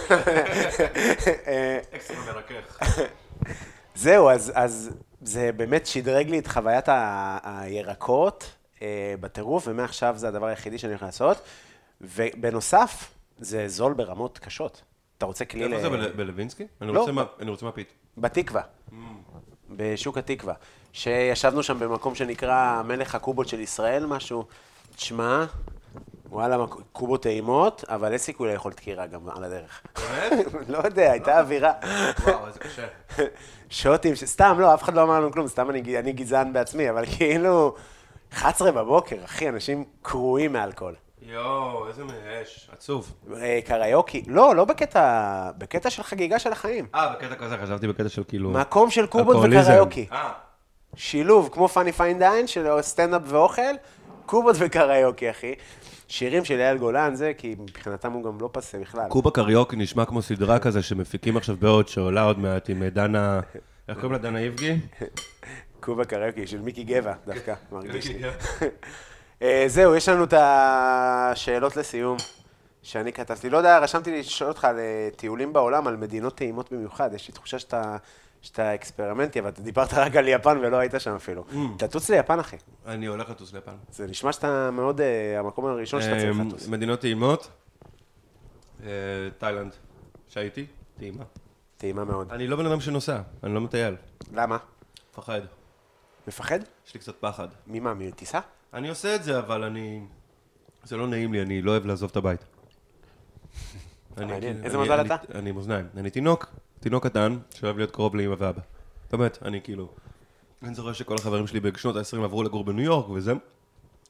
C: אקסטרה מרכך.
B: זהו, אז, אז זה באמת שדרג לי את חוויית הירקות בטירוף, ומעכשיו זה הדבר היחידי שאני הולך לעשות. ובנוסף, זה זול ברמות קשות. אתה רוצה כלי ל...
C: איפה זה בלווינסקי?
B: לא.
C: אני רוצה מפית.
B: בתקווה. בשוק התקווה. שישבנו שם במקום שנקרא מלך הקובות של ישראל, משהו. תשמע, וואלה, קובות טעימות, אבל אין סיכוי לאכול דקירה גם על הדרך.
C: באמת?
B: לא יודע, הייתה אווירה.
C: וואו, איזה קשה.
B: שוטים, סתם, לא, אף אחד לא אמר לנו כלום, סתם אני, אני גזען בעצמי, אבל כאילו, אחת עשרה בבוקר, אחי, אנשים קרועים מאלכוהול.
C: יואו, איזה מייאש, עצוב.
B: קריוקי, לא, לא בקטע, בקטע של חגיגה של החיים.
C: אה, בקטע כזה, חשבתי בקטע של כאילו...
B: מקום של קובות וקריוקי. שילוב, כמו פאני פיינדיין, של סטנדאפ ואוכל, קובות וקריוקי, אחי. שירים של אייל גולן, זה, כי מבחינתם הוא גם לא פסה בכלל.
C: קובה קריוקי נשמע כמו סדרה כזה שמפיקים עכשיו בעוד, שעולה עוד מעט עם דנה... איך קוראים לה, דנה איבגי?
B: קובה קריוקי, של מיקי גבע, דווקא, מרגיש לי. זהו, יש לנו את השאלות לסיום, שאני כתבתי. לא יודע, רשמתי לי לשאול אותך על טיולים בעולם, על מדינות טעימות במיוחד. יש לי תחושה שאתה... שאתה אקספרימנטי, אבל אתה דיברת רק על יפן ולא היית שם אפילו. תטוץ ליפן, אחי.
C: אני הולך לטוס ליפן.
B: זה נשמע שאתה מאוד, המקום הראשון שאתה צריך לטוס.
C: מדינות טעימות, תאילנד, שהייתי, טעימה.
B: טעימה מאוד.
C: אני לא בן אדם שנוסע, אני לא מטייל.
B: למה?
C: מפחד.
B: מפחד?
C: יש לי קצת פחד.
B: ממה, מטיסה?
C: אני עושה את זה, אבל אני... זה לא נעים לי, אני לא אוהב לעזוב את הבית.
B: מעניין, איזה מזל אתה?
C: אני מאזניים. אני תינוק. תינוק קטן, שאוהב להיות קרוב לאמא ואבא. באמת, אני כאילו... אני זוכר שכל החברים שלי בשנות ה-עשרים עברו לגור בניו יורק וזה,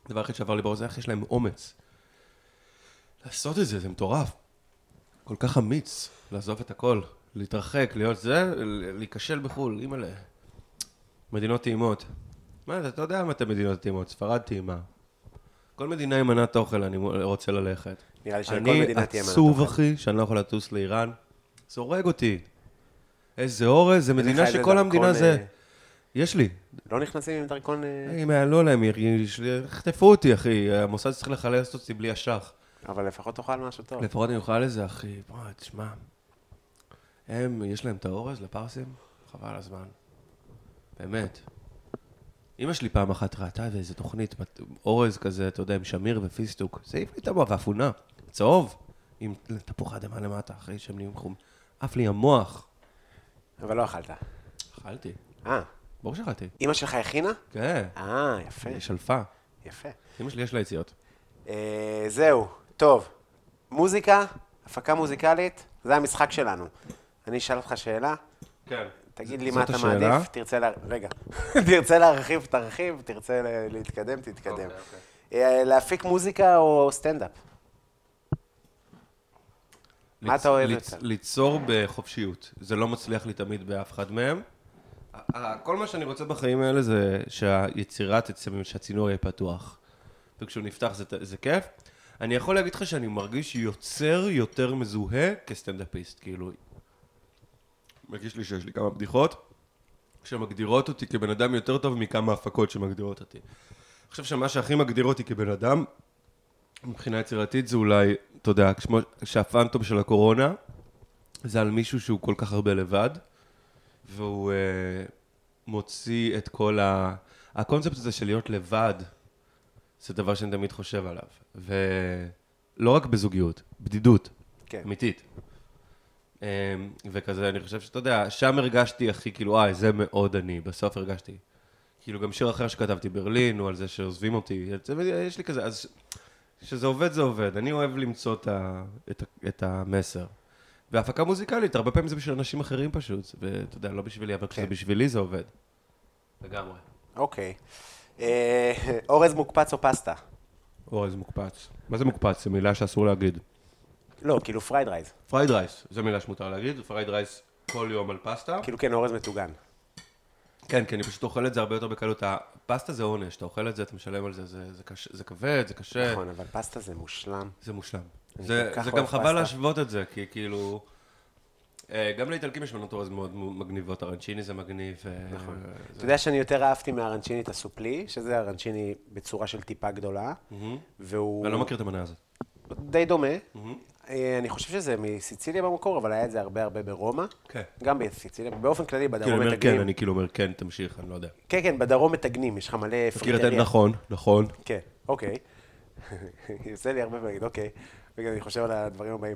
C: הדבר הכי שעבר לי בראש, זה איך יש להם אומץ. לעשות את זה, זה מטורף. כל כך אמיץ, לעזוב את הכל, להתרחק, להיות זה, להיכשל בחול, אימא'לה. מדינות טעימות. מה, אתה יודע מה אתם מדינות טעימות? ספרד טעימה. כל מדינה עם מנת אוכל אני רוצה ללכת.
B: נראה לי שכל מדינה תהיה מנת אוכל.
C: אני עצוב, אחי, שאני לא יכול לטוס לאיראן. זה הורג אותי. איזה אורז, זה מדינה שכל המדינה זה... יש לי.
B: לא נכנסים עם דרכון...
C: אם יעלו להם, יחטפו אותי, אחי. המוסד צריך לחלץ אותי בלי אשך.
B: אבל לפחות תאכל משהו טוב.
C: לפחות אני אוכל לזה, אחי. בוא, תשמע. הם, יש להם את האורז לפרסים? חבל הזמן. באמת. אמא שלי פעם אחת ראתה איזו תוכנית, אורז כזה, אתה יודע, עם שמיר ופיסטוק. זה העיף לי את המוח, ואפונה. צהוב. עם תפוח אדמה למטה, אחרי שהם נהיים חום. עף לי המוח.
B: אבל לא אכלת.
C: אכלתי.
B: אה.
C: ברור שאכלתי.
B: אמא שלך הכינה?
C: כן.
B: אה, יפה.
C: היא שלפה.
B: יפה.
C: אמא שלי יש לה יציאות.
B: אה, זהו, טוב. מוזיקה, הפקה מוזיקלית, זה המשחק שלנו. אני אשאל אותך שאלה.
C: כן.
B: תגיד לי מה אתה מעדיף, תרצה לה... רגע. תרצה להרחיב, תרחיב, תרצה להתקדם, תתקדם. להפיק מוזיקה או סטנדאפ? מה אתה אוהב יותר?
C: ליצור בחופשיות. זה לא מצליח לי תמיד באף אחד מהם. כל מה שאני רוצה בחיים האלה זה שהיצירה תצא, שהצינור יהיה פתוח. וכשהוא נפתח זה כיף. אני יכול להגיד לך שאני מרגיש יוצר יותר מזוהה כסטנדאפיסט, כאילו. מרגיש לי שיש לי כמה בדיחות שמגדירות אותי כבן אדם יותר טוב מכמה הפקות שמגדירות אותי. אני חושב שמה שהכי מגדיר אותי כבן אדם, מבחינה יצירתית, זה אולי, אתה יודע, שהפנטום של הקורונה, זה על מישהו שהוא כל כך הרבה לבד, והוא uh, מוציא את כל ה... הקונספט הזה של להיות לבד, זה דבר שאני תמיד חושב עליו. ולא רק בזוגיות, בדידות, כן. אמיתית. Um, וכזה, אני חושב שאתה יודע, שם הרגשתי הכי, כאילו, אה, זה מאוד אני, בסוף הרגשתי. כאילו, גם שיר אחר שכתבתי, ברלין, או על זה שעוזבים אותי, יש לי כזה, אז שזה עובד, זה עובד. אני אוהב למצוא את, ה, את, ה, את המסר. והפקה מוזיקלית, הרבה פעמים זה בשביל אנשים אחרים פשוט, ואתה יודע, לא בשבילי, אבל כשזה בשבילי זה עובד. לגמרי.
B: אוקיי. אורז מוקפץ או פסטה?
C: אורז מוקפץ. מה זה מוקפץ? זו מילה שאסור להגיד.
B: לא, כאילו פרייד רייס.
C: פרייד רייס, זו מילה שמותר להגיד. פרייד רייס כל יום על פסטה.
B: כאילו כן, אורז מטוגן.
C: כן, כי אני פשוט אוכל את זה הרבה יותר בקלות. הפסטה זה עונש, אתה אוכל את זה, אתה משלם על זה, זה, זה, קשה, זה כבד, זה קשה.
B: נכון, אבל פסטה זה מושלם.
C: זה מושלם. זה, זה גם חבל להשוות את זה, כי כאילו... גם לאיטלקים יש מנות אורז מאוד מגניבות, הרנצ'יני זה מגניב.
B: נכון. אתה יודע שאני יותר אהבתי מהרנצ'יני את הסופלי, שזה הרנצ'יני בצורה של טיפה גדולה, והוא...
C: אני לא מכיר את המנה הזאת.
B: די דומה. אני חושב שזה מסיציליה במקור, אבל היה את זה הרבה הרבה ברומא. כן. גם בסיציליה, באופן כללי בדרום מתגנים.
C: כן, אני כאילו אומר כן, תמשיך, אני לא יודע.
B: כן, כן, בדרום מתגנים, יש לך מלא פריטריה.
C: נכון, נכון.
B: כן, אוקיי. יוצא לי הרבה להגיד, אוקיי. וגם אני חושב על הדברים הבאים.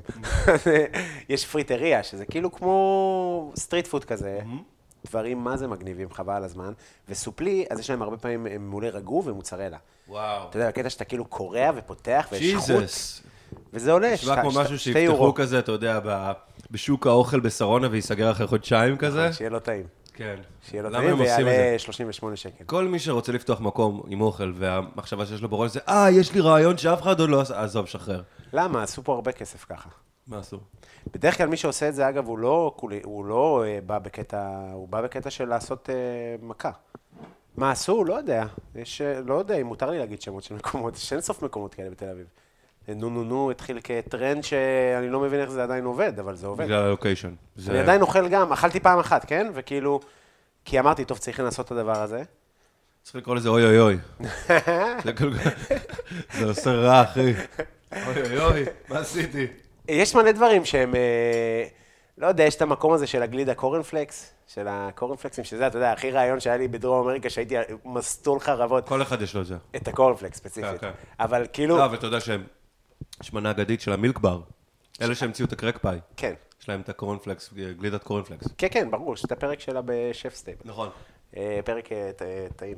B: יש פריטריה, שזה כאילו כמו סטריט פוד כזה. דברים מה זה מגניבים, חבל על הזמן. וסופלי, אז יש להם הרבה פעמים מעולי רגו ומוצרלה.
C: וואו.
B: אתה יודע, הקטע שאתה כאילו קורע ופותח ויש חוט.
C: ג'יזוס.
B: וזה עולה.
C: נשמע כמו משהו שיפתחו כזה, אתה יודע, בשוק האוכל בסרונה ויסגר אחרי חודשיים כזה.
B: שיהיה לו טעים.
C: כן.
B: שיהיה לו טעים ויעלה שלושים ושמונה שקל.
C: כל מי שרוצה לפתוח מקום עם אוכל והמחשבה שיש לו בראש זה, אה, יש לי רעיון שאף אחד עוד לא עשה, עזוב, שחרר.
B: למה? עשו פה הרבה כסף ככה.
C: מה עשו?
B: בדרך כלל מי שעושה את זה, אגב, הוא לא, הוא לא בא בקטע, הוא בא בקטע של לעשות מכה. מה עשו? לא יודע. יש, לא יודע אם מותר לי להגיד שמות של מקומות. יש אין סוף מקומות כאלה בתל אביב. נו נו נו התחיל כטרנד שאני לא מבין איך זה עדיין עובד, אבל זה עובד.
C: בגלל הלוקיישן.
B: אני עדיין אוכל גם, אכלתי פעם אחת, כן? וכאילו, כי אמרתי, טוב, צריך לנסות את הדבר הזה.
C: צריך לקרוא לזה אוי אוי אוי. זה עושה רע, אחי. אוי אוי אוי, מה עשיתי?
B: יש מלא דברים שהם, לא יודע, יש את המקום הזה של הגלידה קורנפלקס, של הקורנפלקסים, שזה, אתה יודע, הכי רעיון שהיה לי בדרום אמריקה, שהייתי מסטול חרבות.
C: כל אחד יש לו את זה.
B: את הקורנפלקס ספציפית. אבל כאילו...
C: לא, אבל אתה יודע שהם, יש מנה אגדית של המילק בר. אלה שהמציאו את הקרק פאי.
B: כן.
C: יש להם את הקורנפלקס, גלידת קורנפלקס.
B: כן, כן, ברור, יש את הפרק שלה בשף סטייבל.
C: נכון.
B: פרק טעים.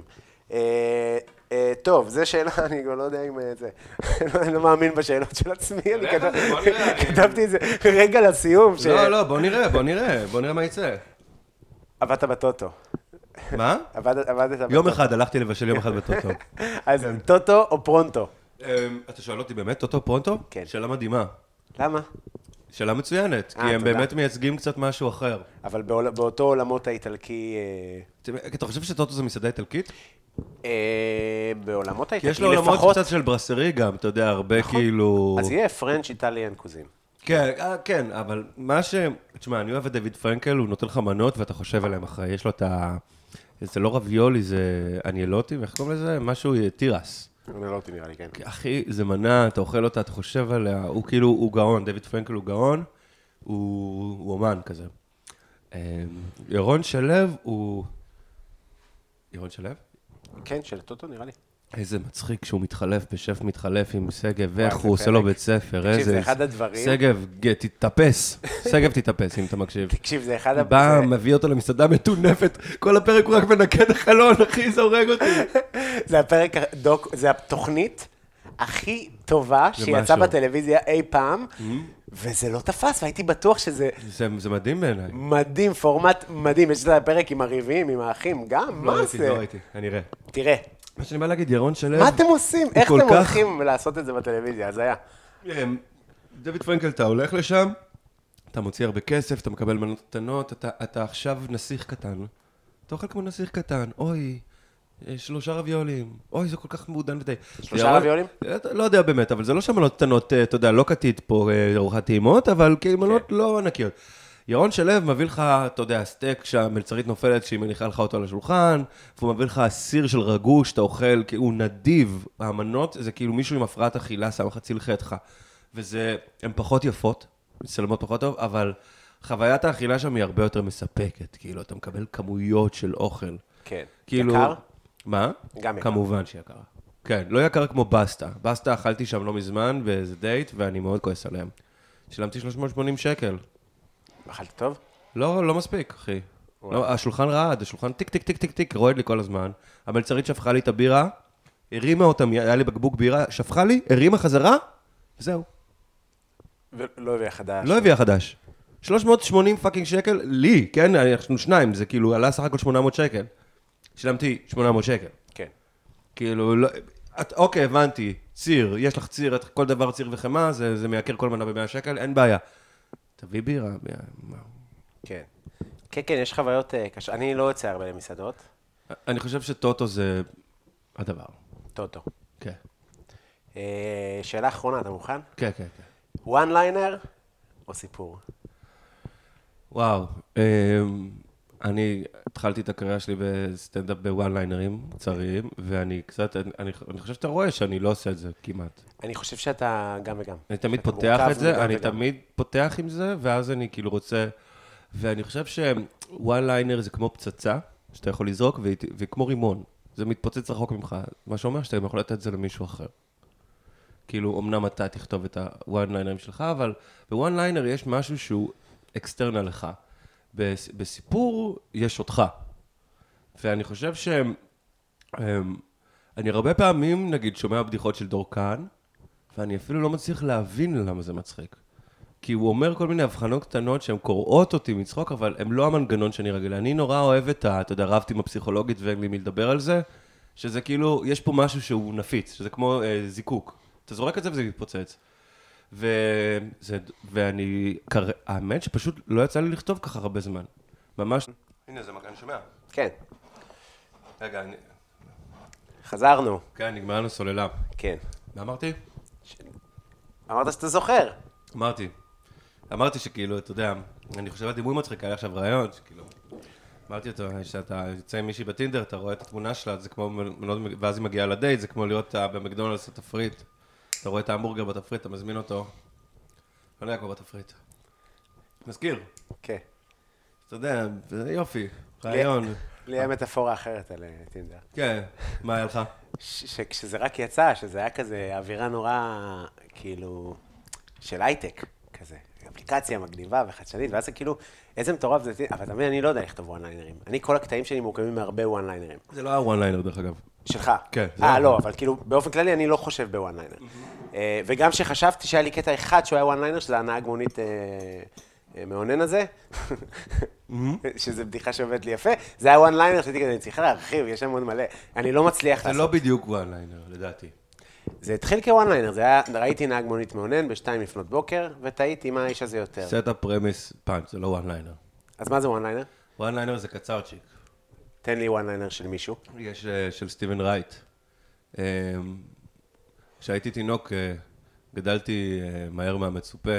B: טוב, זו שאלה, אני לא יודע אם זה... אני לא מאמין בשאלות של עצמי, אני כתבתי את זה רגע לסיום.
C: לא, לא, בוא נראה, בוא נראה, בוא נראה מה יצא.
B: עבדת בטוטו.
C: מה?
B: עבדת בטוטו.
C: יום אחד, הלכתי לבשל יום אחד בטוטו.
B: אז טוטו או פרונטו?
C: אתה שואל אותי באמת, טוטו פרונטו?
B: כן.
C: שאלה מדהימה.
B: למה?
C: שאלה מצוינת, כי הם באמת מייצגים קצת משהו אחר.
B: אבל באותו עולמות האיטלקי...
C: אתה חושב שטוטו זה מסעדה איטלקית?
B: בעולמות האיטלקי לפחות...
C: כי יש לו עולמות קצת של ברסרי גם, אתה יודע, הרבה כאילו...
B: אז יהיה פרנץ' איטליאן קוזין.
C: כן, כן, אבל מה ש... תשמע, אני אוהב את דוד פרנקל, הוא נותן לך מנות ואתה חושב עליהם אחרי. יש לו את ה... זה לא רביולי, זה אניאלוטי, איך קוראים לזה? משהו תירס.
B: אניאלוטי נראה לי, כן.
C: אחי, זה מנה, אתה אוכל אותה, אתה חושב עליה, הוא כאילו, הוא גאון, דוד פרנקל הוא גאון, הוא אומן כזה. ירון שלו הוא... ירון שלו?
B: כן, של טוטו נראה לי.
C: איזה מצחיק שהוא מתחלף, בשף מתחלף עם סגב, ואיך הוא עושה לו בית ספר, איזה...
B: תקשיב, זה אחד הדברים...
C: סגב, תתאפס, סגב תתאפס, אם אתה מקשיב.
B: תקשיב, זה אחד...
C: בא, מביא אותו למסעדה מטונפת, כל הפרק הוא רק מנקה את החלון, אחי, זה הורג אותי.
B: זה הפרק, דוק, זה התוכנית הכי טובה שיצאה בטלוויזיה אי פעם, וזה לא תפס, והייתי בטוח שזה...
C: זה מדהים בעיניי.
B: מדהים, פורמט מדהים, יש לזה פרק עם הריבים, עם האחים, גם, מה זה?
C: לא ראיתי, אני אראה.
B: תראה.
C: מה שאני בא להגיד, ירון שלו...
B: מה אתם עושים? איך אתם הולכים לעשות את זה בטלוויזיה? אז היה.
C: דוד פרנקל, אתה הולך לשם, אתה מוציא הרבה כסף, אתה מקבל מנות קטנות, אתה עכשיו נסיך קטן. אתה אוכל כמו נסיך קטן, אוי, שלושה רביולים, אוי, זה כל כך מעודן ודי.
B: שלושה רביולים?
C: לא יודע באמת, אבל זה לא שמנות קטנות, אתה יודע, לא קטית פה ארוחת טעימות, אבל מנות לא ענקיות. ירון שלו מביא לך, אתה יודע, סטייק שהמלצרית נופלת, שהיא מניחה לך אותו על השולחן, והוא מביא לך סיר של רגוש, אתה אוכל, הוא נדיב, המנות, זה כאילו מישהו עם הפרעת אכילה, שם לך ציל חטך, וזה, הן פחות יפות, מצלמות פחות טוב, אבל חוויית האכילה שם היא הרבה יותר מספקת, כאילו, אתה מקבל כמויות של אוכל.
B: כן.
C: כאילו,
B: יקר?
C: מה?
B: גם יקר.
C: כמובן שיקר. כן, לא יקר כמו בסטה. בסטה אכלתי שם לא מזמן באיזה דייט, ואני מאוד כועס עליהם. שילמתי שלוש מאות ושמונים שקל.
B: אכלת טוב?
C: לא, לא מספיק, אחי. לא, השולחן רעד, השולחן טיק, טיק, טיק, טיק, טיק, רועד לי כל הזמן. המלצרית שפכה לי את הבירה, הרימה אותה, היה לי בקבוק בירה, שפכה לי, הרימה חזרה, וזהו.
B: ולא הביאה חדש.
C: לא הביאה חדש. שלוש מאות ושמונים פאקינג שקל, לי, כן, אנחנו שניים, זה כאילו עלה סך הכל שמונה מאות שקל. שילמתי שמונה מאות שקל.
B: כן.
C: כאילו, לא, את, אוקיי, הבנתי, ציר, יש לך ציר, כל דבר ציר וחמה, זה, זה מייקר כל מנה ב-מאה שקל, אין בעיה. תביא בירה, מה?
B: כן. כן, כן, יש חוויות קשות. אני לא יוצא הרבה למסעדות.
C: אני חושב שטוטו זה הדבר.
B: טוטו.
C: כן.
B: שאלה אחרונה, אתה מוכן?
C: כן, כן, כן.
B: one liner או סיפור?
C: וואו, אני התחלתי את הקריירה שלי בסטנדאפ בוואן ליינרים קצרים, ואני קצת, אני, אני חושב שאתה רואה שאני לא עושה את זה כמעט.
B: אני חושב שאתה גם וגם.
C: אני תמיד פותח את זה, אני תמיד פותח עם זה, ואז אני כאילו רוצה, ואני חושב שוואן ליינר זה כמו פצצה, שאתה יכול לזרוק, וכמו רימון. זה מתפוצץ רחוק ממך. מה שאומר שאתה יכול לתת את זה למישהו אחר. כאילו, אמנם אתה תכתוב את הוואן ליינרים שלך, אבל בוואן ליינר יש משהו שהוא אקסטרנל לך. בסיפור יש אותך. ואני חושב ש... אני הרבה פעמים, נגיד, שומע בדיחות של דורקן, ואני אפילו לא מצליח להבין למה זה מצחיק. כי הוא אומר כל מיני הבחנות קטנות שהן קוראות אותי מצחוק, אבל הן לא המנגנון שאני רגיל. אני נורא אוהב את ה... אתה יודע, רבתי עם הפסיכולוגית ואין לי מי לדבר על זה, שזה כאילו, יש פה משהו שהוא נפיץ, שזה כמו אה, זיקוק. אתה זורק את זה וזה מתפוצץ. וזה, ואני, האמת שפשוט לא יצא לי לכתוב ככה הרבה זמן. ממש... הנה, זה אני שומע.
B: כן.
C: רגע, אני...
B: חזרנו.
C: כן, נגמר לנו סוללה.
B: כן.
C: מה אמרתי?
B: אמרת שאתה זוכר.
C: אמרתי. אמרתי שכאילו, אתה יודע, אני חושב על דימוי מצחיק, היה עכשיו רעיון, שכאילו... אמרתי אותו, שאתה יוצא עם מישהי בטינדר, אתה רואה את התמונה שלה, זה כמו, ואז היא מגיעה לדייט, זה כמו להיות במקדונלדס התפריט. אתה רואה את ההמבורגר בתפריט, אתה מזמין אותו. לא יודע כמו בתפריט. מזכיר.
B: כן.
C: אתה יודע, זה יופי, רעיון.
B: לי היה מטאפורה אחרת על טינדר.
C: כן, מה היה לך?
B: שכשזה רק יצא, שזה היה כזה אווירה נורא, כאילו, של הייטק, כזה. אפליקציה מגניבה וחדשנית, ואז זה כאילו, איזה מטורף זה, אבל תמיד אני לא יודע לכתוב וואן ליינרים. אני, כל הקטעים שלי מורכבים מהרבה וואן ליינרים.
C: זה לא היה וואן ליינר, דרך אגב.
B: שלך?
C: כן.
B: אה, לא, אבל כאילו, באופן כללי אני לא חושב בוואן ליינר. וגם שחשבתי שהיה לי קטע אחד שהוא היה וואן ליינר, שזה הנהג מונית המעונן הזה, שזה בדיחה שעובדת לי יפה, זה היה one liner שתיתי כזה, אני צריכה להרחיב, יש שם עוד מלא, אני לא מצליח לעשות.
C: זה לא בדיוק one liner, לדעתי.
B: זה התחיל כ-one liner, זה היה, ראיתי נהג מונית מעונן בשתיים לפנות בוקר, וטעיתי מה האיש הזה יותר.
C: סט הפרמיס פאנץ', זה לא one liner.
B: אז מה זה one liner?
C: one liner זה קצרצ'יק.
B: תן לי one liner של מישהו.
C: יש של סטיבן רייט. כשהייתי תינוק, גדלתי מהר מהמצופה.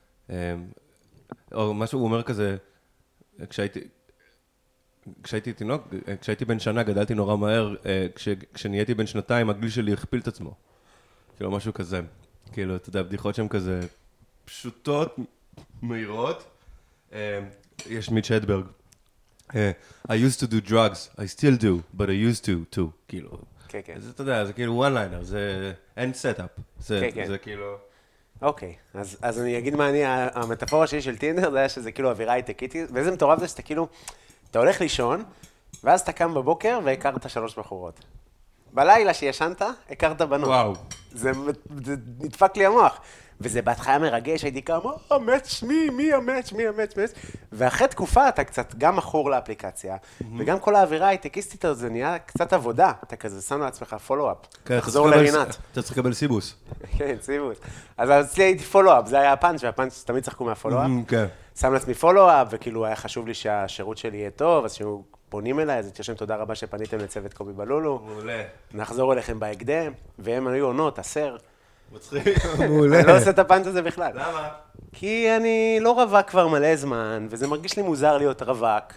C: או משהו, הוא אומר כזה, כשהייתי... כשהייתי תינוק, כשהייתי בן שנה, גדלתי נורא מהר, כש, כשנהייתי בן שנתיים, הגיל שלי הכפיל את עצמו. כאילו, משהו כזה. כאילו, אתה יודע, בדיחות שהן כזה פשוטות, מהירות. יש מיץ' הדברג. I used to do drugs, I still do, but I used to, too. כאילו.
B: כן, כן.
C: אז אתה יודע, זה כאילו one liner, זה אין סטאפ. זה,
B: כן, כן.
C: זה כאילו...
B: אוקיי, אז, אז אני אגיד מה אני, המטאפורה שלי של טינדר, זה היה שזה כאילו אווירה הייטקית, ואיזה מטורף זה שאתה כאילו, אתה הולך לישון, ואז אתה קם בבוקר והכרת שלוש בחורות. בלילה שישנת, הכרת בנות.
C: וואו.
B: זה, זה נדפק לי המוח. וזה בהתחלה מרגש, הייתי קם, או, מאץ', מי, מי המאץ', מי המאץ', מאץ'. ואחרי תקופה אתה קצת גם מכור לאפליקציה, וגם כל האווירה הייטקיסטית הזאת, זה נהיה קצת עבודה. אתה כזה שם לעצמך פולו-אפ. תחזור לרינת.
C: אתה צריך לקבל סיבוס.
B: כן, סיבוס. אז אצלי הייתי פולו-אפ, זה היה הפאנץ', והפאנץ' תמיד צחקו מהפולו-אפ.
C: כן.
B: שם לעצמי פולו-אפ, וכאילו היה חשוב לי שהשירות שלי יהיה טוב, אז שהוא פונים אליי, אז תרשם תודה רבה שפניתם לצוות קובי בלולו.
C: מעולה.
B: נחזור אליכם בהקדם, והם היו עונות, עשר.
C: מצחיק, מעולה.
B: אני לא עושה את הפאנץ' הזה בכלל.
C: למה?
B: כי אני לא רווק כבר מלא זמן, וזה מרגיש לי מוזר להיות רווק.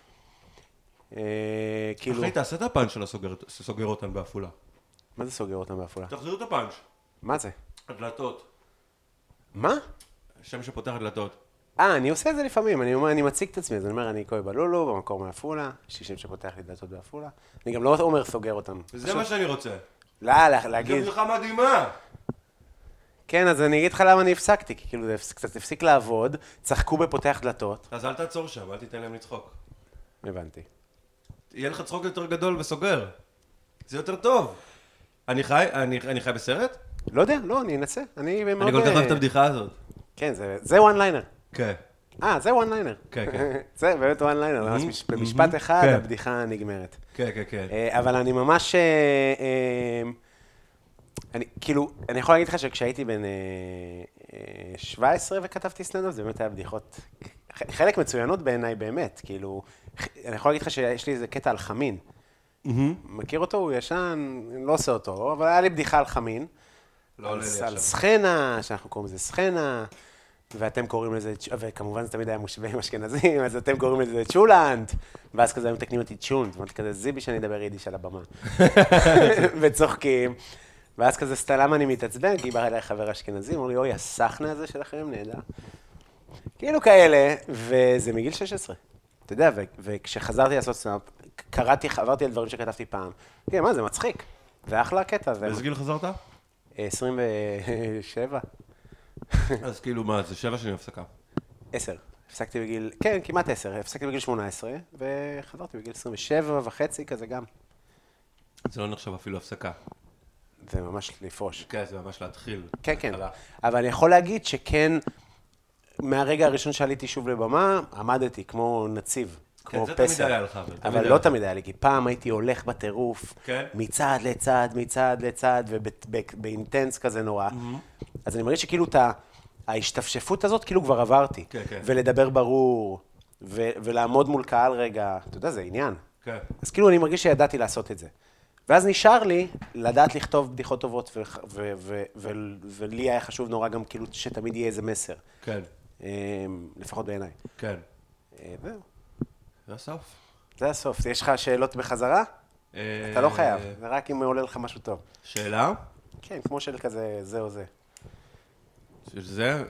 B: כאילו...
C: אחי, תעשה את הפאנץ' של הסוגר אותן באפולה.
B: מה זה סוגר אותם באפולה?
C: תחזירו את הפאנץ'.
B: מה זה?
C: הדלתות.
B: מה?
C: שם שפותח הדלתות.
B: אה, אני עושה את זה לפעמים, אני אומר, אני מציג את עצמי, אז אני אומר, אני קובי בלולו, במקור מעפולה, שישים שפותח לי דלתות באפולה. אני גם לא אומר סוגר אותם.
C: זה מה שאני רוצה.
B: לא, להגיד...
C: זה בדיחה מדהימה.
B: כן, אז אני אגיד לך למה אני הפסקתי, כי כאילו זה קצת הפסיק לעבוד, צחקו בפותח דלתות.
C: אז אל תעצור שם, אל תיתן להם לצחוק.
B: הבנתי.
C: יהיה לך צחוק יותר גדול וסוגר. זה יותר טוב. אני חי, אני, אני חי בסרט?
B: לא יודע, לא, אני אנסה. אני מאוד...
C: אני כל כך אוהב את הבדיחה הזאת.
B: כן, זה, זה one liner.
C: כן.
B: אה, זה one liner.
C: כן, כן.
B: זה באמת one liner, ממש במשפט אחד
C: כן.
B: הבדיחה נגמרת.
C: כן, כן, כן.
B: אבל אני ממש... אני, כאילו, אני יכול להגיד לך שכשהייתי בן שבע עשרה וכתבתי סטנדאפ, זה באמת היה בדיחות, חלק מצוינות בעיניי באמת, כאילו, אני יכול להגיד לך שיש לי איזה קטע על חמין. מכיר אותו? הוא ישן, אני לא עושה אותו, אבל היה לי בדיחה על חמין.
C: לא עולה לי עכשיו.
B: על סכנה, שאנחנו קוראים לזה סכנה, ואתם קוראים לזה, וכמובן זה תמיד היה מושווה עם אשכנזים, אז אתם קוראים לזה צ'ולנט, ואז כזה הם מתקנים אותי צ'ונט, ואמרתי כזה זיבי שאני אדבר יידיש על הבמה. וצוחקים. ואז כזה סתם, למה אני מתעצבן? כי בא אליי חבר אשכנזי, אמרו לי, אוי, הסחנה הזה שלכם נהדר. כאילו כאלה, וזה מגיל שש עשרה. אתה יודע, וכשחזרתי לעשות סטנדאפ, קראתי, עברתי על דברים שכתבתי פעם. כן, מה, זה מצחיק. זה אחלה קטע.
C: באיזה גיל חזרת?
B: עשרים ושבע.
C: אז כאילו מה, זה שבע שנים הפסקה?
B: עשר. הפסקתי בגיל, כן, כמעט עשר. הפסקתי בגיל שמונה עשרה, וחזרתי בגיל עשרים ושבע וחצי, כזה גם.
C: זה לא נחשב אפילו הפסקה.
B: זה ממש לפרוש.
C: כן, זה ממש להתחיל.
B: כן, כן. אבל אני יכול להגיד שכן, מהרגע הראשון שעליתי שוב לבמה, עמדתי כמו נציב, כמו פסר.
C: כן, זה תמיד היה לך.
B: אבל לא תמיד היה לי, כי פעם הייתי הולך בטירוף,
C: כן?
B: מצד לצד, מצד לצד, ובאינטנס כזה נורא. אז אני מרגיש שכאילו את ההשתפשפות הזאת, כאילו כבר עברתי.
C: כן, כן.
B: ולדבר ברור, ולעמוד מול קהל רגע, אתה יודע, זה עניין.
C: כן.
B: אז כאילו אני מרגיש שידעתי לעשות את זה. ואז נשאר לי לדעת לכתוב בדיחות טובות, ולי היה חשוב נורא גם כאילו שתמיד יהיה איזה מסר.
C: כן.
B: לפחות בעיניי.
C: כן.
B: זהו.
C: זה הסוף.
B: זה הסוף. יש לך שאלות בחזרה? אתה לא חייב, זה רק אם עולה לך משהו טוב.
C: שאלה?
B: כן, כמו של כזה זה או זה.
C: זה,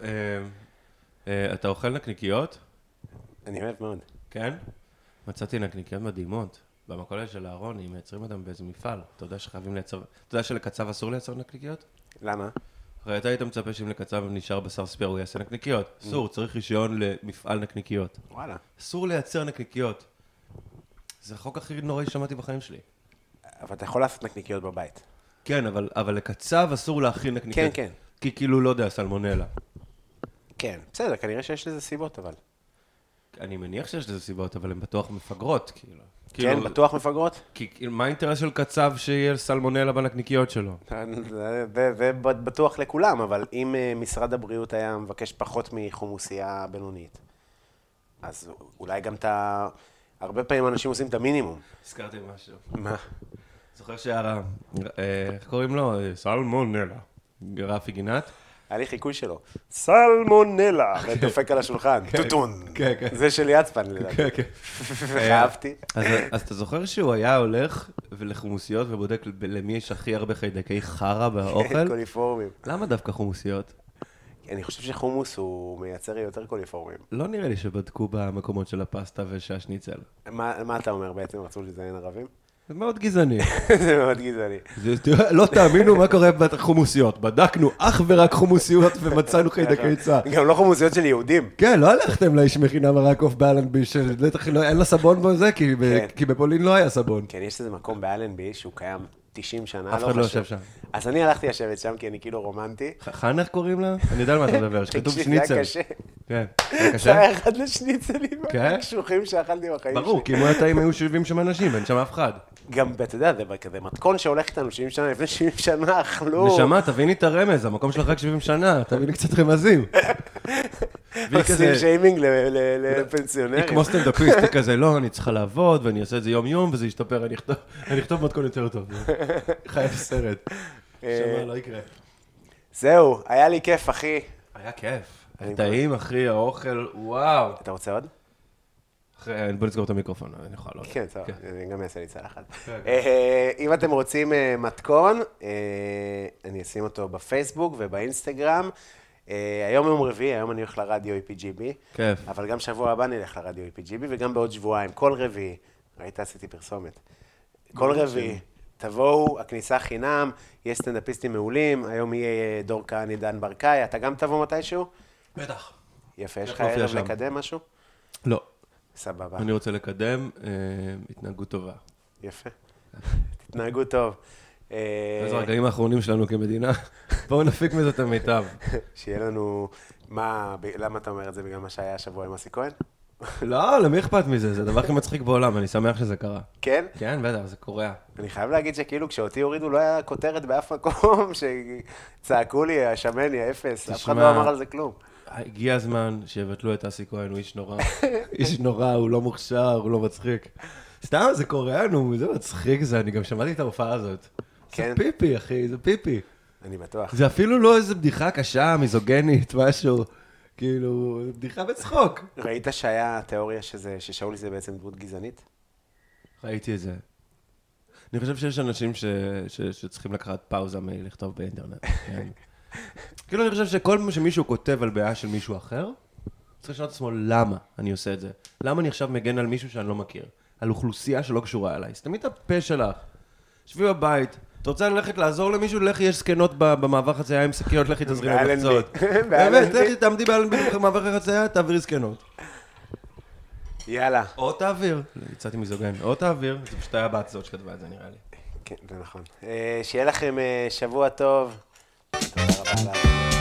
C: אתה אוכל נקניקיות?
B: אני אוהב מאוד.
C: כן? מצאתי נקניקיות מדהימות. במכולת של אהרון, הם מייצרים אותם באיזה מפעל. אתה יודע שחייבים לייצר... אתה יודע שלקצב אסור לייצר נקניקיות?
B: למה?
C: הרי אתה היית מצפה שאם לקצב נשאר בשר ספייר, הוא יעשה נקניקיות. אסור, צריך רישיון למפעל נקניקיות.
B: וואלה.
C: אסור לייצר נקניקיות. זה החוק הכי נוראי ששמעתי בחיים שלי.
B: אבל אתה יכול לעשות נקניקיות בבית.
C: כן, אבל, אבל לקצב אסור להכין נקניקיות.
B: כן, כן.
C: כי כאילו, לא יודע, סלמונלה.
B: כן, בסדר, כנראה שיש לזה סיבות, אבל.
C: אני מניח שיש לזה סיבות, אבל הן בטוח מפגרות, כאילו.
B: כן, בטוח מפגרות?
C: כי מה האינטרס של קצב שיהיה סלמונלה בנקניקיות שלו?
B: זה בטוח לכולם, אבל אם משרד הבריאות היה מבקש פחות מחומוסייה בינונית, אז אולי גם אתה... הרבה פעמים אנשים עושים את המינימום.
C: הזכרתי משהו.
B: מה?
C: זוכר שהיה... איך קוראים לו? סלמונלה. רפי גינת?
B: היה לי חיקוי שלו. סלמונלה! ודופק על השולחן. טוטון.
C: כן, כן.
B: זה של יצפן, לדעתי.
C: כן, כן.
B: אהבתי.
C: אז אתה זוכר שהוא היה הולך לחומוסיות ובודק למי יש הכי הרבה חיידקי חרא באוכל?
B: קוליפורמים.
C: למה דווקא חומוסיות?
B: אני חושב שחומוס הוא מייצר יותר קוליפורמים.
C: לא נראה לי שבדקו במקומות של הפסטה ושהשניצל.
B: מה אתה אומר בעצם? רצו לזיין ערבים?
C: זה מאוד גזעני.
B: זה מאוד גזעני.
C: לא תאמינו מה קורה בחומוסיות. בדקנו אך ורק חומוסיות ומצאנו חיידקי צע.
B: גם לא חומוסיות של יהודים.
C: כן, לא הלכתם לאיש מכינה מרקוף באלנבי, שאין לה סבון בזה, כי בפולין לא היה סבון.
B: כן, יש איזה מקום באלנבי שהוא קיים תשעים שנה.
C: אף אחד לא יושב שם.
B: אז אני הלכתי לשבת שם, כי אני כאילו רומנטי.
C: חנה, איך קוראים לה? אני יודע על מה אתה מדבר, שכתוב שניצל.
B: זה היה קשה.
C: כן, זה היה קשה?
B: זה היה אחד לשניצלים הקשוחים שאכלתי בחיים שלי.
C: ברור, כי אם הוא התאים היו שבעים שם אנשים, אין שם אף אחד.
B: גם, אתה יודע, זה כזה מתכון שהולך איתנו שבעים שנה, לפני שבעים שנה אכלו.
C: נשמה, תביני את הרמז, המקום שלך רק שבעים שנה, תביני קצת רמזים.
B: עושים שיימינג לפנסיונרים.
C: כמו סטנדאפיסט, כזה, לא, אני צריכה לעבוד, ואני אעשה את זה יום יום, וזה ישתפר, אני אכתוב מתכון יותר טוב. חייב סרט. שמה, לא יקרה.
B: זהו, היה לי כיף, אחי.
C: היה כיף. טעים, אחי, האוכל, וואו.
B: אתה רוצה עוד?
C: בוא נסגור את המיקרופון, אני יכול לעלות.
B: כן, טוב, אני גם אעשה לי צלחת. אם אתם רוצים מתכון, אני אשים אותו בפייסבוק ובאינסטגרם. היום יום רביעי, היום אני הולך לרדיו אי פי ג'י בי.
C: כיף.
B: אבל גם שבוע הבא אני אלך לרדיו אי פי ג'י בי, וגם בעוד שבועיים, כל רביעי. ראית, עשיתי פרסומת. כל רביעי. תבואו, הכניסה חינם, יש סטנדאפיסטים מעולים, היום יהיה דור כהני, דן ברקאי, אתה גם תבוא מתישהו?
C: בטח.
B: יפה, יש לך ערב לקדם משהו?
C: לא.
B: סבבה.
C: אני רוצה לקדם התנהגות טובה.
B: יפה. תתנהגו טוב.
C: זה הרגעים האחרונים שלנו כמדינה. בואו נפיק מזה את המיטב.
B: שיהיה לנו... מה, למה אתה אומר את זה? בגלל מה שהיה השבוע עם אסי כהן?
C: לא, למי אכפת מזה? זה הדבר הכי מצחיק בעולם, אני שמח שזה קרה.
B: כן?
C: כן, בטח, זה קורה.
B: אני חייב להגיד שכאילו כשאותי הורידו לא היה כותרת באף מקום, שצעקו לי, השמן, האפס, אף אחד לא אמר על זה כלום.
C: הגיע הזמן שיבטלו את אסי כהן, הוא איש נורא. איש נורא, הוא לא מוכשר, הוא לא מצחיק. סתם, זה קורה לנו, זה מצחיק זה, אני גם שמעתי את ההופעה הזאת. זה פיפי, אחי, זה פיפי.
B: אני בטוח.
C: זה אפילו לא איזו בדיחה קשה, מיזוגנית, משהו. כאילו, בדיחה בצחוק.
B: ראית שהיה תיאוריה שזה, ששאולי זה בעצם דמות גזענית?
C: ראיתי את זה. אני חושב שיש אנשים ש, ש, שצריכים לקחת פאוזה מלכתוב באינטרנט. כן. כאילו, אני חושב שכל מה שמישהו כותב על בעיה של מישהו אחר, צריך לשאול את עצמו למה אני עושה את זה. למה אני עכשיו מגן על מישהו שאני לא מכיר? על אוכלוסייה שלא קשורה אליי. סתמי את הפה שלך. שבי בבית. אתה רוצה ללכת לעזור למישהו? לכי, יש סקנות במעבר חצייה עם שקיות, לכי תזרימי בקצות. באמת, לכי, תעמדי באלנבי במעבר חצייה, תעבירי סקנות.
B: יאללה.
C: או תעביר. יצאתי מיזוגן. או תעביר. זה פשוט היה בת זאת שכתבה את זה, נראה לי.
B: כן, זה נכון. שיהיה לכם שבוע טוב. תודה רבה.